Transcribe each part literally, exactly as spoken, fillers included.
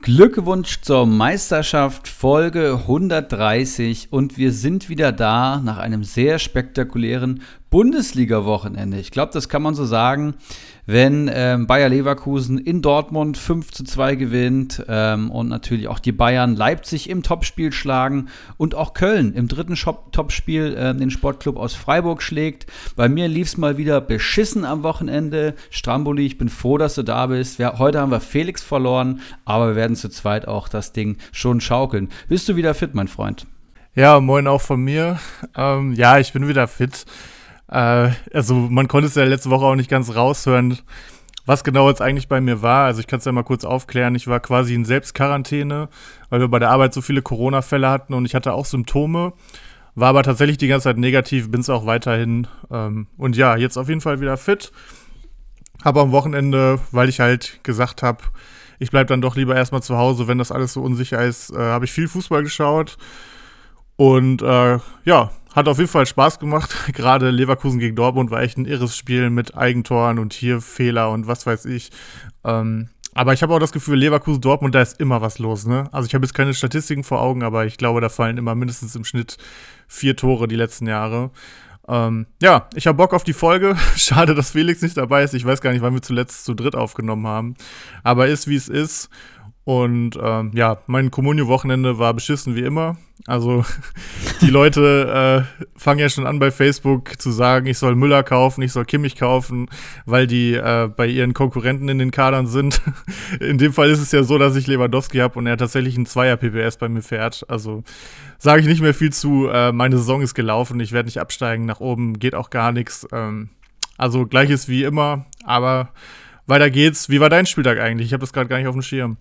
Glückwunsch zur Meisterschaft, Folge hundertdreißig, und wir sind wieder da nach einem sehr spektakulären Bundesliga-Wochenende. Ich glaube, das kann man so sagen, wenn ähm, Bayer Leverkusen in Dortmund fünf zu zwei gewinnt ähm, und natürlich auch die Bayern Leipzig im Topspiel schlagen und auch Köln im dritten Shop- Topspiel äh, den Sportclub aus Freiburg schlägt. Bei mir lief es mal wieder beschissen am Wochenende. Stramboli, ich bin froh, dass du da bist. Wir, heute haben wir Felix verloren, aber wir werden zu zweit auch das Ding schon schaukeln. Bist du wieder fit, mein Freund? Ja, moin auch von mir. Ähm, ja, ich bin wieder fit. Äh, also man konnte es ja letzte Woche auch nicht ganz raushören, was genau jetzt eigentlich bei mir war. Also ich kann es ja mal kurz aufklären. Ich war quasi in Selbstquarantäne, weil wir bei der Arbeit so viele Corona-Fälle hatten und ich hatte auch Symptome. War aber tatsächlich die ganze Zeit negativ, bin es auch weiterhin. Ähm, und ja, jetzt auf jeden Fall wieder fit. Aber am Wochenende, weil ich halt gesagt habe, ich bleib dann doch lieber erstmal zu Hause, wenn das alles so unsicher ist, äh, habe ich viel Fußball geschaut. Und äh, ja, hat auf jeden Fall Spaß gemacht. Gerade Leverkusen gegen Dortmund war echt ein irres Spiel mit Eigentoren und hier Fehler und was weiß ich. Ähm, aber ich habe auch das Gefühl, Leverkusen-Dortmund, da ist immer was los, ne? Also ich habe jetzt keine Statistiken vor Augen, aber ich glaube, da fallen immer mindestens im Schnitt vier Tore die letzten Jahre. Ähm, ja, ich habe Bock auf die Folge. Schade, dass Felix nicht dabei ist. Ich weiß gar nicht, wann wir zuletzt zu dritt aufgenommen haben. Aber ist, wie es ist. Und ähm, ja, mein Comunio-Wochenende war beschissen wie immer. Also die Leute äh, fangen ja schon an bei Facebook zu sagen, ich soll Müller kaufen, ich soll Kimmich kaufen, weil die äh, bei ihren Konkurrenten in den Kadern sind. In dem Fall ist es ja so, dass ich Lewandowski habe und er tatsächlich ein Zweier-P P S bei mir fährt. Also sage ich nicht mehr viel zu. Äh, meine Saison ist gelaufen, ich werde nicht absteigen, nach oben geht auch gar nichts. Ähm, also gleiches wie immer, aber weiter geht's. Wie war dein Spieltag eigentlich? Ich habe das gerade gar nicht auf dem Schirm.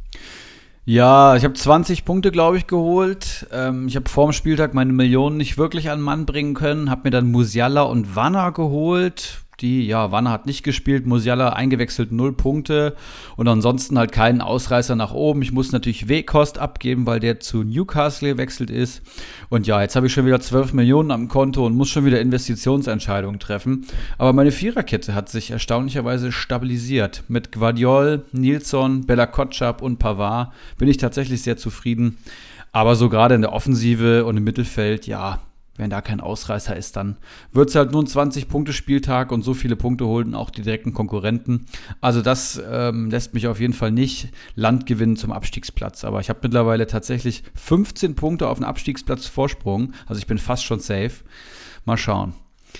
Ja, ich habe zwanzig Punkte, glaube ich, geholt. Ähm, ich habe vor dem Spieltag meine Millionen nicht wirklich an Mann bringen können. Habe mir dann Musiala und Wanner geholt. Die, ja, Wanner hat nicht gespielt, Musiala eingewechselt, null Punkte. Und ansonsten halt keinen Ausreißer nach oben. Ich muss natürlich Weghorst abgeben, weil der zu Newcastle gewechselt ist. Und ja, jetzt habe ich schon wieder zwölf Millionen am Konto und muss schon wieder Investitionsentscheidungen treffen. Aber meine Viererkette hat sich erstaunlicherweise stabilisiert. Mit Gvardiol, Nilsson, Bella Kotschap und Pavard bin ich tatsächlich sehr zufrieden. Aber so gerade in der Offensive und im Mittelfeld, ja, wenn da kein Ausreißer ist, dann wird es halt nur ein zwanzig-Punkte-Spieltag und so viele Punkte holen auch die direkten Konkurrenten. Also das ähm, lässt mich auf jeden Fall nicht Land gewinnen zum Abstiegsplatz. Aber ich habe mittlerweile tatsächlich fünfzehn Punkte auf den Abstiegsplatz Vorsprung. Also ich bin fast schon safe. Mal schauen.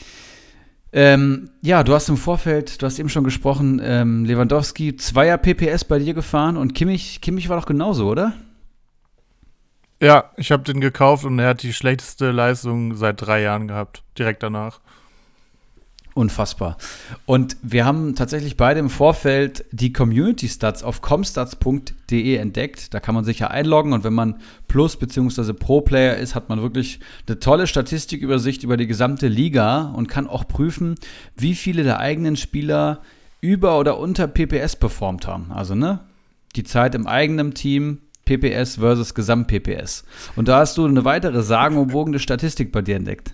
Ähm, ja, du hast im Vorfeld, du hast eben schon gesprochen, ähm, Lewandowski, Zweier P P S bei dir gefahren und Kimmich, Kimmich war doch genauso, oder? Ja, ich habe den gekauft und er hat die schlechteste Leistung seit drei Jahren gehabt, direkt danach. Unfassbar. Und wir haben tatsächlich beide im Vorfeld die Community-Stats auf comstats punkt de entdeckt. Da kann man sich ja einloggen und wenn man Plus- bzw. Pro-Player ist, hat man wirklich eine tolle Statistikübersicht über die gesamte Liga und kann auch prüfen, wie viele der eigenen Spieler über oder unter P P S performt haben. Also, ne, die Zeit im eigenen Team, P P S versus Gesamt-P P S. Und da hast du eine weitere sagenumwogene Statistik bei dir entdeckt.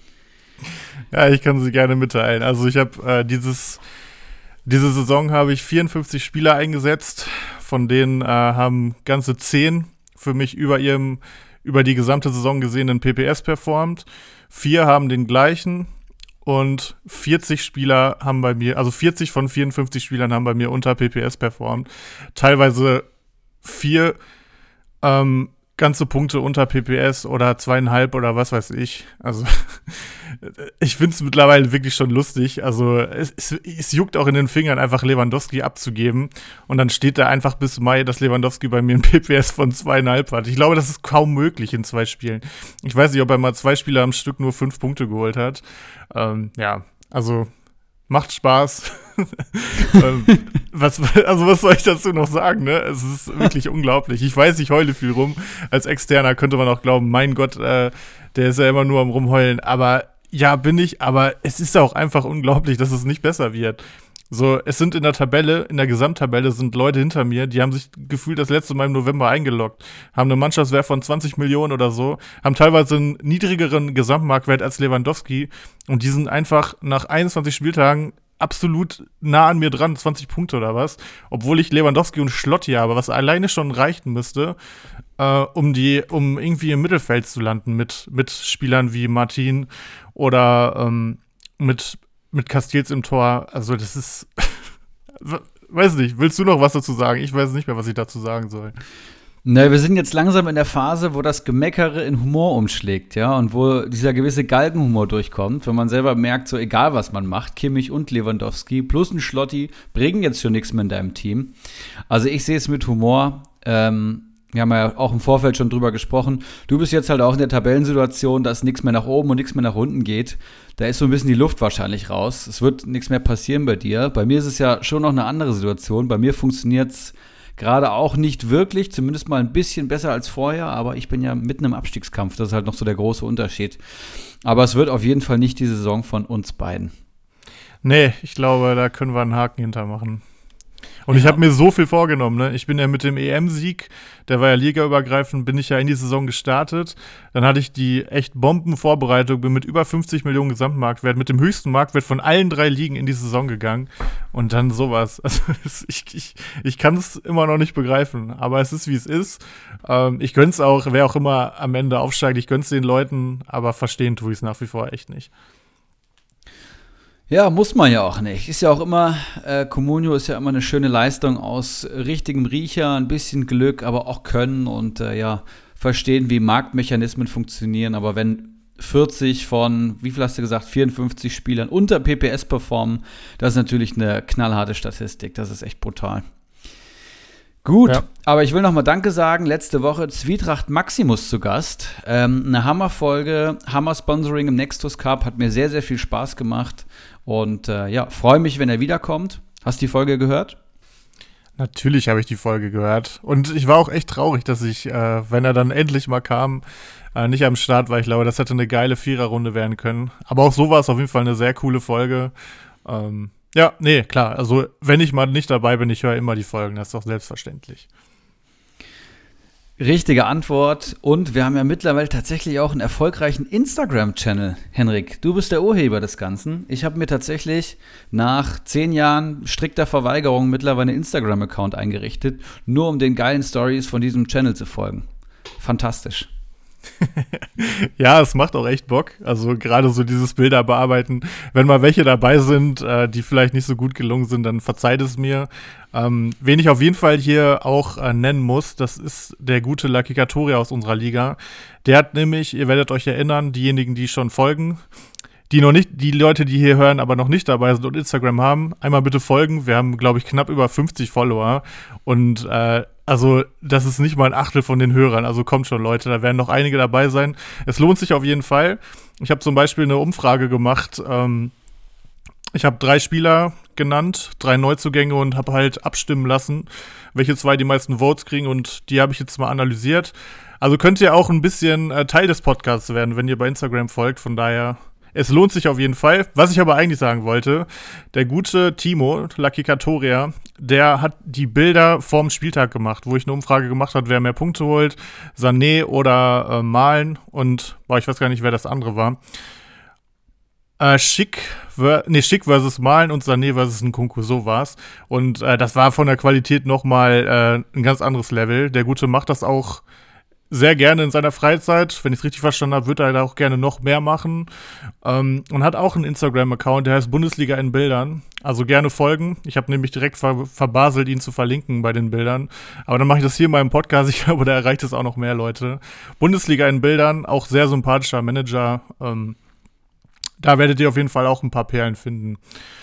Ja, ich kann sie gerne mitteilen. Also ich habe äh, dieses diese Saison habe ich vierundfünfzig Spieler eingesetzt, von denen äh, haben ganze zehn für mich über ihrem über die gesamte Saison gesehenen P P S performt. Vier haben den gleichen und vierzig Spieler haben bei mir, also vierzig von vierundfünfzig Spielern haben bei mir unter P P S performt. Teilweise vier ähm, ganze Punkte unter P P S oder zweieinhalb oder was weiß ich. Also ich finde es mittlerweile wirklich schon lustig. Also es, es, es juckt auch in den Fingern, einfach Lewandowski abzugeben. Und dann steht da einfach bis Mai, dass Lewandowski bei mir ein P P S von zweieinhalb hat. Ich glaube, das ist kaum möglich in zwei Spielen. Ich weiß nicht, ob er mal zwei Spieler am Stück nur fünf Punkte geholt hat. Ähm, ja, also macht Spaß. ähm, was, also was soll ich dazu noch sagen, ne? Es ist wirklich unglaublich. Ich weiß, ich heule viel rum. Als Externer könnte man auch glauben, mein Gott, äh, der ist ja immer nur am Rumheulen. Aber ja, bin ich. Aber es ist auch einfach unglaublich, dass es nicht besser wird. So, es sind in der Tabelle, in der Gesamttabelle sind Leute hinter mir, die haben sich gefühlt das letzte Mal im November eingeloggt, haben eine Mannschaftswert von zwanzig Millionen oder so, haben teilweise einen niedrigeren Gesamtmarktwert als Lewandowski und die sind einfach nach einundzwanzig Spieltagen absolut nah an mir dran, zwanzig Punkte oder was, obwohl ich Lewandowski und Schlotti habe, was alleine schon reichen müsste, äh, um die, um irgendwie im Mittelfeld zu landen mit, mit Spielern wie Martin oder ähm, mit, mit Castells im Tor. Also das ist, weiß nicht, willst du noch was dazu sagen? Ich weiß nicht mehr, was ich dazu sagen soll. Ne, wir sind jetzt langsam in der Phase, wo das Gemeckere in Humor umschlägt, ja, und wo dieser gewisse Galgenhumor durchkommt, wenn man selber merkt, so egal was man macht, Kimmich und Lewandowski plus ein Schlotti bringen jetzt schon nichts mehr in deinem Team. Also ich sehe es mit Humor. Ähm, wir haben ja auch im Vorfeld schon drüber gesprochen. Du bist jetzt halt auch in der Tabellensituation, dass nichts mehr nach oben und nichts mehr nach unten geht. Da ist so ein bisschen die Luft wahrscheinlich raus. Es wird nichts mehr passieren bei dir. Bei mir ist es ja schon noch eine andere Situation. Bei mir funktioniert es gerade auch nicht wirklich, zumindest mal ein bisschen besser als vorher, aber ich bin ja mitten im Abstiegskampf, das ist halt noch so der große Unterschied. Aber es wird auf jeden Fall nicht die Saison von uns beiden. Nee, ich glaube, da können wir einen Haken hintermachen. Und ja. Ich habe mir so viel vorgenommen, ne? Ich bin ja mit dem E M-Sieg, der war ja ligaübergreifend, bin ich ja in die Saison gestartet. Dann hatte ich die echt Bombenvorbereitung, bin mit über fünfzig Millionen Gesamtmarktwert, mit dem höchsten Marktwert von allen drei Ligen in die Saison gegangen. Und dann sowas. Also ich, ich, ich kann es immer noch nicht begreifen, aber es ist, wie es ist. Ähm, ich gönn's auch, wer auch immer am Ende aufsteigt, ich gönn's den Leuten, aber verstehen tue ich es nach wie vor echt nicht. Ja, muss man ja auch nicht. Ist ja auch immer, äh, Comunio ist ja immer eine schöne Leistung aus richtigem Riecher, ein bisschen Glück, aber auch Können und äh, ja, verstehen, wie Marktmechanismen funktionieren. Aber wenn vierzig von, wie viel hast du gesagt, vierundfünfzig Spielern unter P P S performen, das ist natürlich eine knallharte Statistik. Das ist echt brutal. Gut, ja. Aber ich will nochmal Danke sagen. Letzte Woche Zwietracht Maximus zu Gast. Ähm, eine Hammerfolge, Hammer-Sponsoring im Nextus Cup. Hat mir sehr, sehr viel Spaß gemacht. Und äh, ja, freue mich, wenn er wiederkommt. Hast du die Folge gehört? Natürlich habe ich die Folge gehört. Und ich war auch echt traurig, dass ich, äh, wenn er dann endlich mal kam, äh, nicht am Start war. Ich glaube, das hätte eine geile Viererrunde werden können. Aber auch so war es auf jeden Fall eine sehr coole Folge. Ähm, ja, nee, klar. Also, wenn ich mal nicht dabei bin, ich höre immer die Folgen. Das ist doch selbstverständlich. Richtige Antwort. Und wir haben ja mittlerweile tatsächlich auch einen erfolgreichen Instagram-Channel. Henrik, du bist der Urheber des Ganzen. Ich habe mir tatsächlich nach zehn Jahren strikter Verweigerung mittlerweile einen Instagram-Account eingerichtet, nur um den geilen Stories von diesem Channel zu folgen. Fantastisch. Ja, es macht auch echt Bock. Also gerade so dieses Bilder bearbeiten. Wenn mal welche dabei sind, äh, die vielleicht nicht so gut gelungen sind, dann verzeiht es mir. Ähm, wen ich auf jeden Fall hier auch äh, nennen muss, das ist der gute Lucky Katoria aus unserer Liga. Der hat nämlich, ihr werdet euch erinnern, diejenigen, die schon folgen, die noch nicht, die Leute, die hier hören, aber noch nicht dabei sind und Instagram haben, einmal bitte folgen. Wir haben, glaube ich, knapp über fünfzig Follower. Und äh, also das ist nicht mal ein Achtel von den Hörern. Also kommt schon, Leute, da werden noch einige dabei sein. Es lohnt sich auf jeden Fall. Ich habe zum Beispiel eine Umfrage gemacht. Ähm, ich habe drei Spieler genannt, drei Neuzugänge und habe halt abstimmen lassen, welche zwei die meisten Votes kriegen. Und die habe ich jetzt mal analysiert. Also könnt ihr auch ein bisschen äh, Teil des Podcasts werden, wenn ihr bei Instagram folgt. Von daher, es lohnt sich auf jeden Fall. Was ich aber eigentlich sagen wollte, der gute Timo, Lucky Katoria, der hat die Bilder vorm Spieltag gemacht, wo ich eine Umfrage gemacht habe, wer mehr Punkte holt, Sané oder äh, Malen und, boah, ich weiß gar nicht, wer das andere war. Äh, Schick, ver- nee, Schick versus Malen und Sané versus Nkunku, so war's. Und äh, das war von der Qualität nochmal äh, ein ganz anderes Level. Der Gute macht das auch sehr gerne in seiner Freizeit. Wenn ich es richtig verstanden habe, wird er da auch gerne noch mehr machen. Ähm, und hat auch einen Instagram-Account, der heißt Bundesliga in Bildern. Also gerne folgen. Ich habe nämlich direkt ver- verbaselt, ihn zu verlinken bei den Bildern. Aber dann mache ich das hier in meinem Podcast. Ich glaube, da erreicht es auch noch mehr Leute. Bundesliga in Bildern, auch sehr sympathischer Manager. Ähm, da werdet ihr auf jeden Fall auch ein paar Perlen finden.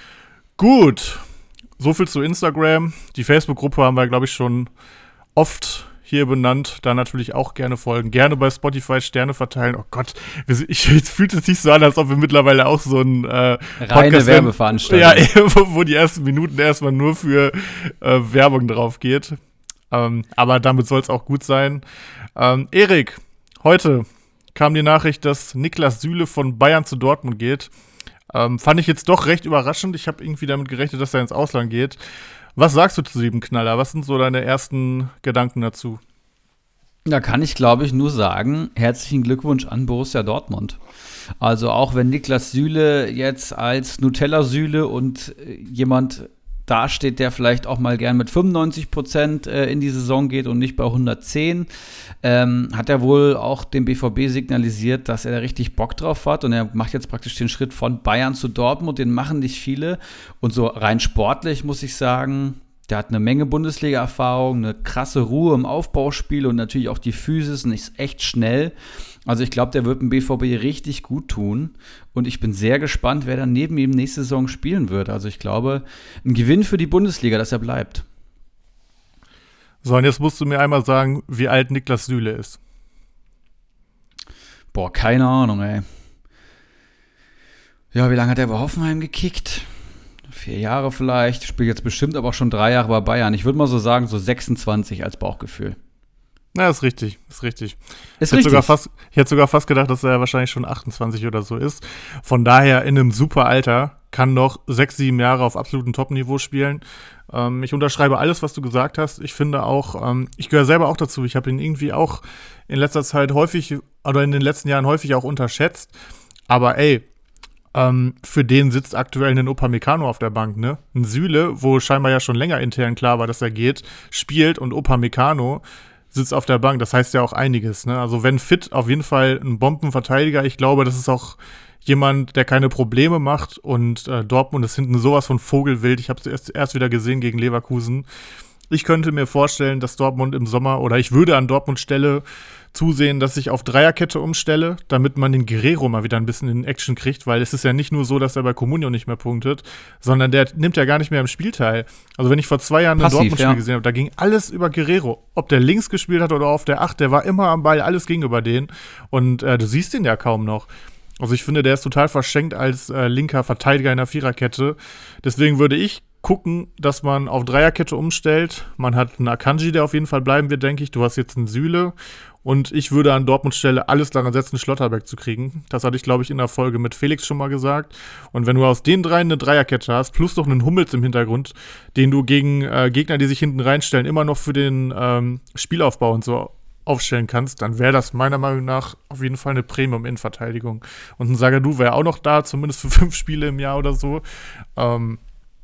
Gut, so viel zu Instagram. Die Facebook-Gruppe haben wir, glaube ich, schon oft hier benannt, da natürlich auch gerne folgen. Gerne bei Spotify Sterne verteilen. Oh Gott, ich, jetzt fühlt es sich so an, als ob wir mittlerweile auch so ein äh, reine Werbeveranstaltung. Ja, wo, wo die ersten Minuten erstmal nur für äh, Werbung drauf geht. Ähm, aber damit soll es auch gut sein. Ähm, Erik, heute kam die Nachricht, dass Niklas Süle von Bayern zu Dortmund geht. Ähm, fand ich jetzt doch recht überraschend. Ich habe irgendwie damit gerechnet, dass er ins Ausland geht. Was sagst du zu diesem Knaller? Was sind so deine ersten Gedanken dazu? Da kann ich, glaube ich, nur sagen, herzlichen Glückwunsch an Borussia Dortmund. Also auch wenn Niklas Süle jetzt als Nutella-Süle und äh, jemand dasteht, der vielleicht auch mal gern mit fünfundneunzig Prozent äh, in die Saison geht und nicht bei hundertzehn, ähm, hat er wohl auch dem B V B signalisiert, dass er da richtig Bock drauf hat und er macht jetzt praktisch den Schritt von Bayern zu Dortmund, den machen nicht viele und so rein sportlich muss ich sagen, der hat eine Menge Bundesliga-Erfahrung, eine krasse Ruhe im Aufbauspiel und natürlich auch die Physis und ist echt schnell. Also ich glaube, der wird dem B V B richtig gut tun. Und ich bin sehr gespannt, wer dann neben ihm nächste Saison spielen wird. Also ich glaube, ein Gewinn für die Bundesliga, dass er bleibt. So, und jetzt musst du mir einmal sagen, wie alt Niklas Süle ist. Boah, keine Ahnung, ey. Ja, wie lange hat er bei Hoffenheim gekickt? Vier Jahre vielleicht, spielt jetzt bestimmt aber auch schon drei Jahre bei Bayern. Ich würde mal so sagen, so sechsundzwanzig als Bauchgefühl. Na, ist richtig, ist richtig. Ist ich, hätte richtig. sogar fast, ich hätte sogar fast gedacht, dass er wahrscheinlich schon achtundzwanzig oder so ist. Von daher in einem super Alter, kann noch sechs, sieben Jahre auf absolutem Top-Niveau spielen. Ähm, ich unterschreibe alles, was du gesagt hast. Ich finde auch, ähm, ich gehöre selber auch dazu, ich habe ihn irgendwie auch in letzter Zeit häufig, oder in den letzten Jahren häufig auch unterschätzt. Aber ey, Ähm, für den sitzt aktuell ein Upamecano auf der Bank, ne? Ein Süle, wo scheinbar ja schon länger intern klar war, dass er geht, spielt und Upamecano sitzt auf der Bank. Das heißt ja auch einiges, ne? Also wenn fit, auf jeden Fall ein Bombenverteidiger. Ich glaube, das ist auch jemand, der keine Probleme macht und äh, Dortmund ist hinten sowas von Vogelwild. Ich habe es erst, erst wieder gesehen gegen Leverkusen. Ich könnte mir vorstellen, dass Dortmund im Sommer, oder ich würde an Dortmunds Stelle zusehen, dass ich auf Dreierkette umstelle, damit man den Guerrero mal wieder ein bisschen in Action kriegt, weil es ist ja nicht nur so, dass er bei Comunio nicht mehr punktet, sondern der nimmt ja gar nicht mehr am Spiel teil. Also wenn ich vor zwei Jahren ein Dortmund-Spiel ja. gesehen habe, da ging alles über Guerrero. Ob der links gespielt hat oder auf der acht, der war immer am Ball, alles ging über den. Und äh, du siehst ihn ja kaum noch. Also ich finde, der ist total verschenkt als äh, linker Verteidiger in der Viererkette. Deswegen würde ich gucken, dass man auf Dreierkette umstellt. Man hat einen Akanji, der auf jeden Fall bleiben wird, denke ich. Du hast jetzt einen Süle. Und ich würde an Dortmunds Stelle alles daran setzen, Schlotterbeck zu kriegen. Das hatte ich, glaube ich, in der Folge mit Felix schon mal gesagt. Und wenn du aus den dreien eine Dreierkette hast, plus noch einen Hummels im Hintergrund, den du gegen äh, Gegner, die sich hinten reinstellen, immer noch für den ähm, Spielaufbau und so aufstellen kannst, dann wäre das meiner Meinung nach auf jeden Fall eine Premium-Innenverteidigung. Und ein Sagadu wäre auch noch da, zumindest für fünf Spiele im Jahr oder so. Ähm,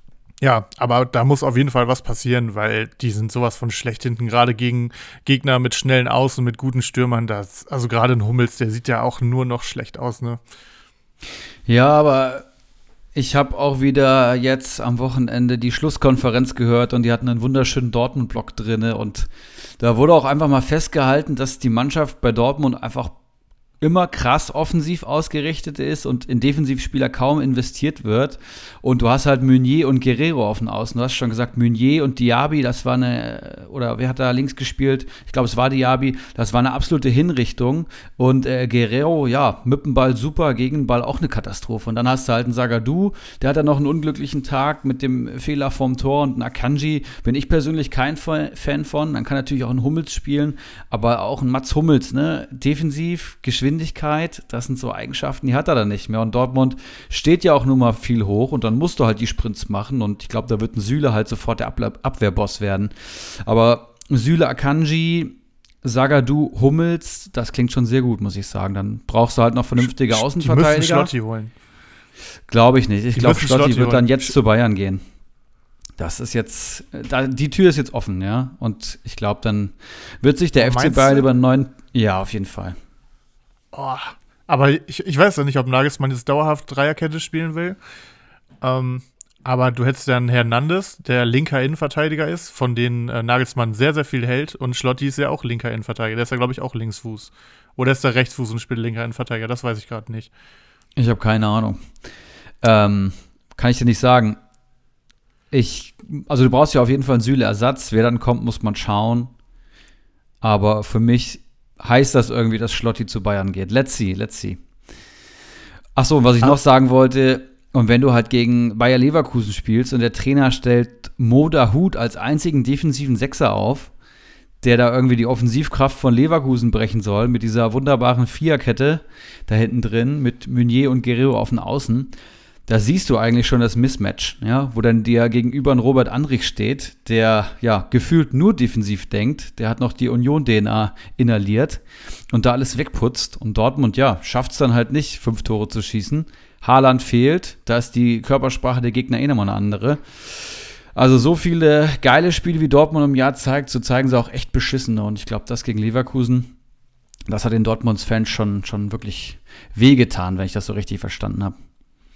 Ja, aber da muss auf jeden Fall was passieren, weil die sind sowas von schlecht hinten, gerade gegen Gegner mit schnellen Außen, mit guten Stürmern. Das, also gerade ein Hummels, der sieht ja auch nur noch schlecht aus, ne? Ja, aber ich habe auch wieder jetzt am Wochenende die Schlusskonferenz gehört und die hatten einen wunderschönen Dortmund-Block drin und da wurde auch einfach mal festgehalten, dass die Mannschaft bei Dortmund einfach immer krass offensiv ausgerichtet ist und in Defensivspieler kaum investiert wird. Und du hast halt Meunier und Guerrero auf den Außen. Du hast schon gesagt, Meunier und Diaby, das war eine, oder wer hat da links gespielt? Ich glaube, es war Diaby. Das war eine absolute Hinrichtung. Und äh, Guerrero, ja, mit dem Ball super, gegen den Ball auch eine Katastrophe. Und dann hast du halt einen Sagadu, der hat dann noch einen unglücklichen Tag mit dem Fehler vom Tor und einen Akanji. Bin ich persönlich kein Fan von. Dann kann natürlich auch ein Hummels spielen, aber auch ein Mats Hummels, ne? Defensiv, Geschwindigkeit, das sind so Eigenschaften, die hat er dann nicht mehr. Und Dortmund steht ja auch nun mal viel hoch und dann musst du halt die Sprints machen und ich glaube, da wird ein Süle halt sofort der Abwehr- Abwehrboss werden. Aber Süle, Akanji, Sagadu, Hummels, das klingt schon sehr gut, muss ich sagen. Dann brauchst du halt noch vernünftige Außenverteidiger. Die müssen Schlotti holen. Glaube ich nicht. Ich glaube, müssen Schlotti Schlotti wird dann holen. jetzt zu Bayern gehen. Das ist jetzt, da, die Tür ist jetzt offen, ja. Und ich glaube, dann wird sich der F C Meinst Bayern du? über einen neuen, ja, auf jeden Fall. Oh, aber ich, ich weiß ja nicht, ob Nagelsmann jetzt dauerhaft Dreierkette spielen will. Ähm, aber du hättest ja einen Hernandez, der linker Innenverteidiger ist, von denen äh, Nagelsmann sehr, sehr viel hält. Und Schlotti ist ja auch linker Innenverteidiger. Der ist ja, glaube ich, auch Linksfuß. Oder ist der Rechtsfuß und spielt linker Innenverteidiger? Das weiß ich gerade nicht. Ich habe keine Ahnung. Ähm, kann ich dir nicht sagen. Ich, also du brauchst ja auf jeden Fall einen Süle-Ersatz. Wer dann kommt, muss man schauen. Aber für mich heißt das irgendwie, dass Schlotti zu Bayern geht. Let's see, let's see. Achso, und was ich ah. noch sagen wollte, und wenn du halt gegen Bayer Leverkusen spielst und der Trainer stellt Mo Dahoud als einzigen defensiven Sechser auf, der da irgendwie die Offensivkraft von Leverkusen brechen soll, mit dieser wunderbaren Viererkette da hinten drin, mit Meunier und Guerrero auf den Außen, da siehst du eigentlich schon das Mismatch, ja, wo dann dir gegenüber ein Robert Andrich steht, der ja gefühlt nur defensiv denkt, der hat noch die Union-D N A inhaliert und da alles wegputzt. Und Dortmund, ja, schafft es dann halt nicht, fünf Tore zu schießen. Haaland fehlt, da ist die Körpersprache der Gegner eh nochmal eine andere. Also so viele geile Spiele, wie Dortmund im Jahr zeigt, so zeigen sie auch echt beschissene. Und ich glaube, das gegen Leverkusen, das hat den Dortmunds-Fans schon, schon wirklich wehgetan, wenn ich das so richtig verstanden habe.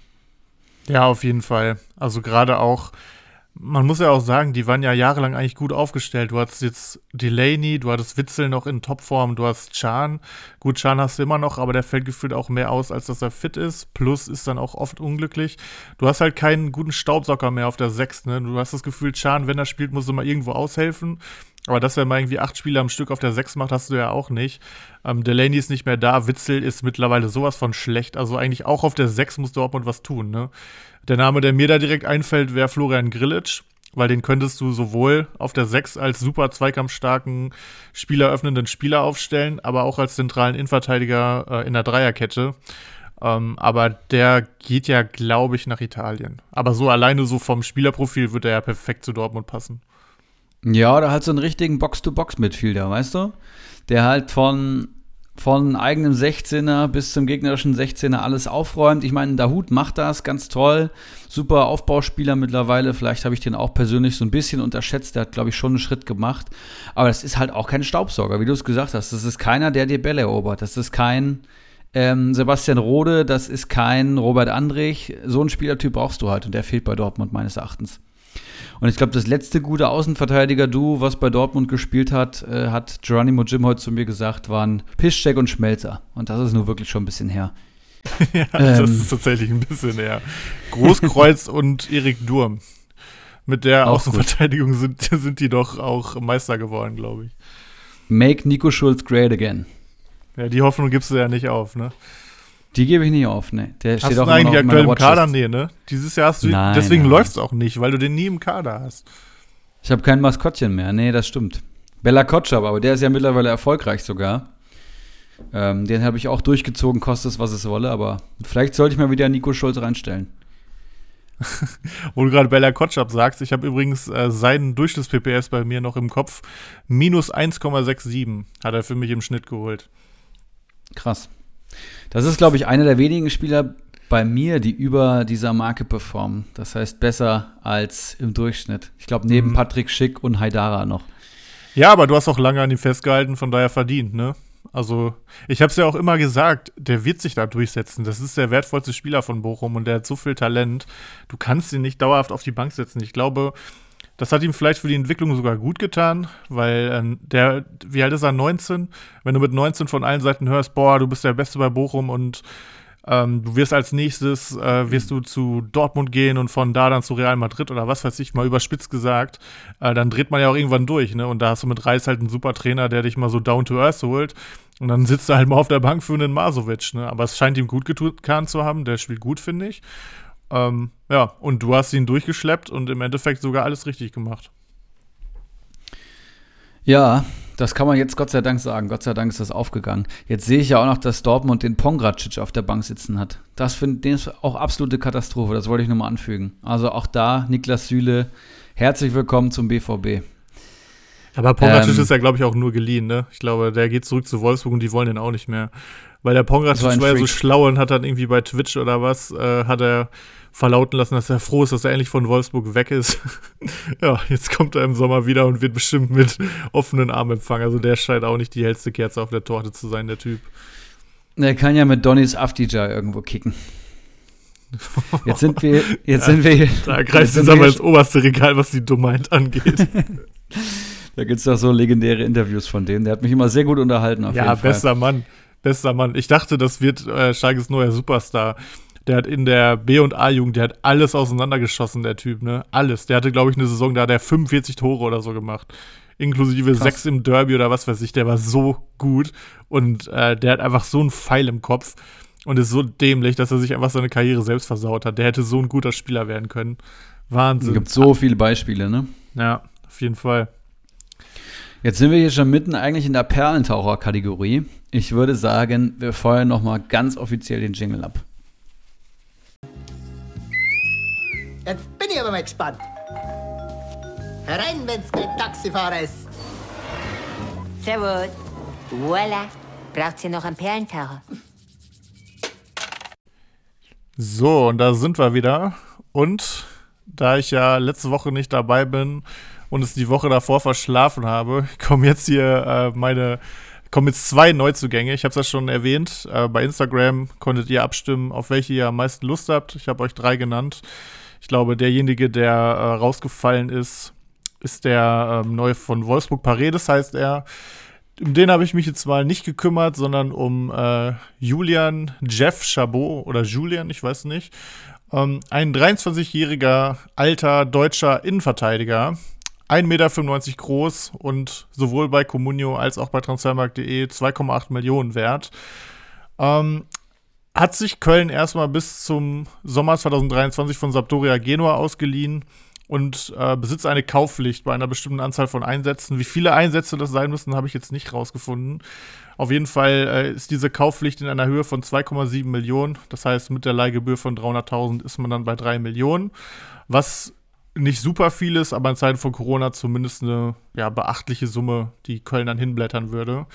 Ja, auf jeden Fall. Also gerade auch, man muss ja auch sagen, die waren ja jahrelang eigentlich gut aufgestellt. Du hattest jetzt Delaney, du hattest Witzel noch in Topform, du hast Can. Gut, Can hast du immer noch, aber der fällt gefühlt auch mehr aus, als dass er fit ist. Plus ist dann auch oft unglücklich. Du hast halt keinen guten Staubsauger mehr auf der sechs, ne? Du hast das Gefühl, Can, wenn er spielt, muss er mal irgendwo aushelfen. Aber dass er mal irgendwie acht Spiele am Stück auf der sechs macht, hast du ja auch nicht. Ähm, Delaney ist nicht mehr da, Witzel ist mittlerweile sowas von schlecht. Also eigentlich auch auf der sechs muss Dortmund was tun, ne? Der Name, der mir da direkt einfällt, wäre Florian Grillitsch, weil den könntest du sowohl auf der sechs als super zweikampfstarken, spieleröffnenden Spieler aufstellen, aber auch als zentralen Innenverteidiger äh, in der Dreierkette. Ähm, aber der geht ja, glaube ich, nach Italien. Aber so alleine so vom Spielerprofil wird er ja perfekt zu Dortmund passen. Ja, oder halt so einen richtigen Box-to-Box-Midfielder, weißt du? Der halt von, von eigenem sechzehner bis zum gegnerischen sechzehner alles aufräumt. Ich meine, Dahoud macht das ganz toll. Super Aufbauspieler mittlerweile. Vielleicht habe ich den auch persönlich so ein bisschen unterschätzt. Der hat, glaube ich, schon einen Schritt gemacht. Aber das ist halt auch kein Staubsauger, wie du es gesagt hast. Das ist keiner, der dir Bälle erobert. Das ist kein ähm, Sebastian Rode. Das ist kein Robert Andrich. So einen Spielertyp brauchst du halt. Und der fehlt bei Dortmund meines Erachtens. Und ich glaube, das letzte gute Außenverteidiger-Duo, was bei Dortmund gespielt hat, äh, hat Geronimo Jim heute zu mir gesagt, waren Piszczek und Schmelzer. Und das ist nur wirklich schon ein bisschen her. Ja, ähm, das ist tatsächlich ein bisschen her. Großkreuz und Erik Durm. Mit der Außenverteidigung sind, sind die doch auch Meister geworden, glaube ich. Make Nico Schulz great again. Ja, die Hoffnung gibst du ja nicht auf, ne? Die gebe ich nicht auf, ne. Der hast steht du auch eigentlich immer noch aktuell in im meiner Kader? Watchlist. Nee, ne? Dieses Jahr hast du, Nein, deswegen nein. läuft es auch nicht, weil du den nie im Kader hast. Ich habe kein Maskottchen mehr, nee, das stimmt. Bella Kotschab, aber der ist ja mittlerweile erfolgreich sogar. Ähm, den habe ich auch durchgezogen, kostet es, was es wolle, aber vielleicht sollte ich mal wieder Nico Schulz reinstellen. Wo du gerade Bella Kotschap sagst, ich habe übrigens äh, seinen Durchschnitts-P P S bei mir noch im Kopf. Minus eins Komma siebenundsechzig hat er für mich im Schnitt geholt. Krass. Das ist, glaube ich, einer der wenigen Spieler bei mir, die über dieser Marke performen. Das heißt, besser als im Durchschnitt. Ich glaube, neben mhm. Patrick Schick und Haidara noch. Ja, aber du hast auch lange an ihm festgehalten, von daher verdient, ne? Also, ich habe es ja auch immer gesagt, der wird sich da durchsetzen. Das ist der wertvollste Spieler von Bochum und der hat so viel Talent. Du kannst ihn nicht dauerhaft auf die Bank setzen. Ich glaube, das hat ihm vielleicht für die Entwicklung sogar gut getan, weil äh, der, wie alt ist er, neunzehn? Wenn du mit neunzehn von allen Seiten hörst, boah, du bist der Beste bei Bochum und ähm, du wirst als nächstes, äh, wirst du zu Dortmund gehen und von da dann zu Real Madrid oder was weiß ich, mal überspitzt gesagt, äh, dann dreht man ja auch irgendwann durch, ne? Und da hast du mit Reis halt einen super Trainer, der dich mal so down to earth holt und dann sitzt er halt mal auf der Bank für einen Masovic, ne? Aber es scheint ihm gut getan zu haben, der spielt gut, finde ich. Ähm, ja, und du hast ihn durchgeschleppt und im Endeffekt sogar alles richtig gemacht. Ja, das kann man jetzt Gott sei Dank sagen. Gott sei Dank ist das aufgegangen. Jetzt sehe ich ja auch noch, dass Dortmund den Pongracic auf der Bank sitzen hat. Das finde ich auch absolute Katastrophe. Das wollte ich nur mal anfügen. Also auch da, Niklas Süle, herzlich willkommen zum B V B. Aber Pongracic ähm, ist ja, glaube ich, auch nur geliehen, ne? Ich glaube, der geht zurück zu Wolfsburg und die wollen den auch nicht mehr. Weil der Pongracic war, war ja so schlau und hat dann irgendwie bei Twitch oder was, äh, hat er verlauten lassen, dass er froh ist, dass er endlich von Wolfsburg weg ist. Ja, jetzt kommt er im Sommer wieder und wird bestimmt mit offenen Armen empfangen. Also der scheint auch nicht die hellste Kerze auf der Torte zu sein, der Typ. Der kann ja mit Donis Afdija irgendwo kicken. Jetzt sind wir, jetzt ja, sind wir. Da greift es aber ins oberste Regal, was die Dummheit angeht. Da gibt es doch so legendäre Interviews von denen. Der hat mich immer sehr gut unterhalten, auf ja, jeden Fall. Ja, bester Mann. Bester Mann. Ich dachte, das wird äh, Schalkes neuer Superstar. Der hat in der B- und A-Jugend, der hat alles auseinandergeschossen, der Typ, ne? Alles. Der hatte, glaube ich, eine Saison, da hat er fünfundvierzig Tore oder so gemacht. Inklusive Krass. sechs im Derby oder was weiß ich. Der war so gut. Und äh, der hat einfach so einen Pfeil im Kopf und ist so dämlich, dass er sich einfach seine Karriere selbst versaut hat. Der hätte so ein guter Spieler werden können. Wahnsinn. Es gibt so viele Beispiele, ne? Ja, auf jeden Fall. Jetzt sind wir hier schon mitten eigentlich in der Perlentaucher-Kategorie. Ich würde sagen, wir feuern noch mal ganz offiziell den Jingle ab. Jetzt bin ich aber mal gespannt. Herein, wenn's kein Taxifahrer ist. Servus. Voila. Braucht ihr noch einen Perlentaucher? So, und da sind wir wieder. Und da ich ja letzte Woche nicht dabei bin und es die Woche davor verschlafen habe, kommen jetzt hier äh, meine, kommen jetzt zwei Neuzugänge. Ich habe es ja schon erwähnt. Äh, bei Instagram konntet ihr abstimmen, auf welche ihr am meisten Lust habt. Ich habe euch drei genannt. Ich glaube, derjenige, der äh, rausgefallen ist, ist der ähm, neue von Wolfsburg Paredes, heißt er. Um den habe ich mich jetzt mal nicht gekümmert, sondern um äh, Julian Jeff Chabot oder Julian, ich weiß nicht. Ähm, ein dreiundzwanzigjähriger alter deutscher Innenverteidiger, ein Meter fünfundneunzig groß und sowohl bei Comunio als auch bei transfermarkt punkt de zwei Komma acht Millionen wert. Ähm, hat sich Köln erstmal bis zum Sommer zwanzig dreiundzwanzig von Sampdoria Genua ausgeliehen und äh, besitzt eine Kaufpflicht bei einer bestimmten Anzahl von Einsätzen. Wie viele Einsätze das sein müssen, habe ich jetzt nicht rausgefunden. Auf jeden Fall äh, ist diese Kaufpflicht in einer Höhe von zwei Komma sieben Millionen. Das heißt, mit der Leihgebühr von dreihunderttausend ist man dann bei drei Millionen. Was nicht super viel ist, aber in Zeiten von Corona zumindest eine ja, beachtliche Summe, die Köln dann hinblättern würde.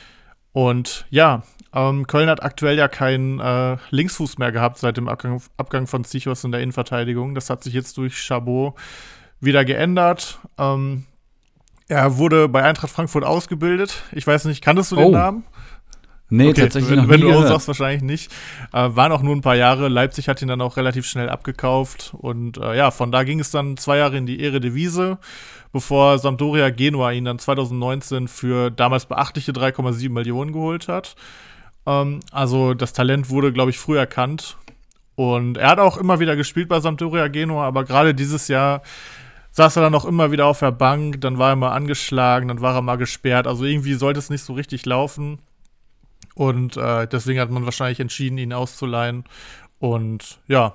Und ja, ähm, Köln hat aktuell ja keinen äh, Linksfuß mehr gehabt seit dem Abgang, Abgang von Zichos in der Innenverteidigung. Das hat sich jetzt durch Chabot wieder geändert. Ähm, er wurde bei Eintracht Frankfurt ausgebildet. Ich weiß nicht, kanntest du den Oh. Namen? Nee, Okay, tatsächlich wenn, noch wenn nie du auch gehört. sagst, wahrscheinlich nicht. Äh, waren auch nur ein paar Jahre. Leipzig hat ihn dann auch relativ schnell abgekauft. Und äh, ja, von da ging es dann zwei Jahre in die Eredivisie, bevor Sampdoria Genua ihn dann zwanzig neunzehn für damals beachtliche drei Komma sieben Millionen geholt hat. Ähm, also das Talent wurde, glaube ich, früh erkannt. Und er hat auch immer wieder gespielt bei Sampdoria Genua, aber gerade dieses Jahr saß er dann auch immer wieder auf der Bank. Dann war er mal angeschlagen, dann war er mal gesperrt. Also irgendwie sollte es nicht so richtig laufen. Und äh, deswegen hat man wahrscheinlich entschieden, ihn auszuleihen. Und ja,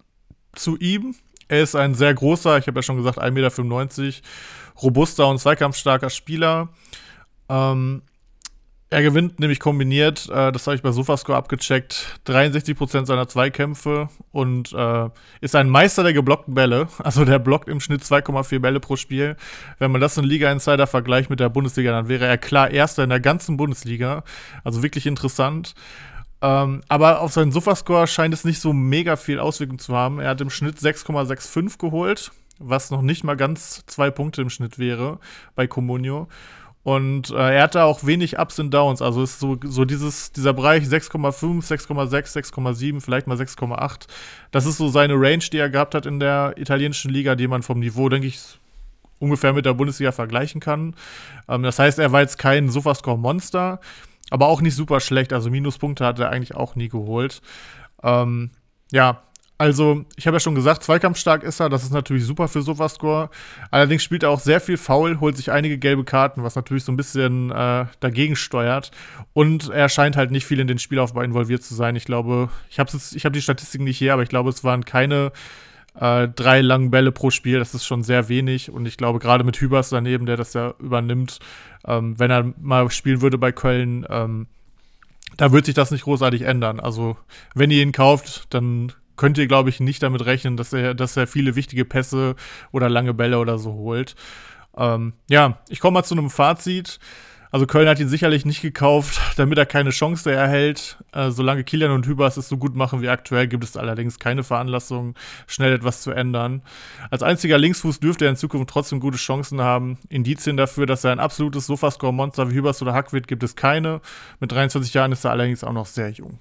zu ihm. Er ist ein sehr großer, ich habe ja schon gesagt, ein Meter fünfundneunzig, robuster und zweikampfstarker Spieler. Ähm, er gewinnt nämlich kombiniert, äh, das habe ich bei Sofascore abgecheckt, dreiundsechzig Prozent seiner Zweikämpfe und äh, ist ein Meister der geblockten Bälle. Also der blockt im Schnitt zwei Komma vier Bälle pro Spiel. Wenn man das in Liga Insider vergleicht mit der Bundesliga, dann wäre er klar Erster in der ganzen Bundesliga. Also wirklich interessant. Ähm, aber auf seinen Sofascore scheint es nicht so mega viel Auswirkung zu haben. Er hat im Schnitt sechs Komma fünfundsechzig geholt, was noch nicht mal ganz zwei Punkte im Schnitt wäre bei Comunio. Und äh, er hatte auch wenig Ups und Downs. Also ist so, so dieses, dieser Bereich sechs Komma fünf, sechs Komma sechs, sechs Komma sieben, vielleicht mal sechs Komma acht. Das ist so seine Range, die er gehabt hat in der italienischen Liga, die man vom Niveau, denke ich, ungefähr mit der Bundesliga vergleichen kann. Ähm, das heißt, er war jetzt kein Sofascore-Monster, aber auch nicht super schlecht. Also Minuspunkte hat er eigentlich auch nie geholt. Ähm, ja, also ich habe ja schon gesagt, zweikampfstark ist er. Das ist natürlich super für Sofascore. Allerdings spielt er auch sehr viel Foul, holt sich einige gelbe Karten, was natürlich so ein bisschen äh, dagegen steuert. Und er scheint halt nicht viel in den Spielaufbau involviert zu sein. Ich glaube, ich habe ich hab die Statistiken nicht hier, aber ich glaube, es waren keine äh, drei langen Bälle pro Spiel. Das ist schon sehr wenig. Und ich glaube, gerade mit Hübers daneben, der das ja übernimmt, ähm, wenn er mal spielen würde bei Köln, ähm, da wird sich das nicht großartig ändern. Also, wenn ihr ihn kauft, dann könnt ihr, glaube ich, nicht damit rechnen, dass er, dass er viele wichtige Pässe oder lange Bälle oder so holt. Ähm, ja, ich komme mal zu einem Fazit. Also Köln hat ihn sicherlich nicht gekauft, damit er keine Chance erhält. Äh, solange Kilian und Hübers es so gut machen wie aktuell, gibt es allerdings keine Veranlassung, schnell etwas zu ändern. Als einziger Linksfuß dürfte er in Zukunft trotzdem gute Chancen haben. Indizien dafür, dass er ein absolutes Sofascore-Monster wie Hübers oder Hack wird, gibt es keine. Mit dreiundzwanzig Jahren ist er allerdings auch noch sehr jung.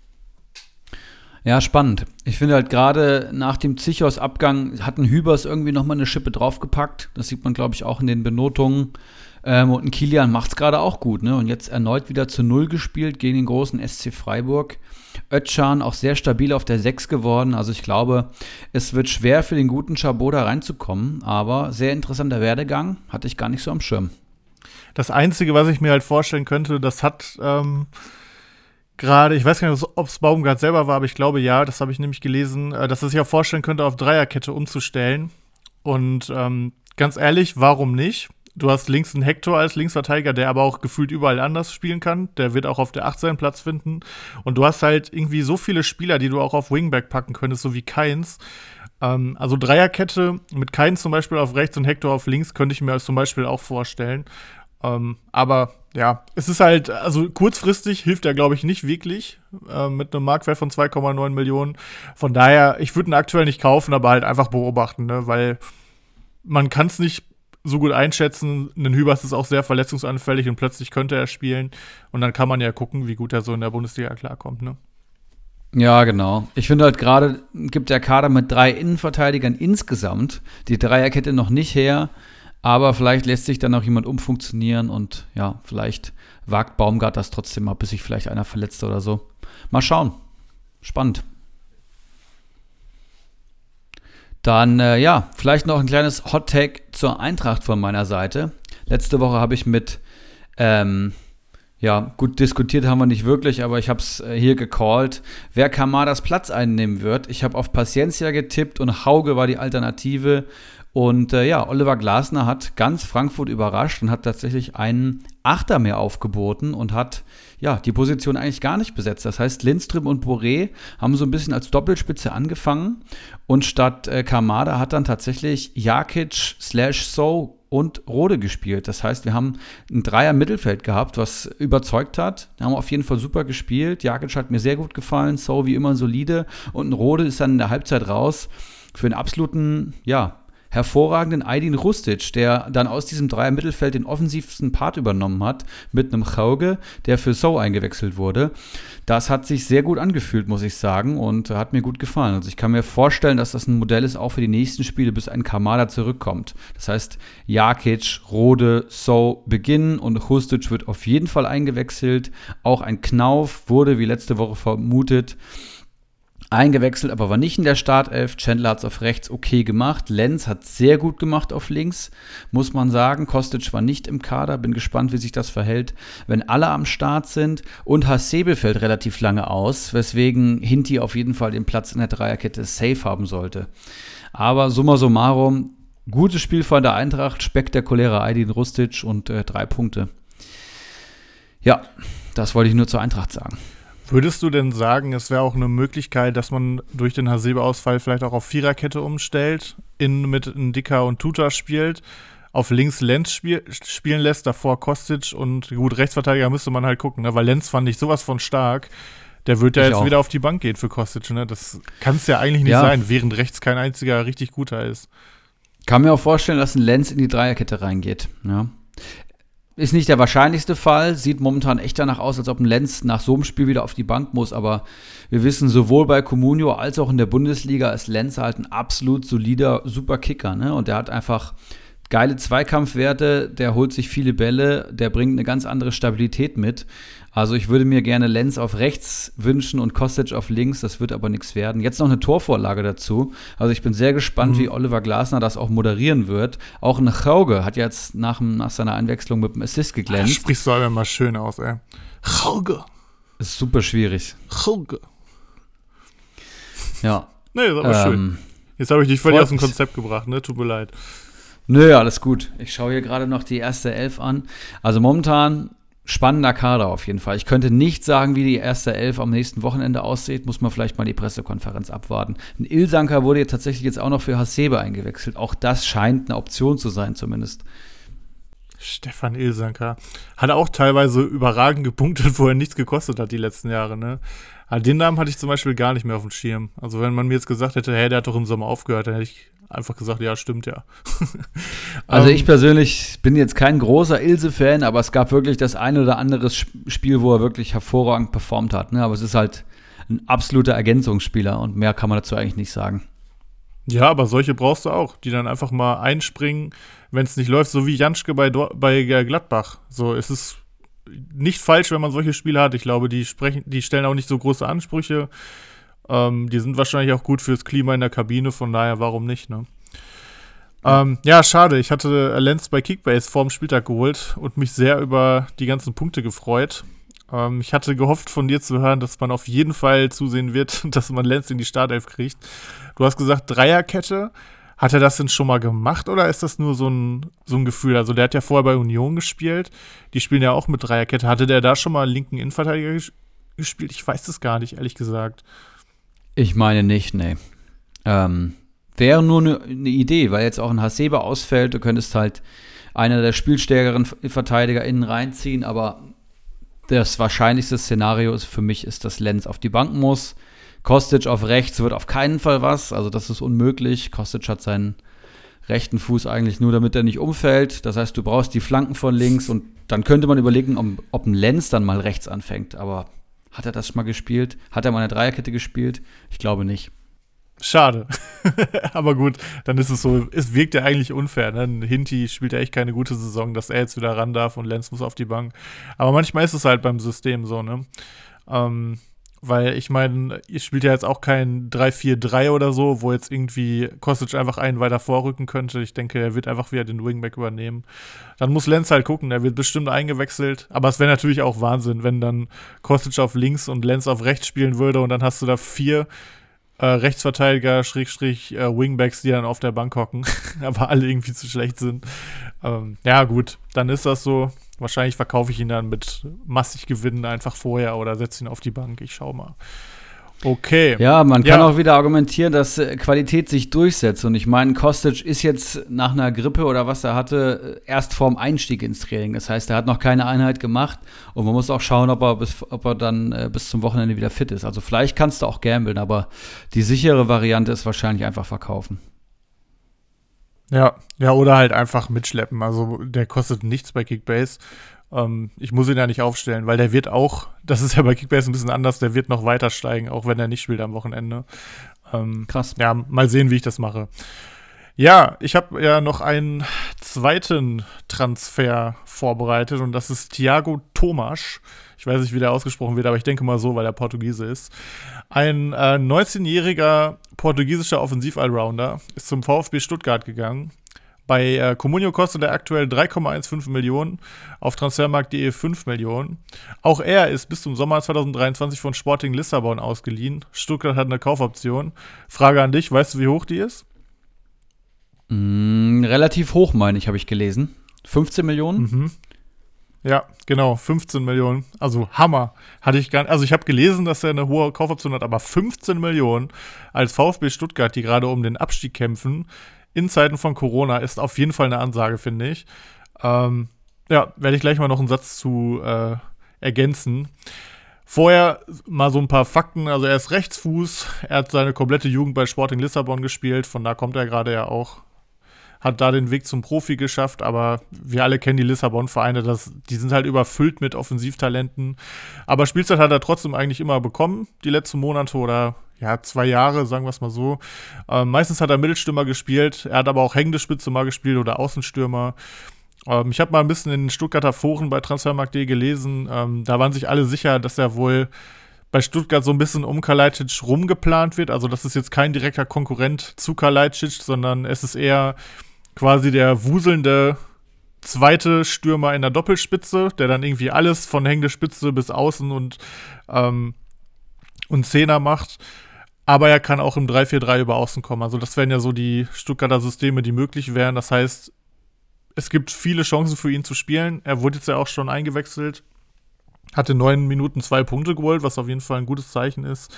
Ja, spannend. Ich finde halt gerade nach dem Zichos-Abgang hat ein Hübers irgendwie nochmal eine Schippe draufgepackt. Das sieht man, glaube ich, auch in den Benotungen. Ähm, und ein Kilian macht es gerade auch gut, ne? Und jetzt erneut wieder zu Null gespielt gegen den großen S C Freiburg. Özcan auch sehr stabil auf der sechs geworden. Also ich glaube, es wird schwer für den guten Chabot da reinzukommen. Aber sehr interessanter Werdegang. Hatte ich gar nicht so am Schirm. Das Einzige, was ich mir halt vorstellen könnte, das hat ähm gerade, ich weiß gar nicht, ob es Baumgart selber war, aber ich glaube ja, das habe ich nämlich gelesen, äh, dass er sich auch vorstellen könnte, auf Dreierkette umzustellen. Und ähm, ganz ehrlich, warum nicht? Du hast links einen Hector als Linksverteidiger, der aber auch gefühlt überall anders spielen kann. Der wird auch auf der acht seinen Platz finden. Und du hast halt irgendwie so viele Spieler, die du auch auf Wingback packen könntest, so wie Keins. Ähm, also Dreierkette mit Kein zum Beispiel auf rechts und Hector auf links könnte ich mir zum Beispiel auch vorstellen. Ähm, aber ja, es ist halt, also kurzfristig hilft er, glaube ich, nicht wirklich äh, mit einem Marktwert von zwei Komma neun Millionen. Von daher, ich würde ihn aktuell nicht kaufen, aber halt einfach beobachten, ne? Weil man kann es nicht so gut einschätzen. Ein Hübers ist auch sehr verletzungsanfällig und plötzlich könnte er spielen. Und dann kann man ja gucken, wie gut er so in der Bundesliga klarkommt, ne? Ja, genau. Ich finde halt gerade, gibt der Kader mit drei Innenverteidigern insgesamt die Dreierkette noch nicht her. Aber vielleicht lässt sich dann auch jemand umfunktionieren und ja, vielleicht wagt Baumgart das trotzdem mal, bis sich vielleicht einer verletzt oder so. Mal schauen. Spannend. Dann, äh, ja, vielleicht noch ein kleines Hot-Take zur Eintracht von meiner Seite. Letzte Woche habe ich mit, ähm, ja, gut diskutiert haben wir nicht wirklich, aber ich habe es äh, hier gecallt, wer Kamadas Platz einnehmen wird. Ich habe auf Paciencia getippt und Hauge war die Alternative. Und äh, ja, Oliver Glasner hat ganz Frankfurt überrascht und hat tatsächlich einen Achter mehr aufgeboten und hat ja die Position eigentlich gar nicht besetzt. Das heißt, Lindström und Boré haben so ein bisschen als Doppelspitze angefangen und statt äh, Kamada hat dann tatsächlich Jakic slash So und Rode gespielt. Das heißt, wir haben ein Dreier-Mittelfeld gehabt, was überzeugt hat. Da haben wir auf jeden Fall super gespielt. Jakic hat mir sehr gut gefallen, So wie immer solide und ein Rode ist dann in der Halbzeit raus für einen absoluten, ja, hervorragenden Aydin Rustic, der dann aus diesem Dreier-Mittelfeld den offensivsten Part übernommen hat, mit einem Hauge, der für So eingewechselt wurde. Das hat sich sehr gut angefühlt, muss ich sagen, und hat mir gut gefallen. Also ich kann mir vorstellen, dass das ein Modell ist, auch für die nächsten Spiele, bis ein Kamada zurückkommt. Das heißt, Jakic, Rode, So beginnen und Rustic wird auf jeden Fall eingewechselt. Auch ein Knauf wurde, wie letzte Woche vermutet, eingewechselt, aber war nicht in der Startelf. Chandler hat es auf rechts okay gemacht. Lenz hat sehr gut gemacht auf links, muss man sagen. Kostic war nicht im Kader. Bin gespannt, wie sich das verhält, wenn alle am Start sind. Und Hasebe fällt relativ lange aus, weswegen Hinti auf jeden Fall den Platz in der Dreierkette safe haben sollte. Aber summa summarum, gutes Spiel von der Eintracht, spektakulärer Aydin Rustic und äh, drei Punkte. Ja, das wollte ich nur zur Eintracht sagen. Würdest du denn sagen, es wäre auch eine Möglichkeit, dass man durch den Hasebe-Ausfall vielleicht auch auf Viererkette umstellt, in, mit Ndicka und Tuta spielt, auf links Lenz spiel, spielen lässt, davor Kostic und gut, Rechtsverteidiger müsste man halt gucken, ne? Weil Lenz fand ich sowas von stark, der wird ja jetzt auch wieder auf die Bank gehen für Kostic, ne? Das kann es ja eigentlich nicht ja. sein, während rechts kein einziger richtig guter ist. Kann mir auch vorstellen, dass ein Lenz in die Dreierkette reingeht, ja. Ist nicht der wahrscheinlichste Fall, sieht momentan echt danach aus, als ob ein Lenz nach so einem Spiel wieder auf die Bank muss, aber wir wissen, sowohl bei Comunio als auch in der Bundesliga ist Lenz halt ein absolut solider, super Kicker, ne? Und der hat einfach geile Zweikampfwerte, der holt sich viele Bälle, der bringt eine ganz andere Stabilität mit. Also ich würde mir gerne Lenz auf rechts wünschen und Kostic auf links, das wird aber nichts werden. Jetzt noch eine Torvorlage dazu. Also ich bin sehr gespannt, mhm. wie Oliver Glasner das auch moderieren wird. Auch ein Hauge hat jetzt nach, nach seiner Einwechslung mit dem Assist geglänzt. Das sprichst du aber mal schön aus, ey. Hauge. Das ist super schwierig. Hauge. Ja. Nee, ist aber ähm, schön. Jetzt habe ich dich völlig aus dem Konzept gebracht, ne? Tut mir leid. Nö, alles gut. Ich schaue hier gerade noch die erste Elf an. Also momentan spannender Kader auf jeden Fall. Ich könnte nicht sagen, wie die erste Elf am nächsten Wochenende aussieht. Muss man vielleicht mal die Pressekonferenz abwarten. Ein Ilsanker wurde ja tatsächlich jetzt auch noch für Hasebe eingewechselt. Auch das scheint eine Option zu sein zumindest. Stefan Ilsanker hat auch teilweise überragend gepunktet, wo er nichts gekostet hat die letzten Jahre, ne? Aber den Namen hatte ich zum Beispiel gar nicht mehr auf dem Schirm. Also wenn man mir jetzt gesagt hätte, hey, der hat doch im Sommer aufgehört, dann hätte ich einfach gesagt, ja, stimmt ja. Also ich persönlich bin jetzt kein großer Ilse-Fan, aber es gab wirklich das ein oder andere Spiel, wo er wirklich hervorragend performt hat, ne? Aber es ist halt ein absoluter Ergänzungsspieler und mehr kann man dazu eigentlich nicht sagen. Ja, aber solche brauchst du auch, die dann einfach mal einspringen, wenn es nicht läuft, so wie Janschke bei, bei Gladbach. So, es ist nicht falsch, wenn man solche Spiele hat. Ich glaube, die sprechen, die stellen auch nicht so große Ansprüche. Ähm, die sind wahrscheinlich auch gut fürs Klima in der Kabine, von daher, warum nicht, ne? Ja, ähm, ja schade. Ich hatte Lenz bei Kickbase vor dem Spieltag geholt und mich sehr über die ganzen Punkte gefreut. Ähm, ich hatte gehofft, von dir zu hören, dass man auf jeden Fall zusehen wird, dass man Lenz in die Startelf kriegt. Du hast gesagt, Dreierkette. Hat er das denn schon mal gemacht oder ist das nur so ein, so ein Gefühl? Also der hat ja vorher bei Union gespielt. Die spielen ja auch mit Dreierkette. Hatte der da schon mal einen linken Innenverteidiger ges- gespielt? Ich weiß das gar nicht, ehrlich gesagt. Ich meine nicht, nee. Ähm, wäre nur eine ne Idee, weil jetzt auch ein Hasebe ausfällt. Du könntest halt einer der spielstärkeren Verteidiger innen reinziehen, aber das wahrscheinlichste Szenario ist für mich, ist, dass Lenz auf die Bank muss. Kostic auf rechts wird auf keinen Fall was, also das ist unmöglich. Kostic hat seinen rechten Fuß eigentlich nur, damit er nicht umfällt. Das heißt, du brauchst die Flanken von links und dann könnte man überlegen, ob, ob ein Lenz dann mal rechts anfängt. Aber hat er das schon mal gespielt? Hat er mal eine Dreierkette gespielt? Ich glaube nicht. Schade. Aber gut, dann ist es so, es wirkt ja eigentlich unfair. Ne? Hinti spielt ja echt keine gute Saison, dass er jetzt wieder ran darf und Lenz muss auf die Bank. Aber manchmal ist es halt beim System so, ne? Ähm, weil ich meine, ihr spielt ja jetzt auch kein drei vier drei oder so, wo jetzt irgendwie Kostic einfach einen weiter vorrücken könnte. Ich denke, er wird einfach wieder den Wingback übernehmen. Dann muss Lenz halt gucken, er wird bestimmt eingewechselt. Aber es wäre natürlich auch Wahnsinn, wenn dann Kostic auf links und Lenz auf rechts spielen würde und dann hast du da vier Äh, Rechtsverteidiger, Schrägstrich, äh, Wingbacks, die dann auf der Bank hocken, aber alle irgendwie zu schlecht sind. Ähm, ja, gut, dann ist das so. Wahrscheinlich verkaufe ich ihn dann mit massig Gewinnen einfach vorher oder setze ihn auf die Bank. Ich schau mal. Okay. Ja, man kann ja. auch wieder argumentieren, dass äh, Qualität sich durchsetzt. Und ich meine, Kostic ist jetzt nach einer Grippe oder was er hatte, erst vorm Einstieg ins Training. Das heißt, er hat noch keine Einheit gemacht. Und man muss auch schauen, ob er, bis, ob er dann äh, bis zum Wochenende wieder fit ist. Also vielleicht kannst du auch gamblen, aber die sichere Variante ist wahrscheinlich einfach verkaufen. Ja, ja, oder halt einfach mitschleppen. Also der kostet nichts bei Kickbase. Ähm, ich muss ihn ja nicht aufstellen, weil der wird auch, das ist ja bei Kickbase ein bisschen anders, der wird noch weiter steigen, auch wenn er nicht spielt am Wochenende. Ähm, Krass. Ja, mal sehen, wie ich das mache. Ja, ich habe ja noch einen zweiten Transfer vorbereitet und das ist Thiago Tomas. Ich weiß nicht, wie der ausgesprochen wird, aber ich denke mal so, weil er Portugiese ist. Ein äh, neunzehnjähriger portugiesischer Offensiv-Allrounder ist zum VfB Stuttgart gegangen. Bei äh, Comunio kostet er aktuell drei Komma fünfzehn Millionen, auf transfermarkt punkt de fünf Millionen. Auch er ist bis zum Sommer zwanzig dreiundzwanzig von Sporting Lissabon ausgeliehen. Stuttgart hat eine Kaufoption. Frage an dich, weißt du, wie hoch die ist? Mm, relativ hoch, meine ich, habe ich gelesen. fünfzehn Millionen? Mhm. Ja, genau, fünfzehn Millionen. Also Hammer. Hatte ich gar, also ich habe gelesen, dass er eine hohe Kaufoption hat, aber fünfzehn Millionen als VfB Stuttgart, die gerade um den Abstieg kämpfen, in Zeiten von Corona, ist auf jeden Fall eine Ansage, finde ich. Ähm, ja, werde ich gleich mal noch einen Satz zu äh, ergänzen. Vorher mal so ein paar Fakten. Also er ist Rechtsfuß, er hat seine komplette Jugend bei Sporting Lissabon gespielt, von da kommt er gerade ja auch. Hat da den Weg zum Profi geschafft, aber wir alle kennen die Lissabon-Vereine, das, die sind halt überfüllt mit Offensivtalenten. Aber Spielzeit hat er trotzdem eigentlich immer bekommen, die letzten Monate oder ja, zwei Jahre, sagen wir es mal so. Ähm, meistens hat er Mittelstürmer gespielt, er hat aber auch hängende Spitze mal gespielt oder Außenstürmer. Ähm, ich habe mal ein bisschen in den Stuttgarter Foren bei transfermarkt punkt de gelesen, ähm, da waren sich alle sicher, dass er wohl bei Stuttgart so ein bisschen um Kalajdzic rumgeplant wird. Also das ist jetzt kein direkter Konkurrent zu Kalajdzic, sondern es ist eher quasi der wuselnde zweite Stürmer in der Doppelspitze, der dann irgendwie alles von hängende Spitze bis Außen und ähm, und Zehner macht. Aber er kann auch im drei vier drei über Außen kommen. Also das wären ja so die Stuttgarter Systeme, die möglich wären. Das heißt, es gibt viele Chancen für ihn zu spielen. Er wurde jetzt ja auch schon eingewechselt. Hat in neun Minuten zwei Punkte geholt, was auf jeden Fall ein gutes Zeichen ist.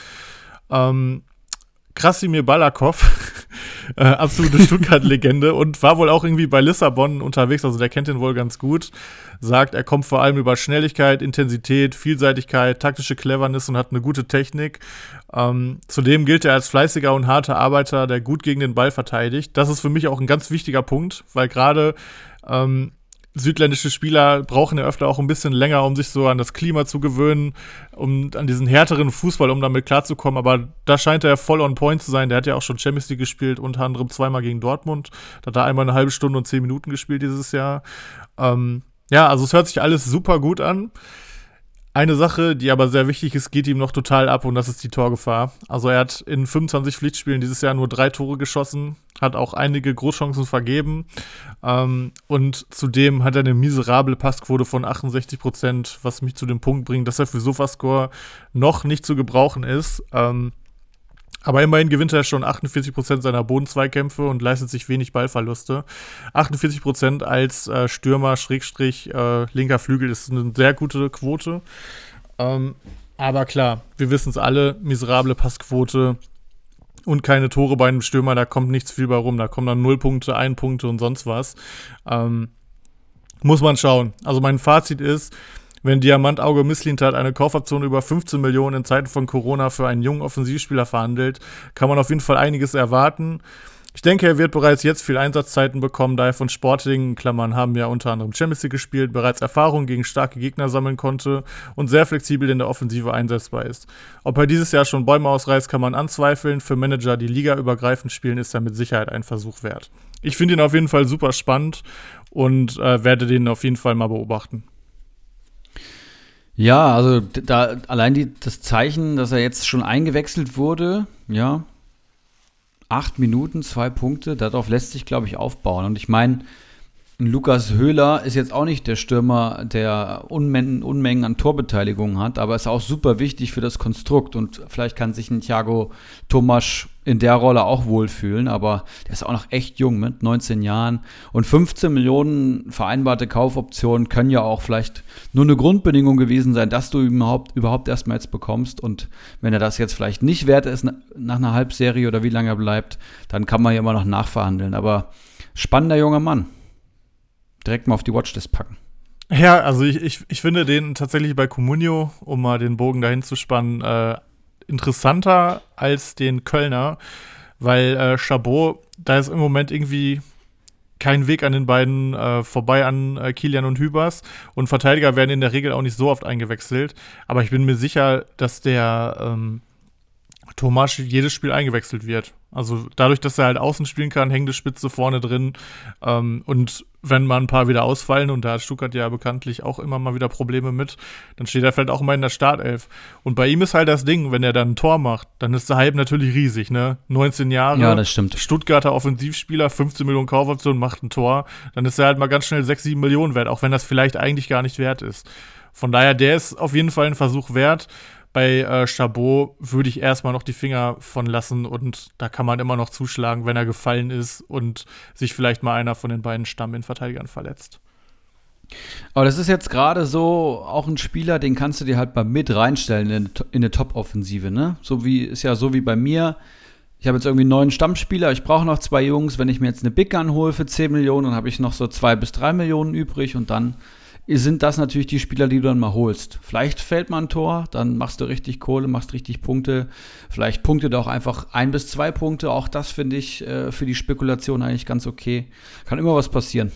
Ähm, Krasimir Balakov, äh, absolute Stuttgart-Legende und war wohl auch irgendwie bei Lissabon unterwegs, also der kennt ihn wohl ganz gut. Sagt, er kommt vor allem über Schnelligkeit, Intensität, Vielseitigkeit, taktische Cleverness und hat eine gute Technik. Ähm, zudem gilt er als fleißiger und harter Arbeiter, der gut gegen den Ball verteidigt. Das ist für mich auch ein ganz wichtiger Punkt, weil gerade ähm, südländische Spieler brauchen ja öfter auch ein bisschen länger, um sich so an das Klima zu gewöhnen, um an diesen härteren Fußball, um damit klarzukommen. Aber da scheint er voll on point zu sein. Der hat ja auch schon Champions League gespielt, unter anderem zweimal gegen Dortmund. Da hat er einmal eine halbe Stunde und zehn Minuten gespielt dieses Jahr. Ähm, ja, also es hört sich alles super gut an. Eine Sache, die aber sehr wichtig ist, geht ihm noch total ab und das ist die Torgefahr. Also er hat in fünfundzwanzig Pflichtspielen dieses Jahr nur drei Tore geschossen, hat auch einige Großchancen vergeben ähm, und zudem hat er eine miserable Passquote von achtundsechzig Prozent, was mich zu dem Punkt bringt, dass er für Sofascore noch nicht zu gebrauchen ist. Ähm, aber immerhin gewinnt er schon achtundvierzig Prozent seiner Bodenzweikämpfe und leistet sich wenig Ballverluste. achtundvierzig Prozent als äh, Stürmer, Schrägstrich, äh, linker Flügel ist eine sehr gute Quote. Ähm, aber klar, wir wissen es alle, miserable Passquote. und keine Tore bei einem Stürmer, da kommt nichts viel bei rum. Da kommen dann null Punkte, ein Punkte und sonst was. Ähm, muss man schauen. Also mein Fazit ist, wenn Diamantauge Mislintat eine Kaufoption über fünfzehn Millionen in Zeiten von Corona für einen jungen Offensivspieler verhandelt, kann man auf jeden Fall einiges erwarten. Ich denke, er wird bereits jetzt viel Einsatzzeiten bekommen, da er von Sporting, in Klammern haben ja unter anderem Champions League gespielt, bereits Erfahrung gegen starke Gegner sammeln konnte und sehr flexibel in der Offensive einsetzbar ist. Ob er dieses Jahr schon Bäume ausreißt, kann man anzweifeln. Für Manager, die ligaübergreifend spielen, ist er mit Sicherheit ein Versuch wert. Ich finde ihn auf jeden Fall super spannend und äh, werde den auf jeden Fall mal beobachten. Ja, also da allein die, das Zeichen, dass er jetzt schon eingewechselt wurde, ja, acht Minuten, zwei Punkte, darauf lässt sich, glaube ich, aufbauen. Und ich meine, Lukas Höhler ist jetzt auch nicht der Stürmer, der Unmengen, Unmengen an Torbeteiligung hat, aber ist auch super wichtig für das Konstrukt. Und vielleicht kann sich ein Thiago Tomasch in der Rolle auch wohlfühlen, aber der ist auch noch echt jung mit neunzehn Jahren. Und fünfzehn Millionen vereinbarte Kaufoptionen können ja auch vielleicht nur eine Grundbedingung gewesen sein, dass du ihn überhaupt, überhaupt erstmal jetzt bekommst. Und wenn er das jetzt vielleicht nicht wert ist nach einer Halbserie oder wie lange er bleibt, dann kann man ja immer noch nachverhandeln. Aber spannender junger Mann. Direkt mal auf die Watchlist packen. Ja, also ich, ich, ich finde den tatsächlich bei Comunio, um mal den Bogen dahin zu spannen, äh, interessanter als den Kölner, weil äh, Chabot, da ist im Moment irgendwie kein Weg an den beiden äh, vorbei an äh, Kilian und Hübers und Verteidiger werden in der Regel auch nicht so oft eingewechselt, aber ich bin mir sicher, dass der ähm, Tomasch jedes Spiel eingewechselt wird. Also dadurch, dass er halt außen spielen kann, hängende Spitze vorne drin. Ähm, und wenn mal ein paar wieder ausfallen, und da hat Stuttgart ja bekanntlich auch immer mal wieder Probleme mit, dann steht er vielleicht auch mal in der Startelf. Und bei ihm ist halt das Ding, wenn er dann ein Tor macht, dann ist der Hype natürlich riesig, ne? neunzehn Jahre, ja, das stimmt. Stuttgarter Offensivspieler, fünfzehn Millionen Kaufoption, macht ein Tor. Dann ist er halt mal ganz schnell sechs, sieben Millionen wert, auch wenn das vielleicht eigentlich gar nicht wert ist. Von daher, der ist auf jeden Fall ein Versuch wert. Bei äh, Chabot würde ich erstmal noch die Finger von lassen und da kann man immer noch zuschlagen, wenn er gefallen ist und sich vielleicht mal einer von den beiden Stamminverteidigern verletzt. Aber das ist jetzt gerade so auch ein Spieler, den kannst du dir halt mal mit reinstellen in, in eine Top-Offensive, ne? So wie, ist ja so wie bei mir. Ich habe jetzt irgendwie einen neuen Stammspieler, ich brauche noch zwei Jungs. Wenn ich mir jetzt eine Big Gun hole für zehn Millionen, dann habe ich noch so zwei bis drei Millionen übrig und dann sind das natürlich die Spieler, die du dann mal holst. Vielleicht fällt mal ein Tor, dann machst du richtig Kohle, machst richtig Punkte. Vielleicht punktet auch einfach ein bis zwei Punkte. Auch das finde ich äh, für die Spekulation eigentlich ganz okay. Kann immer was passieren.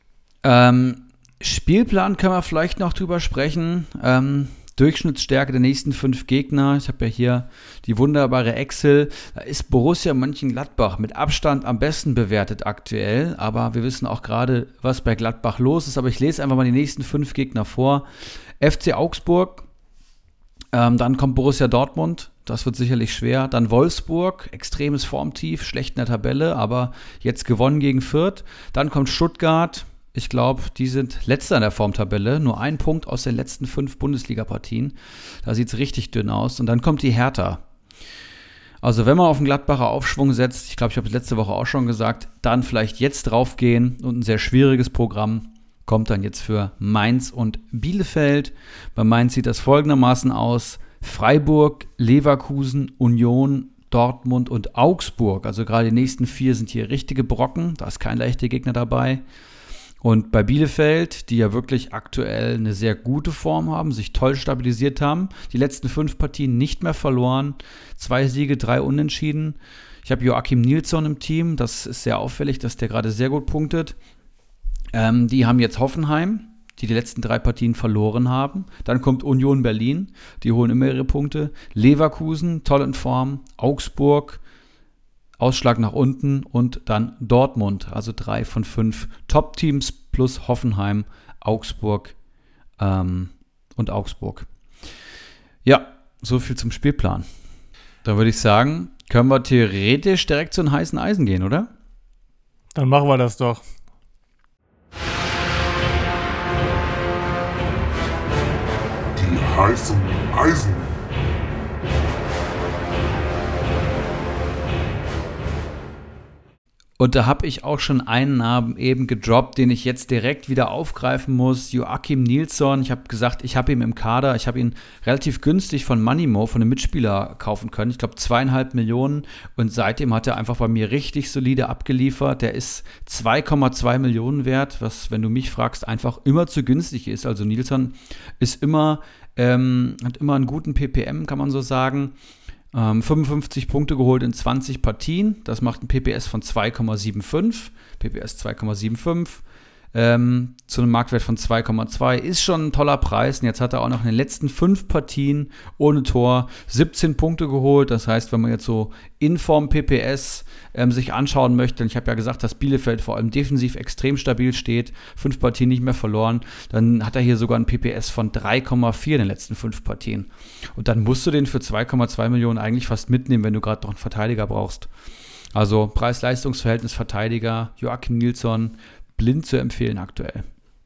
Ähm, Spielplan können wir vielleicht noch drüber sprechen. Ähm, Durchschnittsstärke der nächsten fünf Gegner. Ich habe ja hier die wunderbare Excel. Da ist Borussia Mönchengladbach mit Abstand am besten bewertet aktuell. Aber wir wissen auch gerade, was bei Gladbach los ist. Aber ich lese einfach mal die nächsten fünf Gegner vor. F C Augsburg, ähm, dann kommt Borussia Dortmund. Das wird sicherlich schwer. Dann Wolfsburg, extremes Formtief, schlecht in der Tabelle, aber jetzt gewonnen gegen Fürth. Dann kommt Stuttgart. Ich glaube, die sind letzter in der Formtabelle. Nur ein Punkt aus den letzten fünf Bundesliga-Partien. Da sieht es richtig dünn aus. Und dann kommt die Hertha. Also wenn man auf den Gladbacher Aufschwung setzt, ich glaube, ich habe es letzte Woche auch schon gesagt, dann vielleicht jetzt draufgehen und ein sehr schwieriges Programm kommt dann jetzt für Mainz und Bielefeld. Bei Mainz sieht das folgendermaßen aus. Freiburg, Leverkusen, Union, Dortmund und Augsburg. Also gerade die nächsten vier sind hier richtige Brocken. Da ist kein leichter Gegner dabei. Und bei Bielefeld, die ja wirklich aktuell eine sehr gute Form haben, sich toll stabilisiert haben, die letzten fünf Partien nicht mehr verloren, zwei Siege, drei Unentschieden. Ich habe Joachim Nilsson im Team, das ist sehr auffällig, dass der gerade sehr gut punktet. Ähm, die haben jetzt Hoffenheim, die die letzten drei Partien verloren haben. Dann kommt Union Berlin, die holen immer ihre Punkte. Leverkusen, toll in Form. Augsburg, Ausschlag nach unten und dann Dortmund, also drei von fünf Top-Teams plus Hoffenheim, Augsburg ähm, und Augsburg. Ja, so viel zum Spielplan. Da würde ich sagen, können wir theoretisch direkt zu den heißen Eisen gehen, oder? Dann machen wir das doch. Die heißen Eisen. Und da habe ich auch schon einen Namen eben gedroppt, den ich jetzt direkt wieder aufgreifen muss. Joachim Nilsson. Ich habe gesagt, ich habe ihn im Kader. Ich habe ihn relativ günstig von Moneymo, von einem Mitspieler, kaufen können. Ich glaube zweieinhalb Millionen. Und seitdem hat er einfach bei mir richtig solide abgeliefert. Der ist zwei Komma zwei Millionen wert, was, wenn du mich fragst, einfach immer zu günstig ist. Also Nilsson ist immer, ähm, hat immer einen guten P P M, kann man so sagen. Ähm, fünfundfünfzig Punkte geholt in zwanzig Partien. Das macht ein P P S von zwei Komma fünfundsiebzig. P P S zwei Komma fünfundsiebzig. Ähm, zu einem Marktwert von zwei Komma zwei. Ist schon ein toller Preis. Und jetzt hat er auch noch in den letzten fünf Partien ohne Tor siebzehn Punkte geholt. Das heißt, wenn man jetzt so Inform P P S ähm, sich anschauen möchte, und ich habe ja gesagt, dass Bielefeld vor allem defensiv extrem stabil steht, fünf Partien nicht mehr verloren, dann hat er hier sogar ein P P S von drei Komma vier in den letzten fünf Partien. Und dann musst du den für zwei Komma zwei Millionen eigentlich fast mitnehmen, wenn du gerade noch einen Verteidiger brauchst. Also Preis-Leistungs-Verhältnis Verteidiger, Joachim Nilsson, blind zu empfehlen aktuell.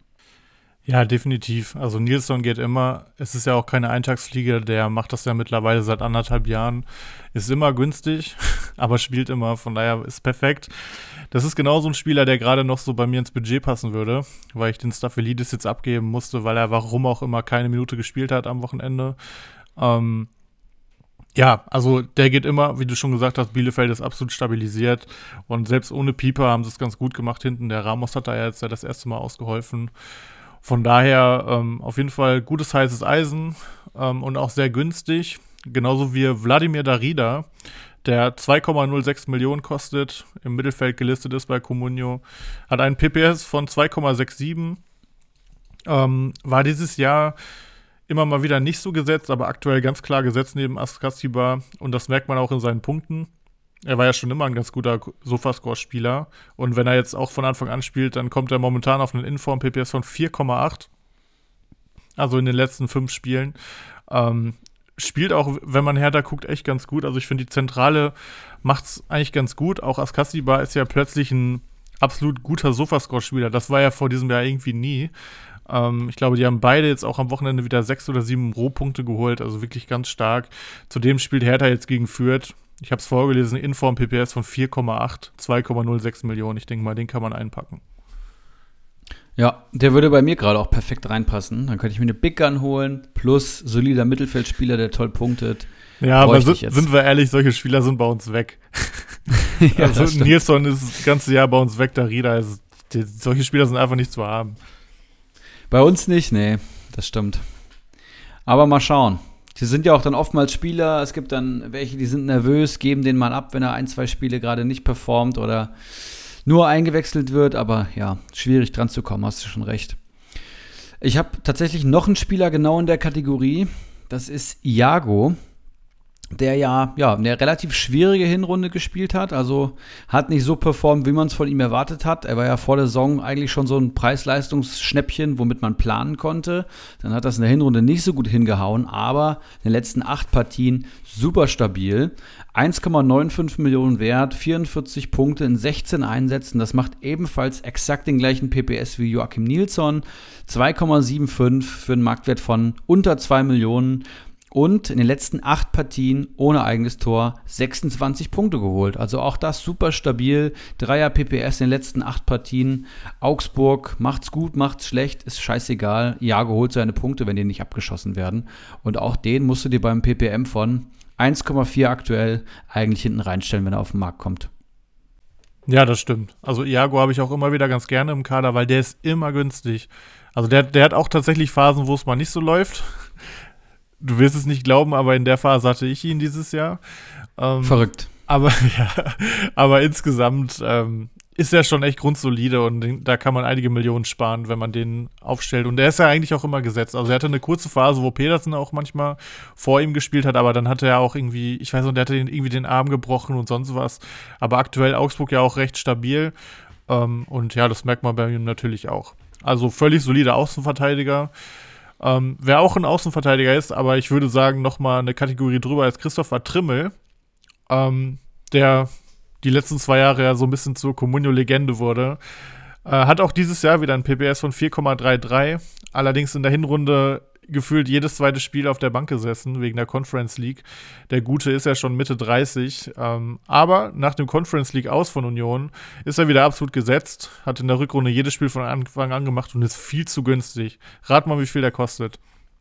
Ja, definitiv. Also Nilsson geht immer. Es ist ja auch keine Eintagsfliege, der macht das ja mittlerweile seit anderthalb Jahren. Ist immer günstig, aber spielt immer. Von daher ist perfekt. Das ist genau so ein Spieler, der gerade noch so bei mir ins Budget passen würde, weil ich den Staphylides jetzt abgeben musste, weil er warum auch immer keine Minute gespielt hat am Wochenende. Ähm, Ja, also der geht immer, wie du schon gesagt hast, Bielefeld ist absolut stabilisiert und selbst ohne Pieper haben sie es ganz gut gemacht hinten. Der Ramos hat da ja jetzt ja das erste Mal ausgeholfen. Von daher ähm, auf jeden Fall gutes heißes Eisen ähm, und auch sehr günstig. Genauso wie Wladimir Darida, der zwei Komma null sechs Millionen kostet, im Mittelfeld gelistet ist bei Comunio, hat einen P P S von zwei Komma siebenundsechzig. Ähm, war dieses Jahr immer mal wieder nicht so gesetzt, aber aktuell ganz klar gesetzt neben Askasiba. Und das merkt man auch in seinen Punkten. Er war ja schon immer ein ganz guter Sofascore-Spieler. Und wenn er jetzt auch von Anfang an spielt, dann kommt er momentan auf einen Inform-P P S von vier Komma acht. Also in den letzten fünf Spielen. Ähm, spielt auch, wenn man Hertha guckt, echt ganz gut. Also ich finde, die Zentrale macht's eigentlich ganz gut. Auch Askasiba ist ja plötzlich ein absolut guter Sofascore-Spieler. Das war ja vor diesem Jahr irgendwie nie. Ähm, ich glaube, die haben beide jetzt auch am Wochenende wieder sechs oder sieben Rohpunkte geholt, also wirklich ganz stark. Zudem spielt Hertha jetzt gegen Fürth. Ich habe es vorgelesen, Inform P P S von vier Komma acht, zwei Komma null sechs Millionen. Ich denke mal, den kann man einpacken. Ja, der würde bei mir gerade auch perfekt reinpassen. Dann könnte ich mir eine Big Gun holen, plus solider Mittelfeldspieler, der toll punktet. Ja, aber sind, sind wir ehrlich, solche Spieler sind bei uns weg. Ja, also Nilsson ist das ganze Jahr bei uns weg, Darida. Also, die, solche Spieler sind einfach nicht zu haben. Bei uns nicht, nee, das stimmt. Aber mal schauen. Die sind ja auch dann oftmals Spieler, es gibt dann welche, die sind nervös, geben den mal ab, wenn er ein, zwei Spiele gerade nicht performt oder nur eingewechselt wird, aber ja, schwierig dran zu kommen, hast du schon recht. Ich habe tatsächlich noch einen Spieler genau in der Kategorie, das ist Iago, der ja, ja eine relativ schwierige Hinrunde gespielt hat, also hat nicht so performt, wie man es von ihm erwartet hat. Er war ja vor der Saison eigentlich schon so ein Preis-Leistungs-Schnäppchen, womit man planen konnte. Dann hat das in der Hinrunde nicht so gut hingehauen, aber in den letzten acht Partien super stabil. eins Komma fünfundneunzig Millionen wert, vierundvierzig Punkte in sechzehn Einsätzen. Das macht ebenfalls exakt den gleichen P P S wie Joachim Nilsson. zwei Komma fünfundsiebzig für einen Marktwert von unter zwei Millionen. Und in den letzten acht Partien ohne eigenes Tor sechsundzwanzig Punkte geholt. Also auch das super stabil. Dreier P P S in den letzten acht Partien. Augsburg macht's gut, macht's schlecht, ist scheißegal. Iago holt seine Punkte, wenn die nicht abgeschossen werden. Und auch den musst du dir beim P P M von eins Komma vier aktuell eigentlich hinten reinstellen, wenn er auf den Markt kommt. Ja, das stimmt. Also Iago habe ich auch immer wieder ganz gerne im Kader, weil der ist immer günstig. Also der, der hat auch tatsächlich Phasen, wo es mal nicht so läuft. Du wirst es nicht glauben, aber in der Phase hatte ich ihn dieses Jahr. Ähm, Verrückt. Aber ja, aber insgesamt ähm, ist er schon echt grundsolide und den, da kann man einige Millionen sparen, wenn man den aufstellt. Und der ist ja eigentlich auch immer gesetzt. Also er hatte eine kurze Phase, wo Pedersen auch manchmal vor ihm gespielt hat, aber dann hatte er auch irgendwie, ich weiß nicht, der hatte den, irgendwie den Arm gebrochen und sonst was. Aber aktuell Augsburg ja auch recht stabil. Ähm, und ja, das merkt man bei ihm natürlich auch. Also völlig solider Außenverteidiger. Ähm, wer auch ein Außenverteidiger ist, aber ich würde sagen, nochmal eine Kategorie drüber als Christopher Trimmel, ähm, der die letzten zwei Jahre ja so ein bisschen zur Comunio-Legende wurde, äh, hat auch dieses Jahr wieder ein P P S von vier Komma dreiunddreißig, allerdings in der Hinrunde gefühlt jedes zweite Spiel auf der Bank gesessen, wegen der Conference League. Der Gute ist ja schon Mitte dreißig. Ähm, aber nach dem Conference League aus von Union ist er wieder absolut gesetzt. Hat in der Rückrunde jedes Spiel von Anfang an gemacht und ist viel zu günstig. Rat mal, wie viel der kostet.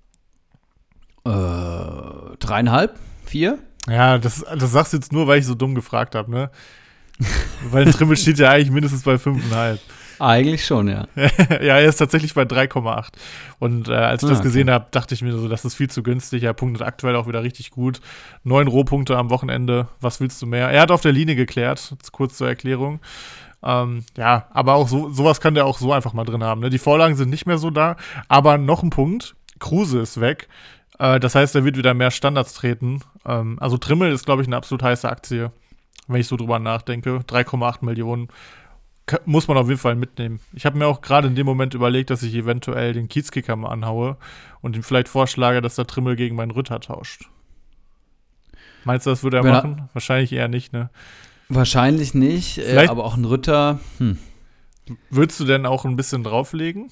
Äh, dreieinhalb? Vier? Ja, das, das sagst du jetzt nur, weil ich so dumm gefragt habe, ne? Weil ein Trimmel steht ja eigentlich mindestens bei fünfeinhalb. Eigentlich schon, ja. Ja, er ist tatsächlich bei drei Komma acht. Und äh, als ich Ah, das okay. gesehen habe, dachte ich mir so, das ist viel zu günstig. Er punktet aktuell auch wieder richtig gut. Neun Rohpunkte am Wochenende. Was willst du mehr? Er hat auf der Linie geklärt, kurz zur Erklärung. Ähm, ja, aber auch so, sowas kann der auch so einfach mal drin haben. Ne? Die Vorlagen sind nicht mehr so da. Aber noch ein Punkt. Kruse ist weg. Äh, das heißt, er wird wieder mehr Standards treten. Ähm, also Trimmel ist, glaube ich, eine absolut heiße Aktie, wenn ich so drüber nachdenke. drei Komma acht Millionen. K- muss man auf jeden Fall mitnehmen. Ich habe mir auch gerade in dem Moment überlegt, dass ich eventuell den Kiezkicker mal anhaue und ihm vielleicht vorschlage, dass der Trimmel gegen meinen Ritter tauscht. Meinst du, das würde er Wenn er- machen? Wahrscheinlich eher nicht, ne? Wahrscheinlich nicht, äh, Vielleicht- aber auch ein Ritter, hm. Würdest du denn auch ein bisschen drauflegen?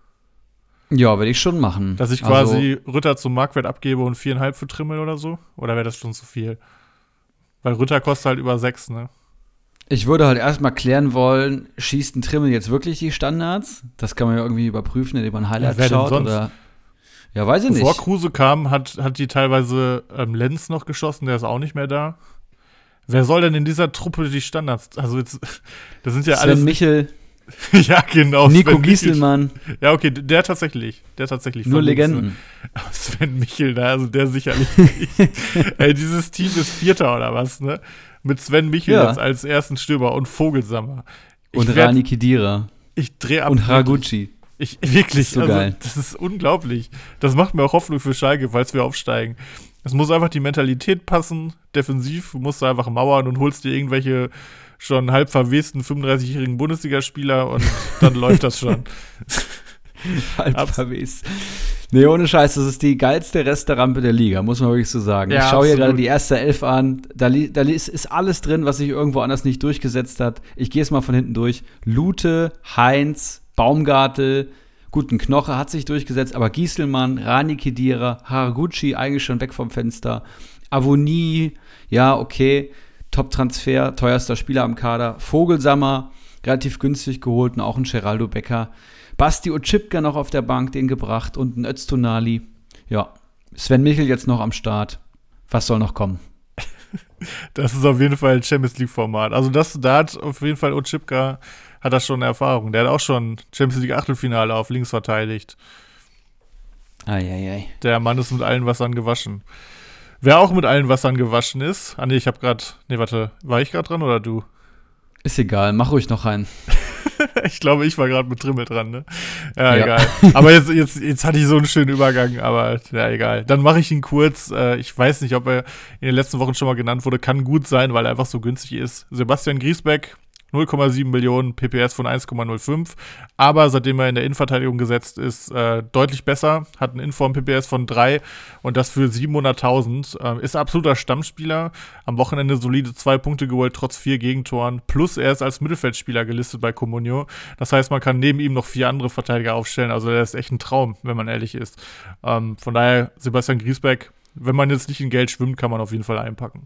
Ja, würde ich schon machen. Dass ich Also, quasi Ritter zum Marktwert abgebe und viereinhalb für Trimmel oder so? Oder wäre das schon zu viel? Weil Ritter kostet halt über sechs, ne? ich würde halt erstmal klären wollen, schießt ein Trimmel jetzt wirklich die Standards? Das kann man ja irgendwie überprüfen, indem man Highlights Ja, wer denn schaut. sonst? Oder ja, weiß ich Bevor nicht. Kruse kam, hat, hat die teilweise ähm, Lenz noch geschossen, der ist auch nicht mehr da. Wer soll denn in dieser Truppe die Standards? Also jetzt, das sind ja Sven alles. Michel, Ja, genau. Nico Sven Michel. Gieselmann, Ja, okay, der tatsächlich. Der tatsächlich. nur von links, ne? Legenden. Aber Sven Michel, ne? Also der sicherlich nicht. Ey, dieses Team ist Vierter oder was, ne? Mit Sven Michel Ja. jetzt als ersten Stürmer und Vogelsammer. Ich Und werd- Rani Kedira. Ich drehe ab. Und Haraguchi. Ich, wirklich, Das ist so also, geil. das ist unglaublich. Das macht mir auch Hoffnung für Schalke, falls wir aufsteigen. Es muss einfach die Mentalität passen. Defensiv musst du einfach mauern und holst dir irgendwelche schon halb verwesten fünfunddreißigjährigen Bundesligaspieler und dann läuft das schon. Halb Abs- verwest. Nee, ohne Scheiß, das ist die geilste Resterampe der Liga, muss man wirklich so sagen. Ja, ich schaue hier absolut. gerade die erste Elf an, da, li- da li- ist, ist alles drin, was sich irgendwo anders nicht durchgesetzt hat. Ich gehe es mal von hinten durch. Lute, Heinz, Baumgartel, gut, ein Knoche hat sich durchgesetzt, aber Gieselmann, Rani Kedira, Haraguchi eigentlich schon weg vom Fenster, Avonie, ja, okay, Top-Transfer, teuerster Spieler am Kader, Vogelsammer, relativ günstig geholt und auch ein Geraldo Becker. Basti Otschipka noch auf der Bank, den gebracht und ein Öztunali. Ja, Sven Michel jetzt noch am Start. Was soll noch kommen? Das ist auf jeden Fall ein Champions League-Format. Also das, da hat auf jeden Fall Otschipka, hat das schon eine Erfahrung. Der hat auch schon Champions League Achtelfinale auf links verteidigt. Eieiei. Der Mann ist mit allen Wassern gewaschen. Wer auch mit allen Wassern gewaschen ist, ah nee, ich hab grad, nee, warte, war ich grad dran oder du? Ist egal, mach ruhig noch einen. Ich glaube, ich war gerade mit Trimmel dran, ne? Ja, Ja. egal. Aber jetzt, jetzt, jetzt hatte ich so einen schönen Übergang, aber ja, egal. Dann mache ich ihn kurz. Äh, ich weiß nicht, ob er in den letzten Wochen schon mal genannt wurde. Kann gut sein, weil er einfach so günstig ist. Sebastian Griesbeck, null Komma sieben Millionen, P P S von eins Komma null fünf. Aber seitdem er in der Innenverteidigung gesetzt ist, äh, deutlich besser. Hat einen Inform-P P S von drei und das für siebenhunderttausend. Äh, ist absoluter Stammspieler. Am Wochenende solide zwei Punkte geholt, trotz vier Gegentoren. Plus er ist als Mittelfeldspieler gelistet bei Comunio. Das heißt, man kann neben ihm noch vier andere Verteidiger aufstellen. Also der ist echt ein Traum, wenn man ehrlich ist. Ähm, von daher, Sebastian Griesbeck, wenn man jetzt nicht in Geld schwimmt, kann man auf jeden Fall einpacken.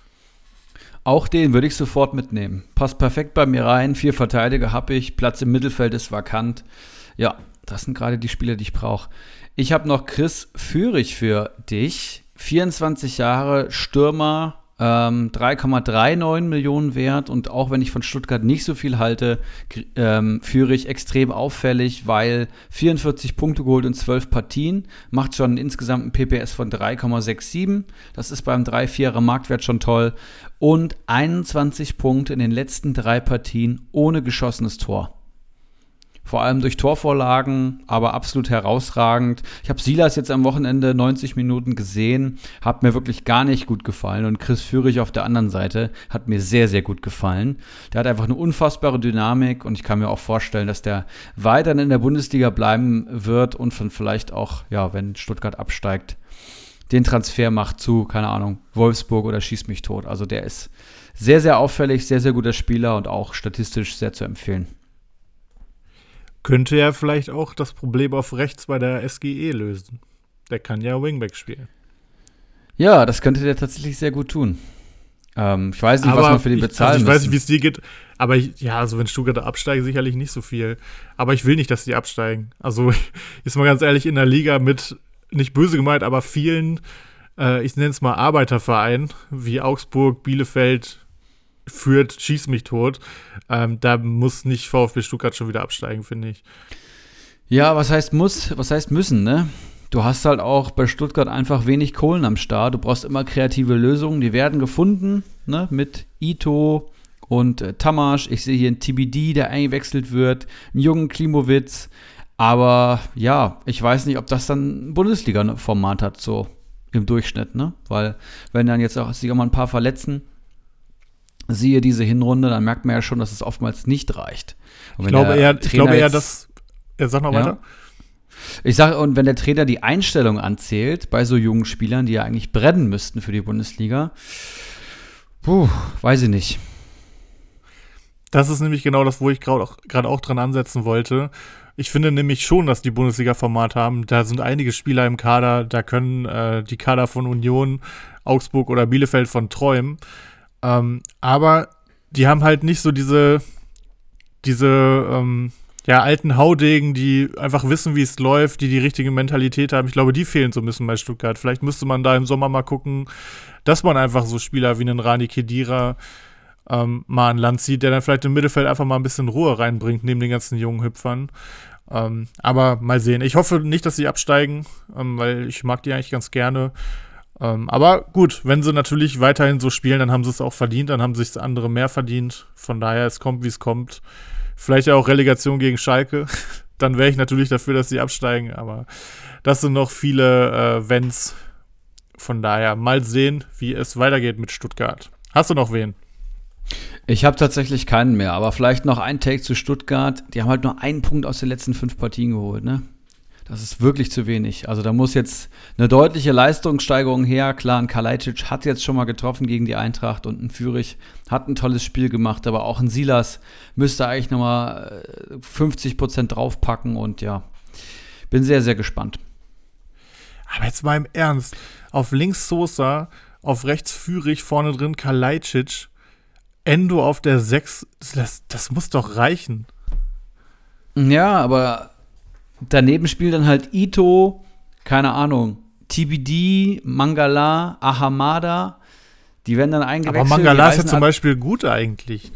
Auch den würde ich sofort mitnehmen. Passt perfekt bei mir rein. Vier Verteidiger habe ich. Platz im Mittelfeld ist vakant. Ja, das sind gerade die Spieler, die ich brauche. Ich habe noch Chris Führig für dich. vierundzwanzig Jahre, Stürmer, ähm, drei Komma neununddreißig Millionen wert. Und auch wenn ich von Stuttgart nicht so viel halte, Gr- ähm, Führig extrem auffällig, weil vierundvierzig Punkte geholt in zwölf Partien. Macht schon insgesamt einen P P S von drei Komma siebenundsechzig. Das ist beim drei Komma vierer Marktwert schon toll. Und einundzwanzig Punkte in den letzten drei Partien ohne geschossenes Tor. Vor allem durch Torvorlagen, aber absolut herausragend. Ich habe Silas jetzt am Wochenende neunzig Minuten gesehen, hat mir wirklich gar nicht gut gefallen. Und Chris Führig auf der anderen Seite hat mir sehr, sehr gut gefallen. Der hat einfach eine unfassbare Dynamik und ich kann mir auch vorstellen, dass der weiterhin in der Bundesliga bleiben wird und von vielleicht auch, ja, wenn Stuttgart absteigt, den Transfer macht zu, keine Ahnung, Wolfsburg oder schießt mich tot. Also der ist sehr, sehr auffällig, sehr, sehr guter Spieler und auch statistisch sehr zu empfehlen. Könnte ja vielleicht auch das Problem auf rechts bei der S G E lösen. Der kann ja Wingback spielen. Ja, das könnte der tatsächlich sehr gut tun. Ähm, ich weiß nicht, aber was man für den ich, bezahlen also ich weiß müssen. nicht, wie es dir geht, aber ich, ja, also wenn Stuttgart absteigen, sicherlich nicht so viel. Aber ich will nicht, dass die absteigen. Also ist mal ganz ehrlich, in der Liga mit, nicht böse gemeint, aber vielen, äh, ich nenne es mal Arbeitervereinen, wie Augsburg, Bielefeld, Fürth, schieß mich tot. Ähm, da muss nicht VfB Stuttgart schon wieder absteigen, finde ich. Ja, was heißt muss, was heißt müssen, ne? Du hast halt auch bei Stuttgart einfach wenig Kohlen am Start. Du brauchst immer kreative Lösungen. Die werden gefunden, ne? Mit Ito und äh, Tamasch. Ich sehe hier einen T B D, der eingewechselt wird. Einen jungen Klimowitz. Aber ja, ich weiß nicht, ob das dann ein Bundesliga-Format hat, so im Durchschnitt, ne? Weil, wenn dann jetzt auch sich auch mal ein paar verletzen, siehe diese Hinrunde, dann merkt man ja schon, dass es oftmals nicht reicht. Und Ich wenn glaube, der eher, ich Trainer glaube eher, jetzt- dass. Ja, sag noch Ja. weiter. Ich sage, und wenn der Trainer die Einstellung anzählt bei so jungen Spielern, die ja eigentlich brennen müssten für die Bundesliga, puh, weiß ich nicht. Das ist nämlich genau das, wo ich gerade auch, gerade auch dran ansetzen wollte. Ich finde nämlich schon, dass die Bundesliga-Format haben. Da sind einige Spieler im Kader, da können äh, die Kader von Union, Augsburg oder Bielefeld von träumen. Ähm, aber die haben halt nicht so diese, diese ähm, ja, alten Haudegen, die einfach wissen, wie es läuft, die die richtige Mentalität haben. Ich glaube, die fehlen so ein bisschen bei Stuttgart. Vielleicht müsste man da im Sommer mal gucken, dass man einfach so Spieler wie einen Rani Khedira ähm, mal an Land zieht, der dann vielleicht im Mittelfeld einfach mal ein bisschen Ruhe reinbringt, neben den ganzen jungen Hüpfern. Ähm, aber mal sehen. Ich hoffe nicht, dass sie absteigen, ähm, weil ich mag die eigentlich ganz gerne. Ähm, aber gut, wenn sie natürlich weiterhin so spielen, dann haben sie es auch verdient, dann haben sich andere mehr verdient. Von daher, es kommt, wie es kommt. Vielleicht ja auch Relegation gegen Schalke. Dann wäre ich natürlich dafür, dass sie absteigen. Aber das sind noch viele äh, Wenns. Von daher mal sehen, wie es weitergeht mit Stuttgart. Hast du noch wen? Ich habe tatsächlich keinen mehr, aber vielleicht noch ein Take zu Stuttgart. Die haben halt nur einen Punkt aus den letzten fünf Partien geholt, ne? Das ist wirklich zu wenig. Also da muss jetzt eine deutliche Leistungssteigerung her. Klar, ein Kalajdzic hat jetzt schon mal getroffen gegen die Eintracht und ein Fürich hat ein tolles Spiel gemacht, aber auch ein Silas müsste eigentlich nochmal fünfzig Prozent draufpacken und ja, bin sehr, sehr gespannt. Aber jetzt mal im Ernst. Auf links Sosa, auf rechts Fürich, vorne drin Kalajdzic, Endo auf der sechs. Das, das muss doch reichen. Ja, aber daneben spielen dann halt Ito, keine Ahnung, T B D, Mangala, Ahamada. Die werden dann eingewechselt. Aber Mangala ist ja reißen zum ab- Beispiel gut eigentlich.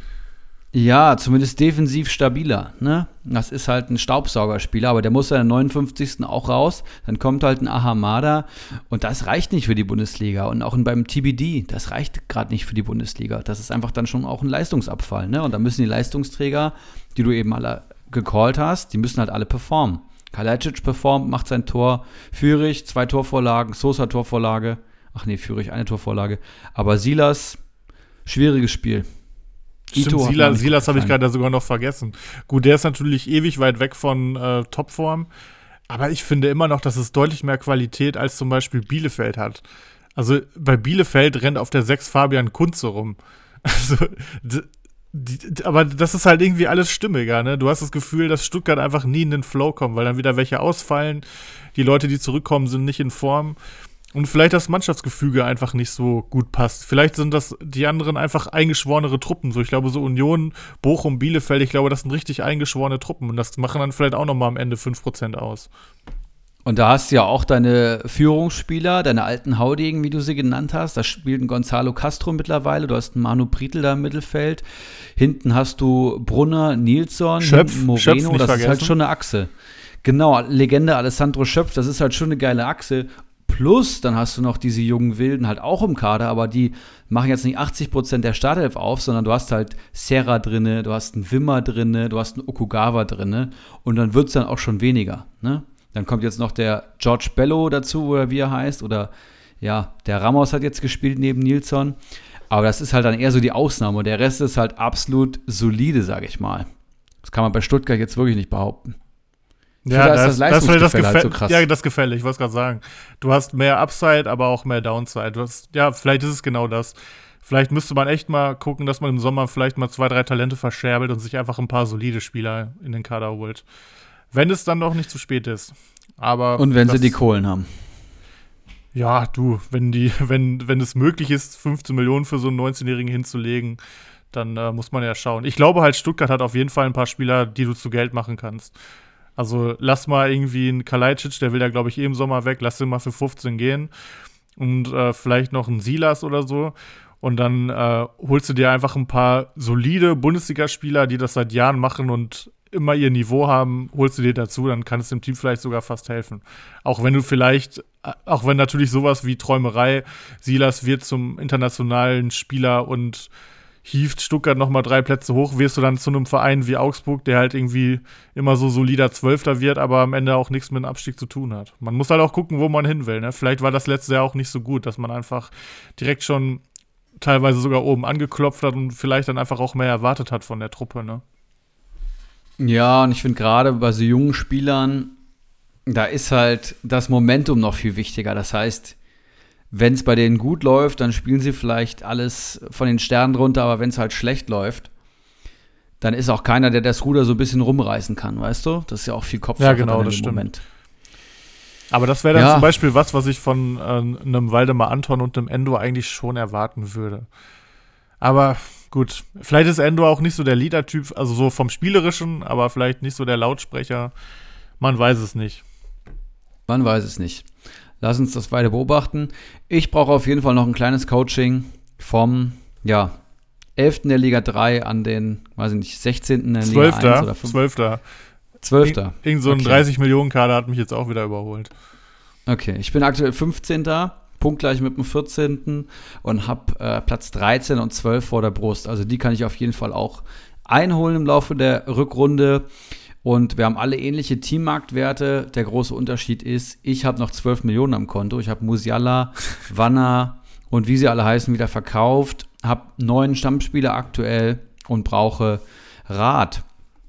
Ja, zumindest defensiv stabiler, ne? Das ist halt ein Staubsaugerspieler, aber der muss ja in der neunundfünfzigsten auch raus. Dann kommt halt ein Ahamada und das reicht nicht für die Bundesliga. Und auch beim T B D, das reicht gerade nicht für die Bundesliga. Das ist einfach dann schon auch ein Leistungsabfall, ne? Und da müssen die Leistungsträger, die du eben alle gecallt hast, die müssen halt alle performen. Kalajdzic performt, macht sein Tor. Fürich, zwei Torvorlagen. Sosa Torvorlage. Ach nee, Fürich, eine Torvorlage. Aber Silas, schwieriges Spiel. Stimmt, Ito hat mir Silas, nicht Silas gut habe ich gefallen. gerade sogar noch vergessen. Gut, der ist natürlich ewig weit weg von äh, Topform, aber ich finde immer noch, dass es deutlich mehr Qualität als zum Beispiel Bielefeld hat. Also bei Bielefeld rennt auf der sechs Fabian Kunze rum. Also, d- die, aber das ist halt irgendwie alles stimmiger, ne? Du hast das Gefühl, dass Stuttgart einfach nie in den Flow kommt, weil dann wieder welche ausfallen. Die Leute, die zurückkommen, sind nicht in Form. Und vielleicht das Mannschaftsgefüge einfach nicht so gut passt. Vielleicht sind das die anderen einfach eingeschworene Truppen. So, ich glaube, so Union, Bochum, Bielefeld, ich glaube, das sind richtig eingeschworene Truppen. Und das machen dann vielleicht auch noch mal am Ende fünf Prozent aus. Und da hast du ja auch deine Führungsspieler, deine alten Haudegen, wie du sie genannt hast. Da spielt ein Gonzalo Castro mittlerweile. Du hast einen Manu Prietl da im Mittelfeld. Hinten hast du Brunner, Nilsson, Schöpf, hinten Moreno. Schöpf nicht das ist vergessen. halt schon eine Achse. Genau, Legende Alessandro Schöpf, das ist halt schon eine geile Achse. Plus, dann hast du noch diese jungen Wilden halt auch im Kader, aber die machen jetzt nicht achtzig Prozent der Startelf auf, sondern du hast halt Serra drinne, du hast einen Wimmer drinne, du hast einen Okugawa drinne und dann wird es dann auch schon weniger, ne? Dann kommt jetzt noch der George Bello dazu, oder wie er heißt, oder ja, der Ramos hat jetzt gespielt neben Nilsson, aber das ist halt dann eher so die Ausnahme und der Rest ist halt absolut solide, sage ich mal. Das kann man bei Stuttgart jetzt wirklich nicht behaupten. Ja, da ist das, das das, ist vielleicht das Leistungsgefälle halt Gefälle. so krass. Ja, das Gefälle, ich wollte es gerade sagen. Du hast mehr Upside, aber auch mehr Downside. Du hast, ja, vielleicht ist es genau das. Vielleicht müsste man echt mal gucken, dass man im Sommer vielleicht mal zwei, drei Talente verscherbelt und sich einfach ein paar solide Spieler in den Kader holt. Wenn es dann noch nicht zu spät ist. Aber Und wenn das, sie die Kohlen haben. Ja, du, wenn die, wenn, wenn es möglich ist, fünfzehn Millionen für so einen neunzehnjährigen hinzulegen, dann äh, muss man ja schauen. Ich glaube halt, Stuttgart hat auf jeden Fall ein paar Spieler, die du zu Geld machen kannst. Also lass mal irgendwie einen Kalajdzic, der will ja, glaube ich, eh im Sommer weg, lass den mal für fünfzehn gehen. Und äh, vielleicht noch einen Silas oder so. Und dann äh, holst du dir einfach ein paar solide Bundesligaspieler, die das seit Jahren machen und immer ihr Niveau haben, holst du dir dazu, dann kann es dem Team vielleicht sogar fast helfen. Auch wenn du vielleicht, auch wenn natürlich sowas wie Träumerei, Silas wird zum internationalen Spieler und hieft Stuttgart nochmal drei Plätze hoch, wirst du dann zu einem Verein wie Augsburg, der halt irgendwie immer so solider Zwölfter wird, aber am Ende auch nichts mit dem Abstieg zu tun hat. Man muss halt auch gucken, wo man hin will. Ne? Vielleicht war das letzte Jahr auch nicht so gut, dass man einfach direkt schon teilweise sogar oben angeklopft hat und vielleicht dann einfach auch mehr erwartet hat von der Truppe. Ne? Ja, und ich finde gerade bei so jungen Spielern, da ist halt das Momentum noch viel wichtiger. Das heißt, wenn es bei denen gut läuft, dann spielen sie vielleicht alles von den Sternen runter, aber wenn es halt schlecht läuft, dann ist auch keiner, der das Ruder so ein bisschen rumreißen kann, weißt du? Das ist ja auch viel Kopfsache ja, genau, dann das im stimmt. Moment. Aber das wäre dann Ja. zum Beispiel was, was ich von äh, einem Waldemar Anton und einem Endo eigentlich schon erwarten würde. Aber gut, vielleicht ist Endo auch nicht so der Leader-Typ, also so vom Spielerischen, aber vielleicht nicht so der Lautsprecher. Man weiß es nicht. Man weiß es nicht. Lass uns das weiter beobachten. Ich brauche auf jeden Fall noch ein kleines Coaching vom, ja, elften der Liga drei an den, weiß ich nicht, sechzehnten der Liga eins Zwölfter, oder fünf. Zwölfter. Zwölfter. Irgend so ein Okay. dreißig-Millionen-Kader hat mich jetzt auch wieder überholt. Okay, ich bin aktuell fünfzehnter punktgleich mit dem vierzehnten und habe äh, Platz dreizehn und zwölf vor der Brust. Also die kann ich auf jeden Fall auch einholen im Laufe der Rückrunde. Und wir haben alle ähnliche Teammarktwerte. Der große Unterschied ist, ich habe noch zwölf Millionen am Konto. Ich habe Musiala, Wanner und wie sie alle heißen wieder verkauft. Habe neun Stammspieler aktuell und brauche Rat.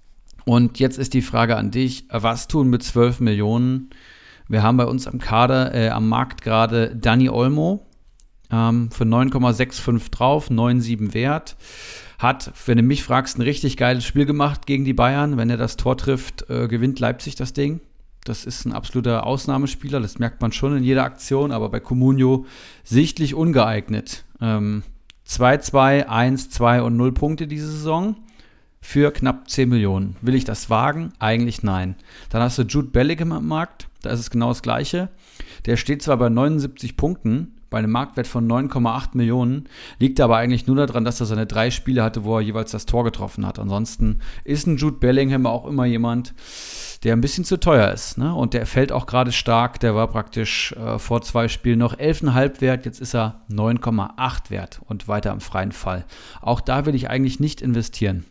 Und jetzt ist die Frage an dich, was tun mit zwölf Millionen? Wir haben bei uns am Kader, äh, am Markt gerade Dani Olmo ähm, für neun Komma fünfundsechzig drauf, neun Komma sieben Wert. Hat, wenn du mich fragst, ein richtig geiles Spiel gemacht gegen die Bayern. Wenn er das Tor trifft, äh, gewinnt Leipzig das Ding. Das ist ein absoluter Ausnahmespieler, das merkt man schon in jeder Aktion, aber bei Comunio sichtlich ungeeignet. Ähm, zwei, zwei, eins, zwei und null Punkte diese Saison für knapp zehn Millionen. Will ich das wagen? Eigentlich nein. Dann hast du Jude Bellingham am Markt, da ist es genau das Gleiche. Der steht zwar bei neunundsiebzig Punkten, bei einem Marktwert von neun Komma acht Millionen, liegt aber eigentlich nur daran, dass er seine drei Spiele hatte, wo er jeweils das Tor getroffen hat. Ansonsten ist ein Jude Bellingham auch immer jemand, der ein bisschen zu teuer ist. Ne? Und der fällt auch gerade stark. Der war praktisch äh, vor zwei Spielen noch elf Komma fünf wert, jetzt ist er neun Komma acht wert und weiter im freien Fall. Auch da will ich eigentlich nicht investieren.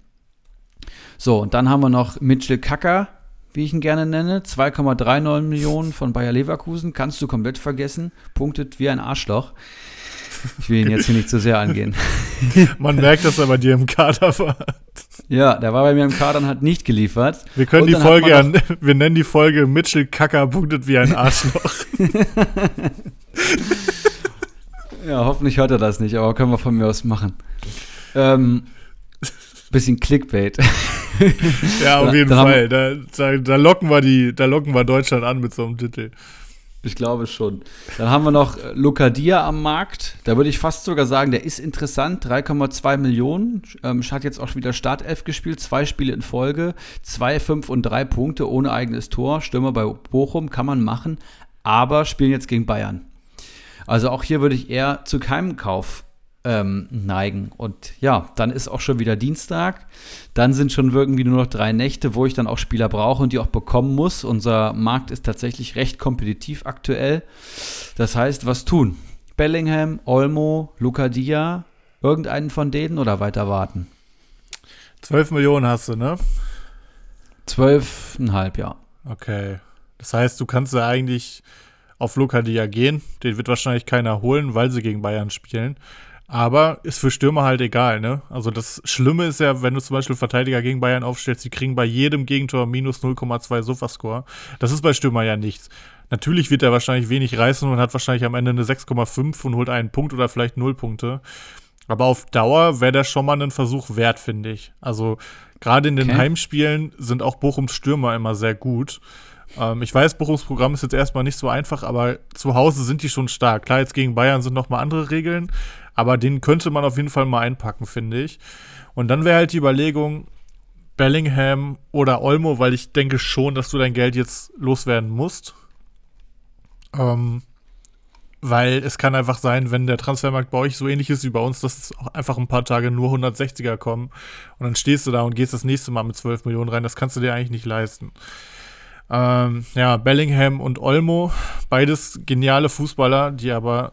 So, und dann haben wir noch Mitchell Kacker, wie ich ihn gerne nenne, zwei Komma neununddreißig Millionen von Bayer Leverkusen, kannst du komplett vergessen, punktet wie ein Arschloch. Ich will ihn jetzt hier nicht zu sehr angehen. Man merkt, dass er bei dir im Kader war. Ja, der war bei mir im Kader und hat nicht geliefert. Wir können Und die dann hat Folge man an, wir nennen die Folge Mitchell Kacker punktet wie ein Arschloch. Ja, hoffentlich hört er das nicht, aber können wir von mir aus machen. Ähm, bisschen Clickbait. Ja, auf jeden Dann haben- Fall. Da, da, da, locken wir die, da locken wir Deutschland an mit so einem Titel. Ich glaube schon. Dann haben wir noch äh, Locadia am Markt. Da würde ich fast sogar sagen, der ist interessant. drei Komma zwei Millionen. Ähm, hat jetzt auch wieder Startelf gespielt. Zwei Spiele in Folge. Zwei, fünf und drei Punkte ohne eigenes Tor. Stürmer bei Bochum kann man machen. Aber spielen jetzt gegen Bayern. Also auch hier würde ich eher zu keinem Kauf ähm, neigen. Und ja, dann ist auch schon wieder Dienstag. Dann sind schon irgendwie nur noch drei Nächte, wo ich dann auch Spieler brauche und die auch bekommen muss. Unser Markt ist tatsächlich recht kompetitiv aktuell. Das heißt, was tun? Bellingham, Olmo, Locadia, irgendeinen von denen oder weiter warten? zwölf Millionen hast du, ne? Zwölf Komma fünf, ja. Okay. Das heißt, du kannst ja eigentlich auf Locadia gehen. Den wird wahrscheinlich keiner holen, weil sie gegen Bayern spielen. Aber ist für Stürmer halt egal, ne? Also das Schlimme ist ja, wenn du zum Beispiel Verteidiger gegen Bayern aufstellst, die kriegen bei jedem Gegentor minus null Komma zwei Sofascore. Das ist bei Stürmer ja nichts. Natürlich wird er wahrscheinlich wenig reißen und hat wahrscheinlich am Ende eine sechs Komma fünf und holt einen Punkt oder vielleicht null Punkte. Aber auf Dauer wäre das schon mal einen Versuch wert, finde ich. Also gerade in den Okay. Heimspielen sind auch Bochums Stürmer immer sehr gut. Ähm, ich weiß, Bochums Programm ist jetzt erstmal nicht so einfach, aber zu Hause sind die schon stark. Klar, jetzt gegen Bayern sind noch mal andere Regeln, aber den könnte man auf jeden Fall mal einpacken, finde ich. Und dann wäre halt die Überlegung, Bellingham oder Olmo, weil ich denke schon, dass du dein Geld jetzt loswerden musst. Ähm, weil es kann einfach sein, wenn der Transfermarkt bei euch so ähnlich ist wie bei uns, dass es auch einfach ein paar Tage nur hundertsechziger kommen und dann stehst du da und gehst das nächste Mal mit zwölf Millionen rein. Das kannst du dir eigentlich nicht leisten. Ähm, ja, Bellingham und Olmo, beides geniale Fußballer, die aber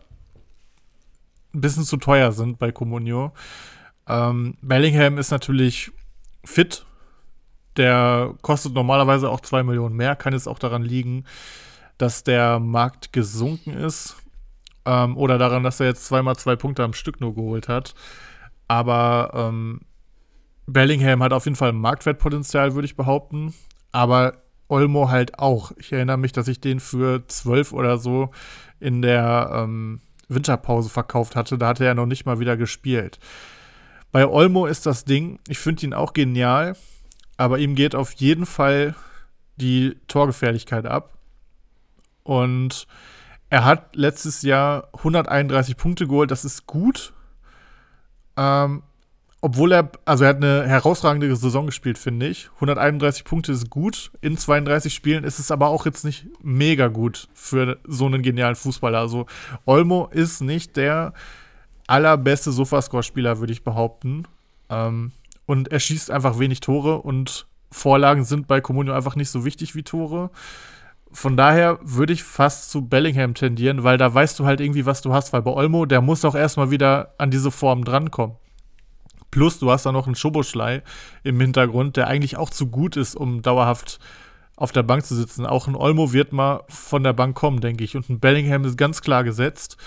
ein bisschen zu teuer sind bei Comunio. Ähm, Bellingham ist natürlich fit. Der kostet normalerweise auch zwei Millionen mehr. Kann jetzt auch daran liegen, dass der Markt gesunken ist. Ähm, oder daran, dass er jetzt zweimal zwei Punkte am Stück nur geholt hat. Aber ähm, Bellingham hat auf jeden Fall Marktwertpotenzial, würde ich behaupten. Aber Olmo halt auch. Ich erinnere mich, dass ich den für zwölf oder so in der ähm, Winterpause verkauft hatte. Da hatte er noch nicht mal wieder gespielt. Bei Olmo ist das Ding, ich finde ihn auch genial, aber ihm geht auf jeden Fall die Torgefährlichkeit ab. Und er hat letztes Jahr hunderteinunddreißig Punkte geholt, das ist gut. Ähm, obwohl er, also er hat eine herausragende Saison gespielt, finde ich. hunderteinunddreißig Punkte ist gut, in zweiunddreißig Spielen ist es aber auch jetzt nicht mega gut für so einen genialen Fußballer. Also Olmo ist nicht der allerbeste Sofascore-Spieler, würde ich behaupten. Ähm, und er schießt einfach wenig Tore und Vorlagen sind bei Comunio einfach nicht so wichtig wie Tore. Von daher würde ich fast zu Bellingham tendieren, weil da weißt du halt irgendwie, was du hast. Weil bei Olmo, der muss auch erstmal wieder an diese Form drankommen. Plus, du hast da noch einen Szoboszlai im Hintergrund, der eigentlich auch zu gut ist, um dauerhaft auf der Bank zu sitzen. Auch ein Olmo wird mal von der Bank kommen, denke ich. Und ein Bellingham ist ganz klar gesetzt.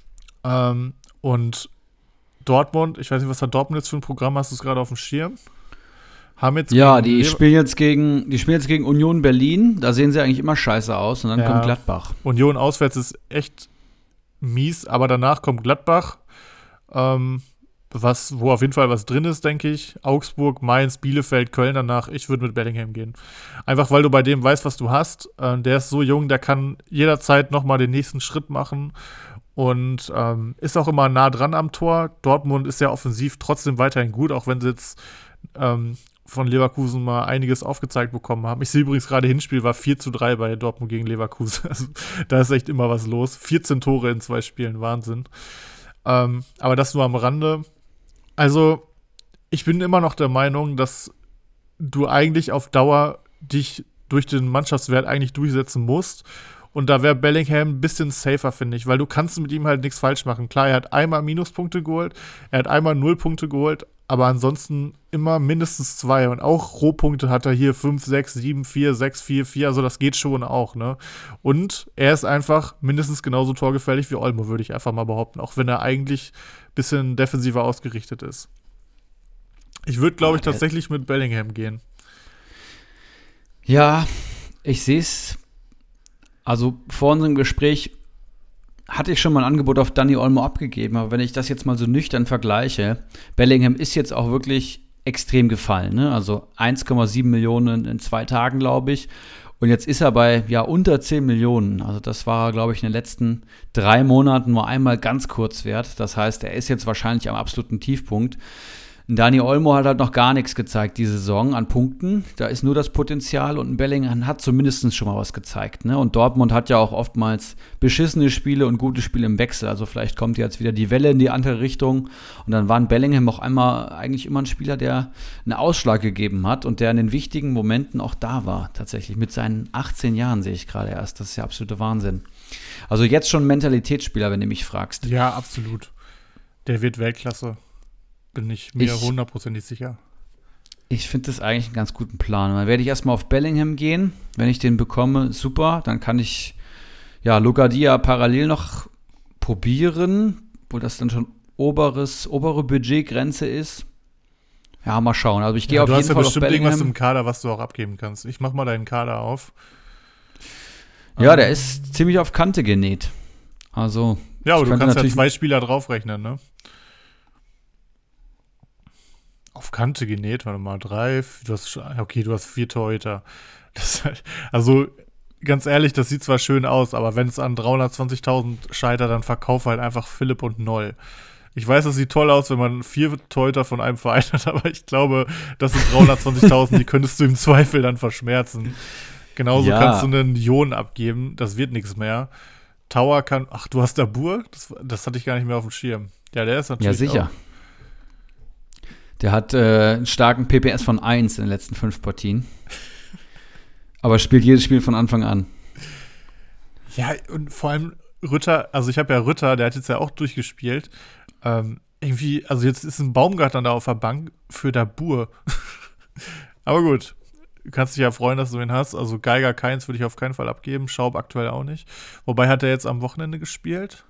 Ähm, und Dortmund, ich weiß nicht, was da Dortmund jetzt für ein Programm hast, du es gerade auf dem Schirm? Haben jetzt Ja, die Lever- spielen jetzt gegen, die spielen jetzt gegen Union Berlin. Da sehen sie eigentlich immer scheiße aus. Und dann Ja. kommt Gladbach. Union auswärts ist echt mies, aber danach kommt Gladbach, ähm, was, wo auf jeden Fall was drin ist, denke ich. Augsburg, Mainz, Bielefeld, Köln danach. Ich würde mit Bellingham gehen. Einfach, weil du bei dem weißt, was du hast. Äh, der ist so jung, der kann jederzeit noch mal den nächsten Schritt machen und ähm, ist auch immer nah dran am Tor. Dortmund ist ja offensiv trotzdem weiterhin gut, auch wenn sie jetzt ähm, von Leverkusen mal einiges aufgezeigt bekommen haben. Ich sehe übrigens gerade, Hinspiel war vier zu drei bei Dortmund gegen Leverkusen. Also da ist echt immer was los. vierzehn Tore in zwei Spielen, Wahnsinn. Ähm, aber das nur am Rande. Also, ich bin immer noch der Meinung, dass du eigentlich auf Dauer dich durch den Mannschaftswert eigentlich durchsetzen musst. Und da wäre Bellingham ein bisschen safer, finde ich, weil du kannst mit ihm halt nichts falsch machen. Klar, er hat einmal Minuspunkte geholt, er hat einmal Nullpunkte geholt, aber ansonsten immer mindestens zwei. Und auch Rohpunkte hat er hier fünf, sechs, sieben, vier, sechs, vier, vier. Also das geht schon auch, ne? Und er ist einfach mindestens genauso torgefährlich wie Olmo, würde ich einfach mal behaupten. Auch wenn er eigentlich ein bisschen defensiver ausgerichtet ist. Ich würde, glaube ich, tatsächlich mit Bellingham gehen. Ja, ich sehe es. Also vor unserem Gespräch hatte ich schon mal ein Angebot auf Dani Olmo abgegeben, aber wenn ich das jetzt mal so nüchtern vergleiche, Bellingham ist jetzt auch wirklich extrem gefallen, ne? Also eins Komma sieben Millionen in zwei Tagen, glaube ich. Und jetzt ist er bei ja unter zehn Millionen. Also das war, glaube ich, in den letzten drei Monaten nur einmal ganz kurz wert. Das heißt, er ist jetzt wahrscheinlich am absoluten Tiefpunkt. Dani Olmo hat halt noch gar nichts gezeigt diese Saison an Punkten. Da ist nur das Potenzial und ein Bellingham hat zumindest schon mal was gezeigt, ne? Und Dortmund hat ja auch oftmals beschissene Spiele und gute Spiele im Wechsel. Also vielleicht kommt jetzt wieder die Welle in die andere Richtung. Und dann war ein Bellingham auch einmal eigentlich immer ein Spieler, der einen Ausschlag gegeben hat und der in den wichtigen Momenten auch da war. Tatsächlich mit seinen achtzehn Jahren sehe ich gerade erst. Das ist ja absoluter Wahnsinn. Also jetzt schon ein Mentalitätsspieler, wenn du mich fragst. Ja, absolut. Der wird Weltklasse. Bin ich mir Ich- hundertprozentig sicher. Ich finde das eigentlich einen ganz guten Plan. Dann werde ich erstmal auf Bellingham gehen. Wenn ich den bekomme, super. Dann kann ich ja Locadia parallel noch probieren, wo das dann schon oberes, obere Budgetgrenze ist. Ja, mal schauen. Also ich gehe Ja, auf du jeden hast ja Fall auf bestimmt irgendwas Bellingham. im Kader, was du auch abgeben kannst. Ich mach mal deinen Kader auf. Ja, Ähm, der ist ziemlich auf Kante genäht. Also Ja, aber ich du könnte kannst ja natürlich- zwei Spieler draufrechnen, ne? Auf Kante genäht, warte mal, drei, du hast, schon- okay, du hast vier Torhüter. Das ist halt, also ganz ehrlich, das sieht zwar schön aus, aber wenn es an dreihundertzwanzigtausend scheitert, dann verkauf halt einfach Philipp und Noll. Ich weiß, das sieht toll aus, wenn man vier Torhüter von einem Verein hat, aber ich glaube, das sind dreihundertzwanzigtausend, die könntest du im Zweifel dann verschmerzen. Genauso Ja. kannst du einen Jon abgeben, das wird nichts mehr. Tower kann, ach, du hast Dabur? Das, das hatte ich gar nicht mehr auf dem Schirm. Ja, der ist natürlich Ja, sicher. Auch. Der hat äh, einen starken P P S von eins in den letzten fünf Partien. Aber spielt jedes Spiel von Anfang an. Ja, und vor allem Rütter, also ich habe ja Rütter, der hat jetzt ja auch durchgespielt. Ähm, irgendwie, also jetzt ist ein Baumgartner da auf der Bank für Dabur. Aber gut, du kannst dich ja freuen, dass du ihn hast. Also Geiger Keins würde ich auf keinen Fall abgeben, Schaub aktuell auch nicht. Wobei hat er jetzt am Wochenende gespielt?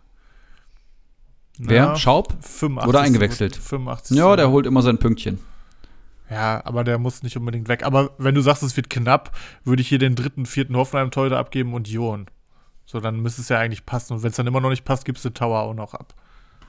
Wer? Na, Schaub? fünfundachtzig. Oder eingewechselt? fünfundachtzig. Ja, der holt immer sein Pünktchen. Ja, aber der muss nicht unbedingt weg. Aber wenn du sagst, es wird knapp, würde ich hier den dritten, vierten Hoffenheim-Torhüter abgeben und Jon. So, dann müsste es ja eigentlich passen. Und wenn es dann immer noch nicht passt, gibst du Tower auch noch ab.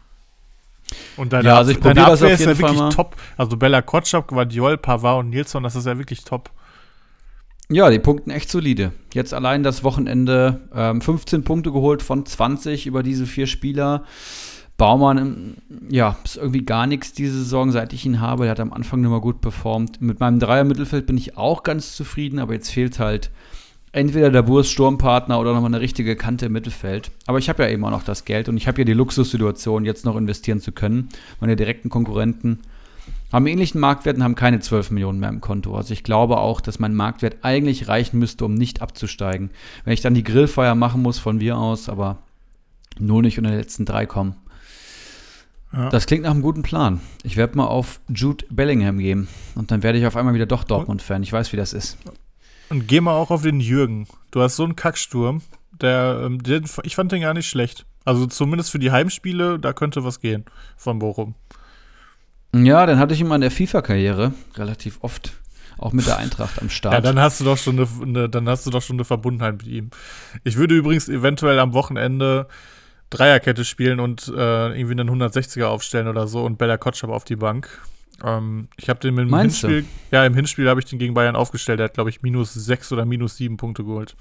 Und deine, Ja, also ich Ab- deine probiere das Abwehr auf ist ja jeden Fall wirklich mal. top. Also Bella Kotschap, Guardiol, Pavard und Nilsson, das ist ja wirklich top. Ja, die punkten echt solide. Jetzt allein das Wochenende ähm, fünfzehn Punkte geholt von zwanzig über diese vier Spieler. Baumann, ähm, ja, ist irgendwie gar nichts diese Saison, seit ich ihn habe. Der hat am Anfang nur mal gut performt. Mit meinem Dreier-Mittelfeld bin ich auch ganz zufrieden, aber jetzt fehlt halt entweder der Burs Sturmpartner oder nochmal eine richtige Kante im Mittelfeld. Aber ich habe ja eben auch noch das Geld und ich habe ja die Luxussituation, jetzt noch investieren zu können. Meine direkten Konkurrenten haben ähnlichen Marktwert und haben keine zwölf Millionen mehr im Konto. Also ich glaube auch, dass mein Marktwert eigentlich reichen müsste, um nicht abzusteigen. Wenn ich dann die Grillfeier machen muss von mir aus, aber nur nicht unter die letzten drei kommen. Ja. Das klingt nach einem guten Plan. Ich werde mal auf Jude Bellingham gehen und dann werde ich auf einmal wieder doch Dortmund-Fan. Ich weiß, wie das ist. Und geh mal auch auf den Jürgen. Du hast so einen Kacksturm. Der, ähm, den, ich fand den gar nicht schlecht. Also zumindest für die Heimspiele, da könnte was gehen von Bochum. Ja, dann hatte ich immer in der FIFA-Karriere relativ oft auch mit der Eintracht am Start. Ja, dann hast du doch schon eine, eine, dann hast du doch schon eine Verbundenheit mit ihm. Ich würde übrigens eventuell am Wochenende Dreierkette spielen und äh, irgendwie einen hundertsechziger aufstellen oder so und Bella Kotschap auf die Bank. Ähm, ich habe den im Meinst Hinspiel, du? ja, im Hinspiel habe ich den gegen Bayern aufgestellt. Der hat, glaube ich, minus sechs oder minus sieben Punkte geholt.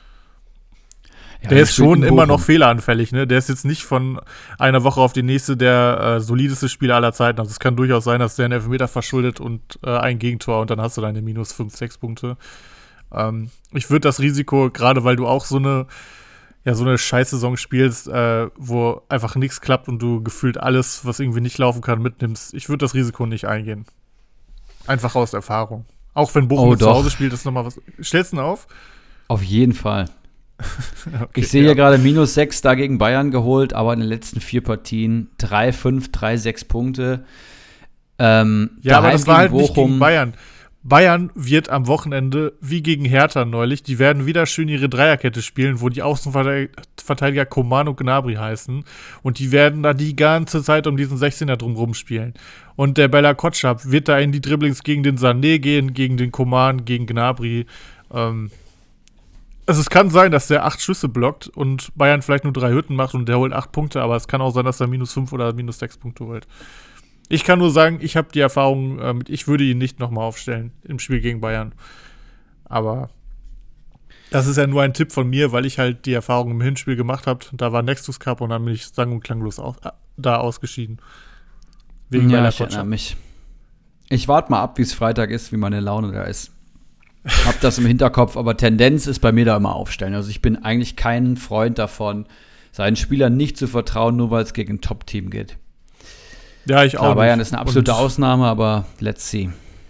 Ja, Der ist spielt schon in immer Bochum. noch fehleranfällig, ne? Der ist jetzt nicht von einer Woche auf die nächste der äh, solideste Spieler aller Zeiten. Also es kann durchaus sein, dass der einen Elfmeter verschuldet und äh, ein Gegentor und dann hast du deine minus fünf, sechs Punkte. Ähm, ich würde das Risiko, gerade weil du auch so eine ja, so eine Scheißsaison spielst, äh, wo einfach nichts klappt und du gefühlt alles, was irgendwie nicht laufen kann, mitnimmst, ich würde das Risiko nicht eingehen. Einfach aus Erfahrung. Auch wenn Bochum Oh, mit zu doch. Hause spielt, ist nochmal was. Stellst du ihn auf? Auf jeden Fall. Okay, Ich sehe ja. hier gerade minus sechs da gegen Bayern geholt, aber in den letzten vier Partien drei, fünf, drei, sechs Punkte. Ähm, Ja, aber daheim das war halt gegen nicht gegen Bochum. Bayern. Bayern wird am Wochenende, wie gegen Hertha neulich, die werden wieder schön ihre Dreierkette spielen, wo die Außenverteidiger Coman und Gnabry heißen. Und die werden da die ganze Zeit um diesen sechzehner drumherum spielen. Und der Bella Kotschap wird da in die Dribblings gegen den Sané gehen, gegen den Coman, gegen Gnabry. Ähm, also es kann sein, dass der acht Schüsse blockt und Bayern vielleicht nur drei Hütten macht und der holt acht Punkte, aber es kann auch sein, dass er minus fünf oder minus sechs Punkte holt. Ich kann nur sagen, ich habe die Erfahrung, äh, mit, ich würde ihn nicht nochmal aufstellen im Spiel gegen Bayern. Aber das ist ja nur ein Tipp von mir, weil ich halt die Erfahrung im Hinspiel gemacht habe. Da war Nexus Cup und dann bin ich sang- und klanglos aus, äh, da ausgeschieden. Wegen Ja, meiner ich erinnere Kotschap. mich. Ich warte mal ab, wie es Freitag ist, wie meine Laune da ist. Hab das im Hinterkopf, aber Tendenz ist bei mir da immer aufstellen. Also ich bin eigentlich kein Freund davon, seinen Spielern nicht zu vertrauen, nur weil es gegen ein Top-Team geht. Ja, ich Klar, auch. Bayern nicht. ist eine absolute Und Ausnahme, aber let's see.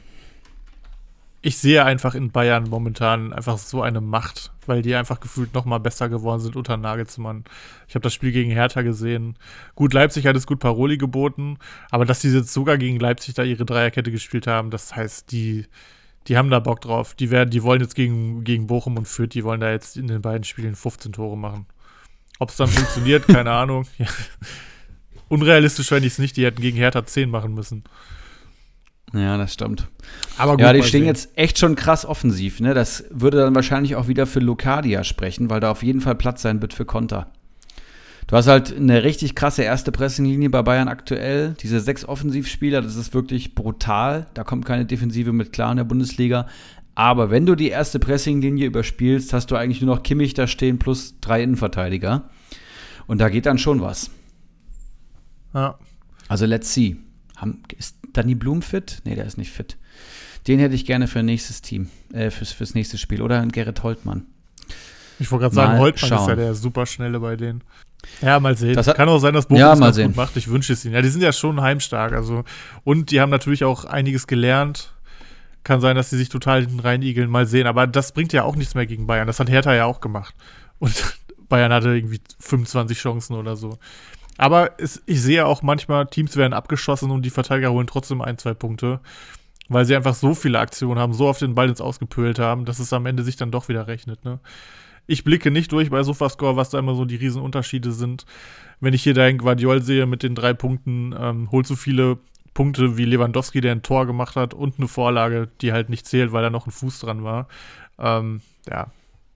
ich sehe einfach in Bayern momentan einfach so eine Macht, weil die einfach gefühlt noch mal besser geworden sind unter Nagelsmann. Ich habe das Spiel gegen Hertha gesehen. Gut, Leipzig hat es gut Paroli geboten, aber dass die jetzt sogar gegen Leipzig da ihre Dreierkette gespielt haben, das heißt, die, die haben da Bock drauf. Die werden, die wollen jetzt gegen, gegen Bochum und Fürth, die wollen da jetzt in den beiden Spielen fünfzehn Tore machen. Ob es dann funktioniert, keine Ahnung. Ja. Unrealistisch fände ich es nicht, die hätten gegen Hertha zehn machen müssen. Ja, das stimmt. Aber gut, Ja, die mal stehen sehen. jetzt echt schon krass offensiv. Ne? Das würde dann wahrscheinlich auch wieder für Locadia sprechen, weil da auf jeden Fall Platz sein wird für Konter. Du hast halt eine richtig krasse erste Pressinglinie bei Bayern aktuell. Diese sechs Offensivspieler, das ist wirklich brutal. Da kommt keine Defensive mit klar in der Bundesliga. Aber wenn du die erste Pressinglinie überspielst, hast du eigentlich nur noch Kimmich da stehen plus drei Innenverteidiger. Und da geht dann schon was. Ja. Also let's see. Haben, ist Danny Blum fit? Nee, der ist nicht fit. Den hätte ich gerne für nächstes Team, äh, fürs, fürs nächste Spiel. Oder ein Gerrit Holtmann. Ich wollte gerade sagen, Mal Holtmann schauen. ist ja der Superschnelle bei denen. Ja, mal sehen. Das hat- Kann auch sein, dass Bochum Ja, es mal ganz sehen. gut macht. Ich wünsche es ihnen. Ja, die sind ja schon heimstark. Also. Und die haben natürlich auch einiges gelernt. Kann sein, dass sie sich total hinten reinigeln. Mal sehen. Aber das bringt ja auch nichts mehr gegen Bayern. Das hat Hertha ja auch gemacht. Und Bayern hatte irgendwie fünfundzwanzig Chancen oder so. Aber es, ich sehe auch manchmal, Teams werden abgeschossen und die Verteidiger holen trotzdem ein, zwei Punkte. Weil sie einfach so viele Aktionen haben, so oft den Ball ins Ausgepölt haben, dass es am Ende sich dann doch wieder rechnet. Ne? Ich blicke nicht durch bei Sofascore, was da immer so die Riesenunterschiede sind. Wenn ich hier deinen Guardiol sehe mit den drei Punkten, ähm, holt so viele Punkte wie Lewandowski, der ein Tor gemacht hat und eine Vorlage, die halt nicht zählt, weil da noch ein Fuß dran war. Ähm, ja.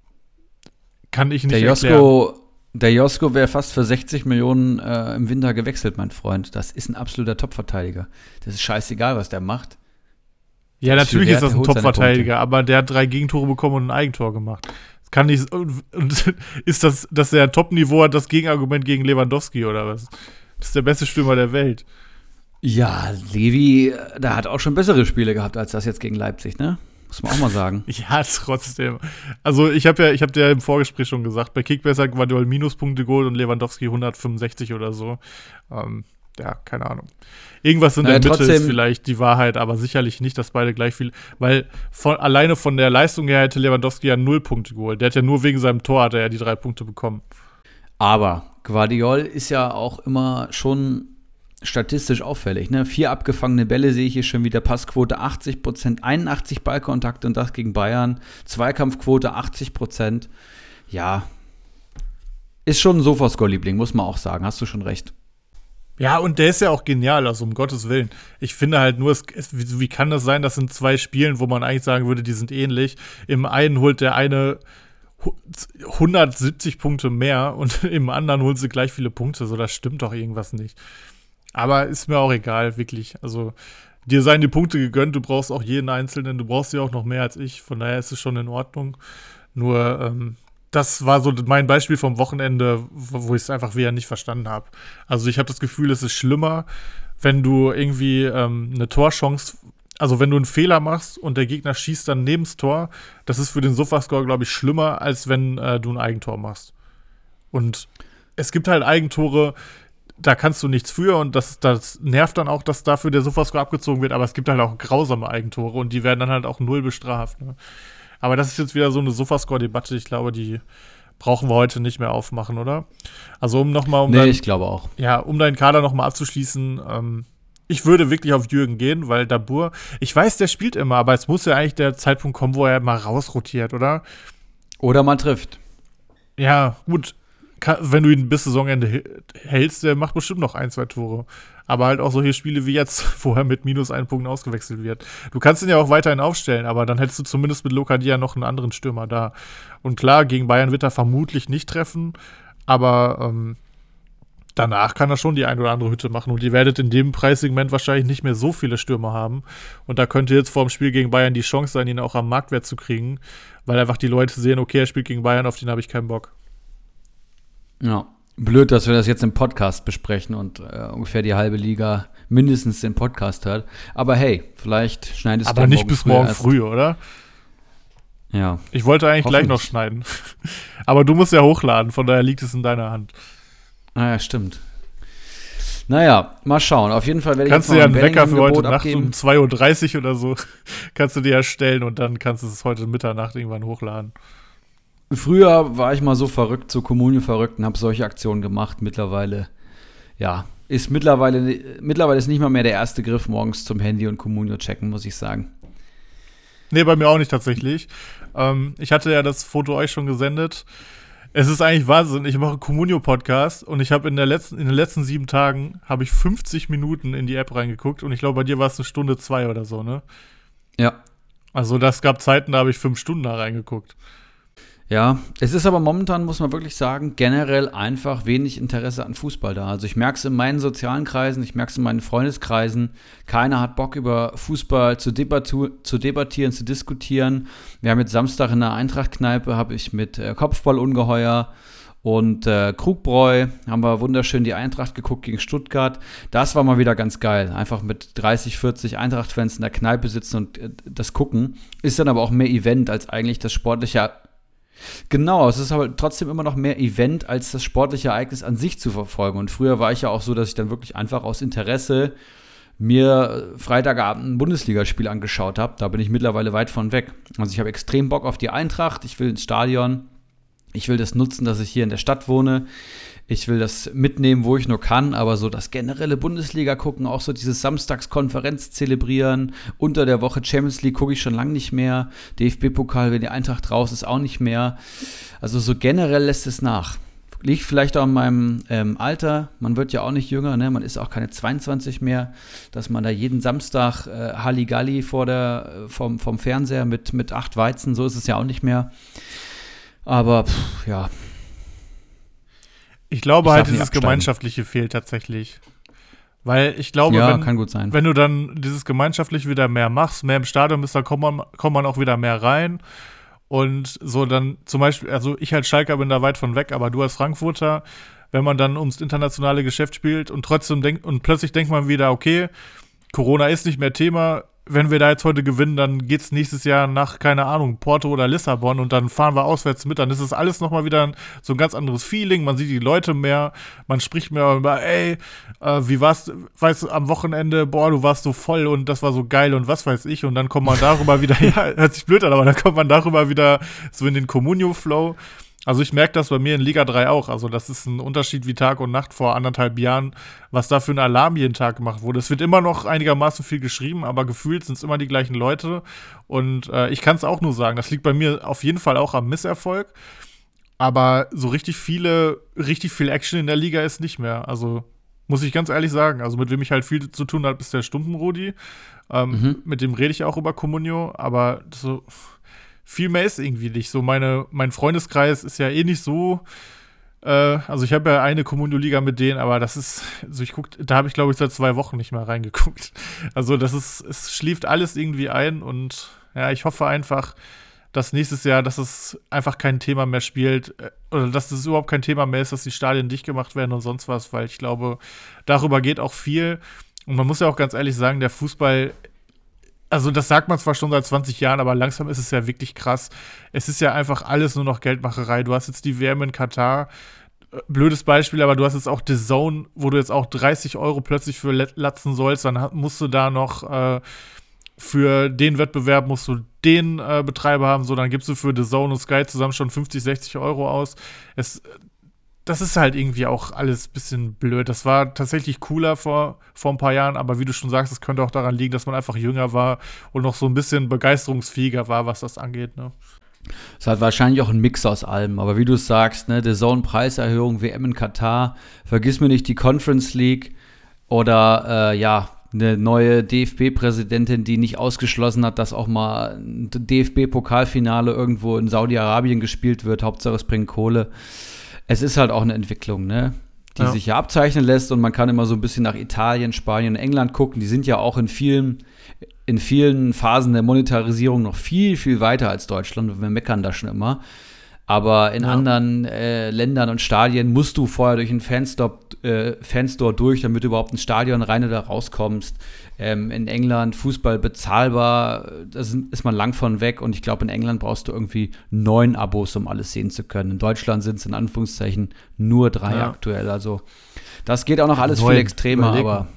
Kann ich nicht Der erklären. Josko, der Josko wäre fast für sechzig Millionen äh, im Winter gewechselt, mein Freund. Das ist ein absoluter Top-Verteidiger. Das ist scheißegal, was der macht. Ja, natürlich Wert, ist das der ein holt seine Top-Verteidiger, aber der hat drei Gegentore bekommen und ein Eigentor gemacht. Das kann nicht. Und, und ist das, dass der Top-Niveau hat, das Gegenargument gegen Lewandowski oder was? Das ist der beste Stürmer der Welt. Ja, Levi, der hat auch schon bessere Spiele gehabt als das jetzt gegen Leipzig, ne? Muss man auch mal sagen. Ja, trotzdem. Also ich habe ja, ich habe dir ja im Vorgespräch schon gesagt, bei Kickbase hat Guardiola Minuspunkte geholt und Lewandowski hundertfünfundsechzig oder so. Ähm, ja, keine Ahnung. Irgendwas in Naja, der Mitte ist trotzdem- vielleicht die Wahrheit, aber sicherlich nicht, dass beide gleich viel, weil von, alleine von der Leistung her hätte Lewandowski ja null Punkte geholt. Der hat ja nur wegen seinem Tor hat er ja die drei Punkte bekommen. Aber Guardiol ist ja auch immer schon statistisch auffällig, ne? Vier abgefangene Bälle sehe ich hier schon wieder, Passquote achtzig Prozent, einundachtzig Ballkontakte und das gegen Bayern, Zweikampfquote achtzig Prozent. Ja, ist schon ein Sofascore-Liebling, muss man auch sagen, hast du schon recht. Ja, und der ist ja auch genial, also um Gottes Willen. Ich finde halt nur, es, es, wie, wie kann das sein, dass in zwei Spielen, wo man eigentlich sagen würde, die sind ähnlich, im einen holt der eine hu- hundertsiebzig Punkte mehr und im anderen holt sie gleich viele Punkte. So, das stimmt doch irgendwas nicht. Aber ist mir auch egal, wirklich. Also, dir seien die Punkte gegönnt, du brauchst auch jeden Einzelnen, du brauchst sie auch noch mehr als ich, von daher ist es schon in Ordnung. Nur, ähm, das war so mein Beispiel vom Wochenende, wo wo ich es einfach wieder nicht verstanden habe. Also ich habe das Gefühl, es ist schlimmer, wenn du irgendwie ähm, eine Torchance, also wenn du einen Fehler machst und der Gegner schießt dann neben das Tor, das ist für den Sofascore, glaube ich, schlimmer, als wenn äh, du ein Eigentor machst. Und es gibt halt Eigentore, da kannst du nichts für und das, das nervt dann auch, dass dafür der Sofascore abgezogen wird, aber es gibt halt auch grausame Eigentore und die werden dann halt auch null bestraft. Ne? Aber das ist jetzt wieder so eine Sofascore-Debatte, ich glaube, die brauchen wir heute nicht mehr aufmachen, oder? Also um nochmal, um, Nee, dein, ich glaube auch. ja, um deinen Kader nochmal abzuschließen, ähm, ich würde wirklich auf Jürgen gehen, weil Dabur, ich weiß, der spielt immer, aber es muss ja eigentlich der Zeitpunkt kommen, wo er mal rausrotiert, oder? Oder man trifft. Ja, gut, kann, wenn du ihn bis Saisonende h- hältst, der macht bestimmt noch ein, zwei Tore. Aber halt auch solche Spiele wie jetzt, wo er mit minus einen Punkten ausgewechselt wird. Du kannst ihn ja auch weiterhin aufstellen, aber dann hättest du zumindest mit Lokadia noch einen anderen Stürmer da. Und klar, gegen Bayern wird er vermutlich nicht treffen, aber ähm, danach kann er schon die ein oder andere Hütte machen. Und ihr werdet in dem Preissegment wahrscheinlich nicht mehr so viele Stürmer haben. Und da könnte jetzt vor dem Spiel gegen Bayern die Chance sein, ihn auch am Marktwert zu kriegen, weil einfach die Leute sehen, okay, er spielt gegen Bayern, auf den habe ich keinen Bock. Ja. Blöd, dass wir das jetzt im Podcast besprechen und äh, ungefähr die halbe Liga mindestens den Podcast hört. Aber hey, vielleicht schneidest du Aber ja nicht bis früher morgen erst. früh, oder? Ja. Ich wollte eigentlich gleich noch Hoffentlich. schneiden. Aber du musst ja hochladen, von daher liegt es in deiner Hand. Ah ja, stimmt. Naja, mal schauen. Auf jeden Fall werde ich Kannst du jetzt ja noch einen ein Wecker für heute Bellingham-Gebot Nacht abgeben. um zwei Uhr dreißig oder so, kannst du dir erstellen und dann kannst du es heute Mitternacht irgendwann hochladen. Früher war ich mal so verrückt, so Kommunio verrückt und habe solche Aktionen gemacht. Mittlerweile, ja, ist mittlerweile, mittlerweile ist nicht mal mehr der erste Griff morgens zum Handy und Kommunio checken, muss ich sagen. Nee, bei mir auch nicht tatsächlich. Ähm, ich hatte ja das Foto euch schon gesendet. Es ist eigentlich Wahnsinn. Ich mache einen Kommunio-Podcast und ich habe in der letzten, in den letzten sieben Tagen habe ich fünfzig Minuten in die App reingeguckt und ich glaube, bei dir war es eine Stunde zwei oder so, ne? Ja. Also das gab Zeiten, da habe ich fünf Stunden da reingeguckt. Ja, es ist aber momentan, muss man wirklich sagen, generell einfach wenig Interesse an Fußball da. Also ich merke es in meinen sozialen Kreisen, ich merke es in meinen Freundeskreisen. Keiner hat Bock, über Fußball zu, debattu- zu debattieren, zu diskutieren. Wir haben jetzt Samstag in der Eintracht-Kneipe, habe ich mit äh, Kopfballungeheuer und äh, Krugbräu, haben wir wunderschön die Eintracht geguckt gegen Stuttgart. Das war mal wieder ganz geil. Einfach mit dreißig, vierzig Eintracht-Fans in der Kneipe sitzen und äh, das gucken. Ist dann aber auch mehr Event als eigentlich das sportliche. Genau, es ist aber trotzdem immer noch mehr Event, als das sportliche Ereignis an sich zu verfolgen. Und früher war ich ja auch so, dass ich dann wirklich einfach aus Interesse mir Freitagabend ein Bundesligaspiel angeschaut habe. Da bin ich mittlerweile weit von weg. Also ich habe extrem Bock auf die Eintracht, ich will ins Stadion, ich will das nutzen, dass ich hier in der Stadt wohne. Ich will das mitnehmen, wo ich nur kann, aber so das generelle Bundesliga gucken, auch so dieses Samstagskonferenz zelebrieren, unter der Woche Champions League gucke ich schon lange nicht mehr, D F B-Pokal, wenn die Eintracht raus ist, auch nicht mehr. Also so generell lässt es nach. Liegt vielleicht auch an meinem ähm, Alter, man wird ja auch nicht jünger, ne? Man ist auch keine zweiundzwanzig mehr, dass man da jeden Samstag äh, Halligalli vor der, äh, vom, vom Fernseher mit, mit acht Weizen, so ist es ja auch nicht mehr. Aber pff, ja. Ich glaube Ich halt, darf nicht dieses absteigen. Gemeinschaftliche fehlt tatsächlich. Weil ich glaube, Ja, wenn, kann gut sein. wenn du dann dieses Gemeinschaftlich wieder mehr machst, mehr im Stadion bist, dann kommt man, kommt man auch wieder mehr rein. Und so dann zum Beispiel, also ich als Schalker bin da weit von weg, aber du als Frankfurter, wenn man dann ums internationale Geschäft spielt und trotzdem denkt, und plötzlich denkt man wieder, okay, Corona ist nicht mehr Thema, wenn wir da jetzt heute gewinnen, dann geht's nächstes Jahr nach, keine Ahnung, Porto oder Lissabon und dann fahren wir auswärts mit, dann ist es alles nochmal wieder ein, so ein ganz anderes Feeling, man sieht die Leute mehr, man spricht mehr über, ey, äh, wie war's, weißt du, am Wochenende, boah, du warst so voll und das war so geil und was weiß ich und dann kommt man darüber wieder, ja, hört sich blöd an, aber dann kommt man darüber wieder so in den Communio-Flow. Also ich merke das bei mir in Liga drei auch. Also das ist ein Unterschied wie Tag und Nacht vor anderthalb Jahren, was da für ein Alarm jeden Tag gemacht wurde. Es wird immer noch einigermaßen viel geschrieben, aber gefühlt sind es immer die gleichen Leute. Und äh, ich kann es auch nur sagen, das liegt bei mir auf jeden Fall auch am Misserfolg. Aber so richtig viele, richtig viel Action in der Liga ist nicht mehr. Also muss ich ganz ehrlich sagen. Also mit wem ich halt viel zu tun habe, ist der Stumpenrudi. Ähm, Mhm. Mit dem rede ich auch über Communio, aber so viel mehr ist irgendwie nicht. So meine, mein Freundeskreis ist ja eh nicht so, äh, also ich habe ja eine Communio-Liga mit denen, aber das ist, also ich guck, da habe ich glaube ich seit zwei Wochen nicht mehr reingeguckt. Also das ist, es schläft alles irgendwie ein und ja, ich hoffe einfach, dass nächstes Jahr, dass es einfach kein Thema mehr spielt, äh, oder dass es überhaupt kein Thema mehr ist, dass die Stadien dicht gemacht werden und sonst was, weil ich glaube, darüber geht auch viel. Und man muss ja auch ganz ehrlich sagen, der Fußball, also das sagt man zwar schon seit zwanzig Jahren, aber langsam ist es ja wirklich krass. Es ist ja einfach alles nur noch Geldmacherei. Du hast jetzt die W M in Katar, äh, blödes Beispiel, aber du hast jetzt auch The Zone, wo du jetzt auch dreißig Euro plötzlich für let- latzen sollst, dann ha- musst du da noch äh, für den Wettbewerb musst du den äh, Betreiber haben, so dann gibst du für The Zone und Sky zusammen schon fünfzig, sechzig Euro aus. Es Das ist halt irgendwie auch alles ein bisschen blöd. Das war tatsächlich cooler vor, vor ein paar Jahren, aber wie du schon sagst, es könnte auch daran liegen, dass man einfach jünger war und noch so ein bisschen begeisterungsfähiger war, was das angeht, ne? Es hat wahrscheinlich auch ein Mix aus allem, aber wie du es sagst, ne, The Zone Preiserhöhung, W M in Katar, vergiss mir nicht die Conference League oder äh, ja, eine neue D F B-Präsidentin, die nicht ausgeschlossen hat, dass auch mal ein D F B-Pokalfinale irgendwo in Saudi-Arabien gespielt wird. Hauptsache es bringt Kohle. Es ist halt auch eine Entwicklung, ne, die Ja. sich ja abzeichnen lässt und man kann immer so ein bisschen nach Italien, Spanien, England gucken. Die sind ja auch in vielen, in vielen Phasen der Monetarisierung noch viel, viel weiter als Deutschland und wir meckern da schon immer. Aber in Ja. anderen äh, Ländern und Stadien musst du vorher durch einen Fanstore, äh, Fanstore durch, damit du überhaupt ins Stadion rein oder rauskommst. Ähm, in England Fußball bezahlbar, da sind, ist man lang von weg. Und ich glaube, in England brauchst du irgendwie neun Abos, um alles sehen zu können. In Deutschland sind es in Anführungszeichen nur drei Ja. aktuell. Also das geht auch noch alles Neun, viel extremer. überleg mal. Aber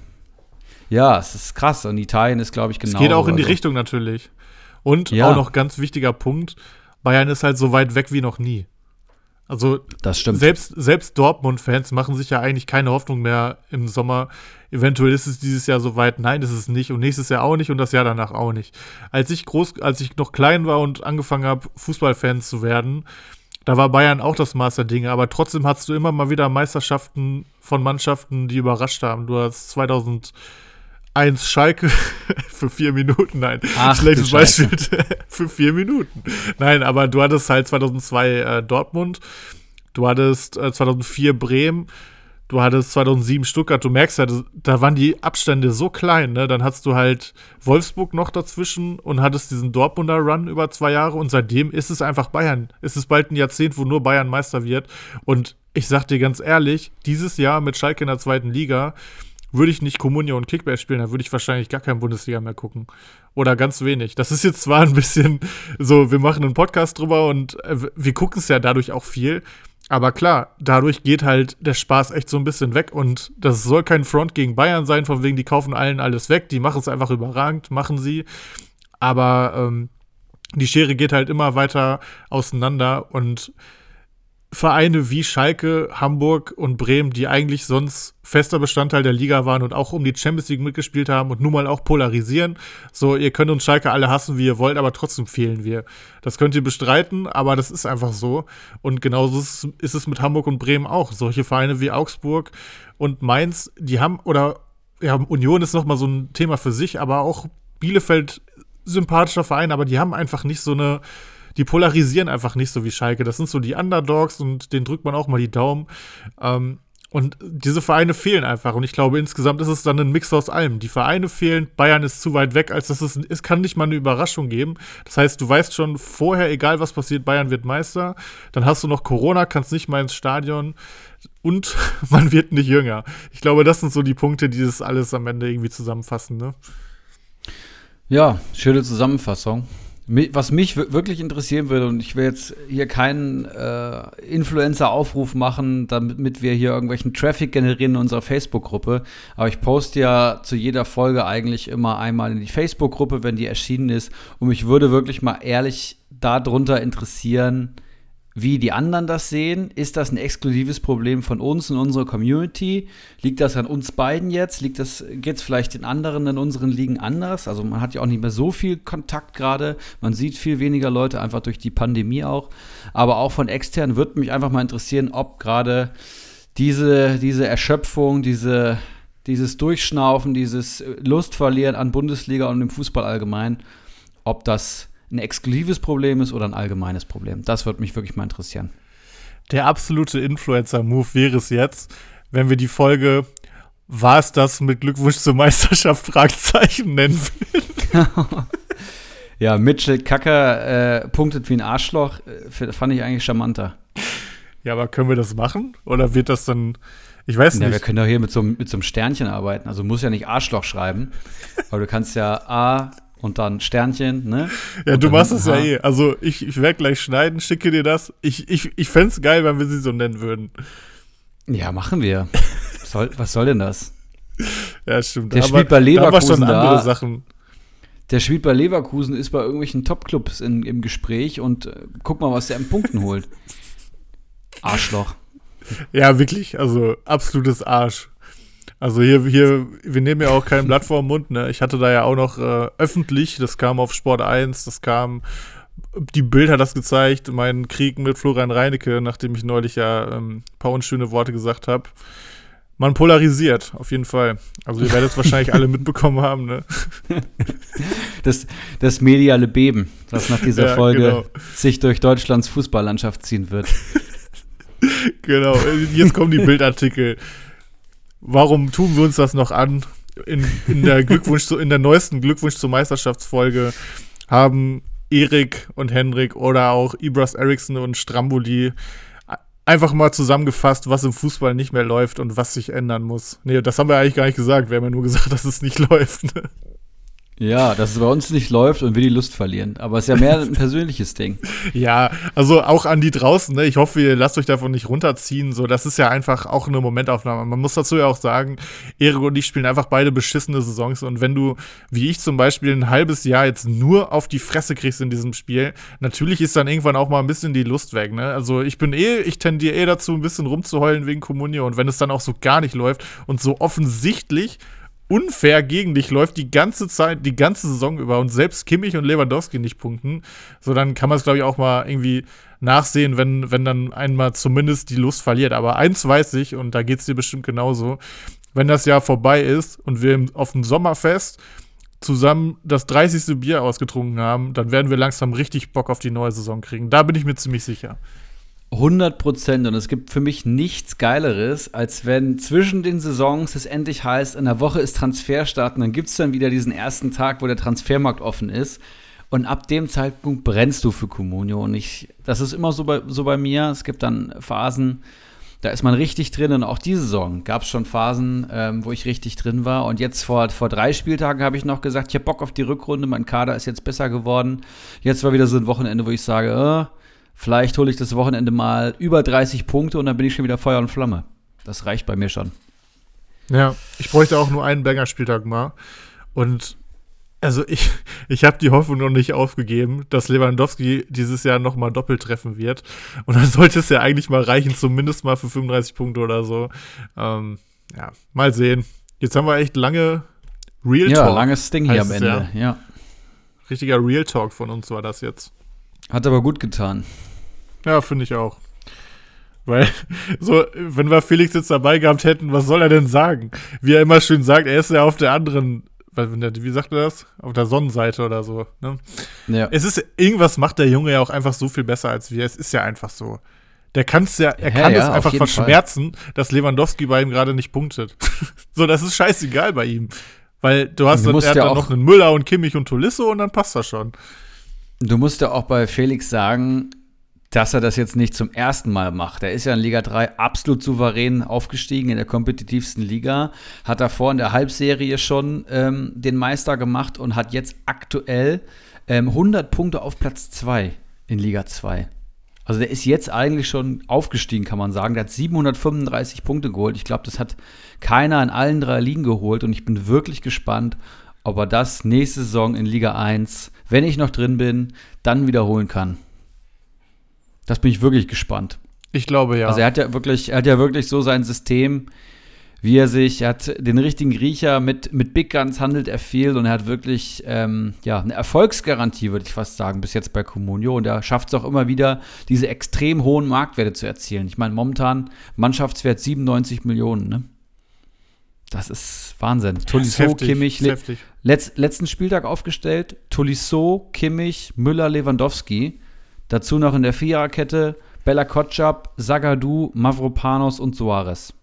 ja, es ist krass. Und Italien ist, glaube ich, genau. Es geht auch in die Richtung natürlich. Und Ja. auch noch ganz wichtiger Punkt, Bayern ist halt so weit weg wie noch nie. Also Das stimmt. selbst, selbst Dortmund-Fans machen sich ja eigentlich keine Hoffnung mehr im Sommer. Eventuell ist es dieses Jahr soweit. Nein, ist es nicht. Und nächstes Jahr auch nicht und das Jahr danach auch nicht. Als ich groß, als ich noch klein war und angefangen habe, Fußballfans zu werden, da war Bayern auch das Maß der Dinge. Aber trotzdem hattest du immer mal wieder Meisterschaften von Mannschaften, die überrascht haben. Du hast zweitausendacht eins Schalke für vier Minuten, nein, Ach, schlechtes du Scheiße. Beispiel für vier Minuten. Nein, aber du hattest halt zweitausendzwei äh, Dortmund, du hattest äh, zweitausendvier Bremen, du hattest zweitausendsieben Stuttgart, du merkst ja, das, da waren die Abstände so klein, ne? Dann hattest du halt Wolfsburg noch dazwischen und hattest diesen Dortmunder Run über zwei Jahre und seitdem ist es einfach Bayern. Es ist bald ein Jahrzehnt, wo nur Bayern Meister wird und ich sag dir ganz ehrlich, dieses Jahr mit Schalke in der zweiten Liga würde ich nicht Comunio und Kickbase spielen, dann würde ich wahrscheinlich gar kein Bundesliga mehr gucken. Oder ganz wenig. Das ist jetzt zwar ein bisschen so, wir machen einen Podcast drüber und äh, wir gucken es ja dadurch auch viel, aber klar, dadurch geht halt der Spaß echt so ein bisschen weg und das soll kein Front gegen Bayern sein, von wegen, die kaufen allen alles weg, die machen es einfach überragend, machen sie, aber ähm, die Schere geht halt immer weiter auseinander und Vereine wie Schalke, Hamburg und Bremen, die eigentlich sonst fester Bestandteil der Liga waren und auch um die Champions League mitgespielt haben und nun mal auch polarisieren. So, ihr könnt uns Schalke alle hassen, wie ihr wollt, aber trotzdem fehlen wir. Das könnt ihr bestreiten, aber das ist einfach so. Und genauso ist, ist es mit Hamburg und Bremen auch. Solche Vereine wie Augsburg und Mainz, die haben, oder ja, Union ist nochmal so ein Thema für sich, aber auch Bielefeld, sympathischer Verein, aber die haben einfach nicht so eine Die polarisieren einfach nicht so wie Schalke. Das sind so die Underdogs und denen drückt man auch mal die Daumen. Ähm, und diese Vereine fehlen einfach. Und ich glaube, insgesamt ist es dann ein Mix aus allem. Die Vereine fehlen, Bayern ist zu weit weg, als dass es, es kann nicht mal eine Überraschung geben. Das heißt, du weißt schon vorher, egal was passiert, Bayern wird Meister. Dann hast du noch Corona, kannst nicht mal ins Stadion. Und man wird nicht jünger. Ich glaube, das sind so die Punkte, die das alles am Ende irgendwie zusammenfassen, ne? Ja, schöne Zusammenfassung. Was mich wirklich interessieren würde, und ich will jetzt hier keinen äh, Influencer-Aufruf machen, damit wir hier irgendwelchen Traffic generieren in unserer Facebook-Gruppe, aber ich poste ja zu jeder Folge eigentlich immer einmal in die Facebook-Gruppe, wenn die erschienen ist, und mich würde wirklich mal ehrlich darunter interessieren, wie die anderen das sehen. Ist das ein exklusives Problem von uns und unserer Community? Liegt das an uns beiden jetzt? Liegt das, geht's vielleicht den anderen in unseren Ligen anders? Also man hat ja auch nicht mehr so viel Kontakt gerade. Man sieht viel weniger Leute, einfach durch die Pandemie auch. Aber auch von extern würde mich einfach mal interessieren, ob gerade diese, diese Erschöpfung, diese, dieses Durchschnaufen, dieses Lustverlieren an Bundesliga und dem Fußball allgemein, ob das ein exklusives Problem ist oder ein allgemeines Problem. Das würde mich wirklich mal interessieren. Der absolute Influencer-Move wäre es jetzt, wenn wir die Folge "War es das mit Glückwunsch zur Meisterschaft?" Fragezeichen nennen würden. Ja, Mitchell Kacker äh, punktet wie ein Arschloch, äh, fand ich eigentlich charmanter. Ja, aber können wir das machen? Oder wird das dann, ich weiß Ja, nicht. wir können doch hier mit so, mit so einem Sternchen arbeiten. Also muss ja nicht Arschloch schreiben, aber du kannst ja A und dann Sternchen, ne? Ja, und du machst es ja H. eh. Also ich, ich werde gleich schneiden, schicke dir das. Ich, ich, ich fände es geil, wenn wir sie so nennen würden. Ja, machen wir. Was soll, was soll denn das? Ja, stimmt. Der aber spielt bei Leverkusen da. Aber schon andere da. Sachen. Der spielt bei Leverkusen, ist bei irgendwelchen Top-Clubs in, im Gespräch und äh, guck mal, was der an Punkten holt. Arschloch. Ja, wirklich. Also absolutes Arsch. Also hier, hier, wir nehmen ja auch kein Blatt vor den Mund, ne? Ich hatte da ja auch noch äh, öffentlich, das kam auf Sport eins, das kam, die Bild hat das gezeigt, mein Krieg mit Florian Reinecke, nachdem ich neulich ja ähm, ein paar unschöne Worte gesagt habe. Man polarisiert, auf jeden Fall. Also ihr werdet es wahrscheinlich alle mitbekommen haben, ne? Das, das mediale Beben, das nach dieser Ja, Folge genau. sich durch Deutschlands Fußballlandschaft ziehen wird. Genau, jetzt kommen die Bildartikel. Warum tun wir uns das noch an? In, in der Glückwunsch zu, in der neuesten Glückwunsch zur Meisterschaftsfolge haben Erik und Henrik oder auch Ibras Eriksson und Stramboli einfach mal zusammengefasst, was im Fußball nicht mehr läuft und was sich ändern muss. Nee, das haben wir eigentlich gar nicht gesagt. Wir haben ja nur gesagt, dass es nicht läuft. Ne? Ja, dass es bei uns nicht läuft und wir die Lust verlieren. Aber es ist ja mehr ein persönliches Ding. Ja, also auch an die draußen, ne? Ich hoffe, ihr lasst euch davon nicht runterziehen. So, das ist ja einfach auch eine Momentaufnahme. Man muss dazu ja auch sagen, Erik und ich spielen einfach beide beschissene Saisons. Und wenn du, wie ich zum Beispiel, ein halbes Jahr jetzt nur auf die Fresse kriegst in diesem Spiel, natürlich ist dann irgendwann auch mal ein bisschen die Lust weg, ne? Also ich bin eh, ich tendiere eh dazu, ein bisschen rumzuheulen wegen Comunio. Und wenn es dann auch so gar nicht läuft und so offensichtlich unfair gegen dich läuft die ganze Zeit, die ganze Saison über und selbst Kimmich und Lewandowski nicht punkten, so dann kann man es, glaube ich, auch mal irgendwie nachsehen, wenn, wenn dann einmal zumindest die Lust verliert. Aber eins weiß ich, und da geht es dir bestimmt genauso, wenn das Jahr vorbei ist und wir im- auf dem Sommerfest zusammen das dreißigste Bier ausgetrunken haben, dann werden wir langsam richtig Bock auf die neue Saison kriegen. Da bin ich mir ziemlich sicher. hundert Prozent. Und es gibt für mich nichts Geileres, als wenn zwischen den Saisons es endlich heißt, in der Woche ist Transferstart und dann gibt es dann wieder diesen ersten Tag, wo der Transfermarkt offen ist. Und ab dem Zeitpunkt brennst du für Comunio. Und ich, das ist immer so bei, so bei mir. Es gibt dann Phasen, da ist man richtig drin. Und auch diese Saison gab es schon Phasen, ähm, wo ich richtig drin war. Und jetzt vor, vor drei Spieltagen habe ich noch gesagt, ich habe Bock auf die Rückrunde. Mein Kader ist jetzt besser geworden. Jetzt war wieder so ein Wochenende, wo ich sage, äh, vielleicht hole ich das Wochenende mal über dreißig Punkte und dann bin ich schon wieder Feuer und Flamme. Das reicht bei mir schon. Ja, ich bräuchte auch nur einen Banger-Spieltag mal. Und also ich, ich habe die Hoffnung noch nicht aufgegeben, dass Lewandowski dieses Jahr noch mal doppelt treffen wird. Und dann sollte es ja eigentlich mal reichen, zumindest mal für fünfunddreißig Punkte oder so. Ähm, ja, mal sehen. Jetzt haben wir echt lange Real Ja, Talk. langes Ding hier heißt am es Ende. ja. Ja. Richtiger Real Talk von uns war das jetzt. Hat aber gut getan. Ja, finde ich auch. Weil, so, wenn wir Felix jetzt dabei gehabt hätten, was soll er denn sagen? Wie er immer schön sagt, er ist ja auf der anderen, wie sagt er das? Auf der Sonnenseite oder so, ne? Ja. Es ist, irgendwas macht der Junge ja auch einfach so viel besser als wir. Es ist ja einfach so. Der kann's ja, er Ja, kann ja, es auf einfach jeden verschmerzen, dass Lewandowski bei ihm gerade nicht punktet. So, das ist scheißegal bei ihm. Weil du hast Du dann, musst er hat ja dann auch- noch einen Müller und Kimmich und Tolisso und dann passt das schon. Du musst ja auch bei Felix sagen, dass er das jetzt nicht zum ersten Mal macht. Er ist ja in Liga drei absolut souverän aufgestiegen in der kompetitivsten Liga, hat davor in der Halbserie schon ähm, den Meister gemacht und hat jetzt aktuell ähm, hundert Punkte auf Platz zwei in Liga zwei. Also der ist jetzt eigentlich schon aufgestiegen, kann man sagen. Der hat siebenhundertfünfunddreißig Punkte geholt. Ich glaube, das hat keiner in allen drei Ligen geholt und ich bin wirklich gespannt, ob er das nächste Saison in Liga eins, wenn ich noch drin bin, dann wiederholen kann. Das bin ich wirklich gespannt. Ich glaube, ja. Also er hat ja wirklich, er hat ja wirklich so sein System, wie er sich, er hat den richtigen Riecher, mit, mit Big Guns handelt er viel und er hat wirklich ähm, ja, eine Erfolgsgarantie, würde ich fast sagen, bis jetzt bei Comunio. Und er schafft es auch immer wieder, diese extrem hohen Marktwerte zu erzielen. Ich meine, momentan Mannschaftswert siebenundneunzig Millionen, ne? Das ist Wahnsinn. Das ist Tolisso, heftig, Kimmich, ist Le- heftig. Letz, letzten Spieltag aufgestellt, Tolisso, Kimmich, Müller, Lewandowski. Dazu noch in der Viererkette Bella Kotschap, Zagadou, Mavropanos und Suarez.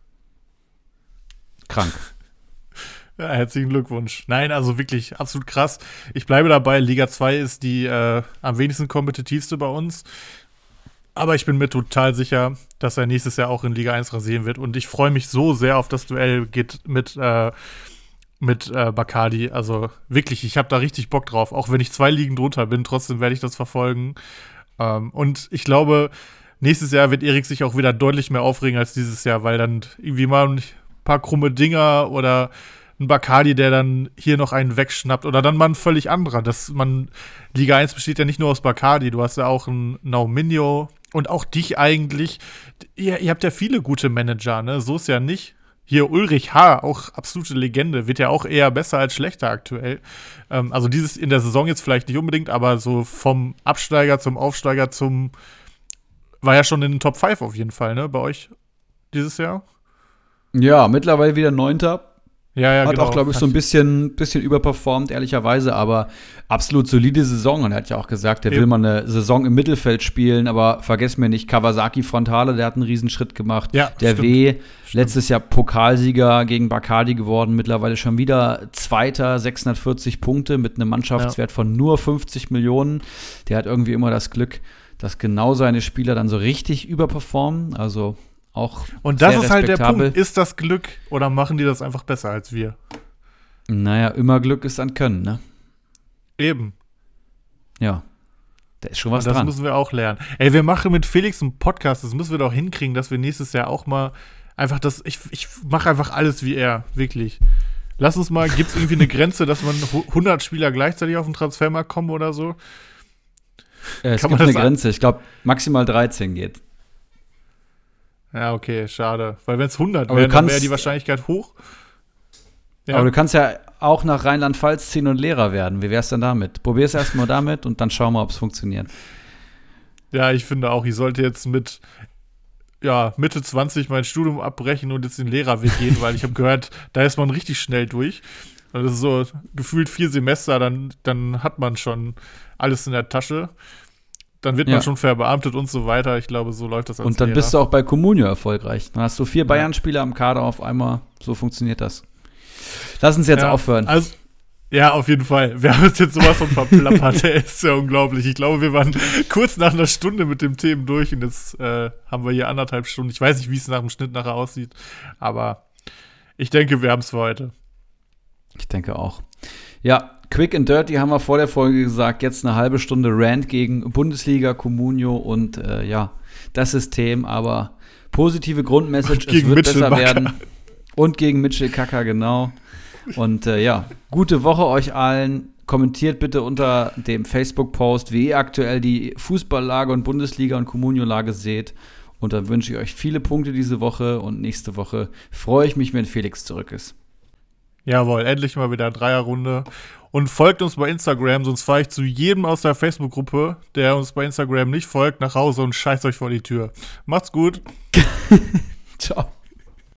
Krank. Ja, herzlichen Glückwunsch. Nein, also wirklich absolut krass. Ich bleibe dabei, Liga zwei ist die äh, am wenigsten kompetitivste bei uns. Aber ich bin mir total sicher, dass er nächstes Jahr auch in Liga eins rasieren wird. Und ich freue mich so sehr auf das Duell geht mit, äh, mit äh, Bacardi. Also wirklich, ich habe da richtig Bock drauf. Auch wenn ich zwei Ligen drunter bin, trotzdem werde ich das verfolgen. Ähm, und ich glaube, nächstes Jahr wird Erik sich auch wieder deutlich mehr aufregen als dieses Jahr, weil dann irgendwie mal ein paar krumme Dinger oder ein Bacardi, der dann hier noch einen wegschnappt oder dann mal ein völlig anderer. Das, man, Liga eins besteht ja nicht nur aus Bacardi, du hast ja auch einen Nauminho und auch dich eigentlich. Ihr, ihr habt ja viele gute Manager, ne? So ist ja nicht. Hier Ulrich H., auch absolute Legende, wird ja auch eher besser als schlechter aktuell. Ähm, also dieses in der Saison jetzt vielleicht nicht unbedingt, aber so vom Absteiger zum Aufsteiger zum war ja schon in den Top fünf auf jeden Fall, ne? Bei euch dieses Jahr? Ja, mittlerweile wieder Neunter. Ja, ja, Hat genau. auch, glaube ich, so ein bisschen, bisschen überperformt, ehrlicherweise, aber absolut solide Saison. Und er hat ja auch gesagt, er Eben. will mal eine Saison im Mittelfeld spielen, aber vergessen wir nicht, Kawasaki Frontale, der hat einen Riesenschritt gemacht. Ja, der stimmt. W, letztes Jahr Pokalsieger gegen Bacardi geworden, mittlerweile schon wieder Zweiter, sechshundertvierzig Punkte mit einem Mannschaftswert von nur fünfzig Millionen. Der hat irgendwie immer das Glück, dass genau seine Spieler dann so richtig überperformen, also auch Und das sehr ist halt der respektabel. Punkt. Ist das Glück oder machen die das einfach besser als wir? Naja, immer Glück ist an Können, ne? Eben. Ja. Da ist schon Und was das dran. müssen wir auch lernen. Ey, wir machen mit Felix einen Podcast. Das müssen wir doch hinkriegen, dass wir nächstes Jahr auch mal einfach das. Ich, ich mache einfach alles wie er. Wirklich. Lass uns mal, gibt es irgendwie eine Grenze, dass man hu- hundert Spieler gleichzeitig auf den Transfermarkt kommen oder so? Äh, es kann gibt man eine das Grenze. Ich glaube, maximal dreizehn geht. Ja, okay, schade. Weil wenn es hundert Aber du wären, dann wäre kannst- die Wahrscheinlichkeit hoch. Ja. Aber du kannst ja auch nach Rheinland-Pfalz ziehen und Lehrer werden. Wie wär's denn damit? Probier es erstmal damit und dann schauen wir, ob es funktioniert. Ja, ich finde auch, ich sollte jetzt mit ja, Mitte zwanzig mein Studium abbrechen und jetzt den Lehrerweg gehen, weil ich habe gehört, da ist man richtig schnell durch. Und das ist so gefühlt vier Semester, dann, dann hat man schon alles in der Tasche. Dann wird Ja. man schon verbeamtet und so weiter. Ich glaube, so läuft das als Und dann Lehrer. bist du auch bei Comunio erfolgreich. Dann hast du vier Bayern-Spieler am Kader auf einmal. So funktioniert das. Lass uns jetzt ja, aufhören. Also, ja, auf jeden Fall. Wir haben uns jetzt sowas von verplappert. Der ist ja unglaublich. Ich glaube, wir waren kurz nach einer Stunde mit dem Themen durch und jetzt äh, haben wir hier anderthalb Stunden. Ich weiß nicht, wie es nach dem Schnitt nachher aussieht, aber ich denke, wir haben es für heute. Ich denke auch. Ja, Quick and Dirty haben wir vor der Folge gesagt. Jetzt eine halbe Stunde Rant gegen Bundesliga, Comunio und äh, ja, das System. Aber positive Grundmessage, es Gegen wird Mitchell besser Bakker. werden. Und gegen Mitchell Kacker, genau. Und äh, ja, gute Woche euch allen. Kommentiert bitte unter dem Facebook-Post, wie ihr aktuell die Fußballlage und Bundesliga- und Comunio-Lage seht. Und dann wünsche ich euch viele Punkte diese Woche. Und nächste Woche freue ich mich, wenn Felix zurück ist. Jawohl, endlich mal wieder Dreierrunde. Und folgt uns bei Instagram, sonst fahre ich zu jedem aus der Facebook-Gruppe, der uns bei Instagram nicht folgt, nach Hause und scheißt euch vor die Tür. Macht's gut. Ciao.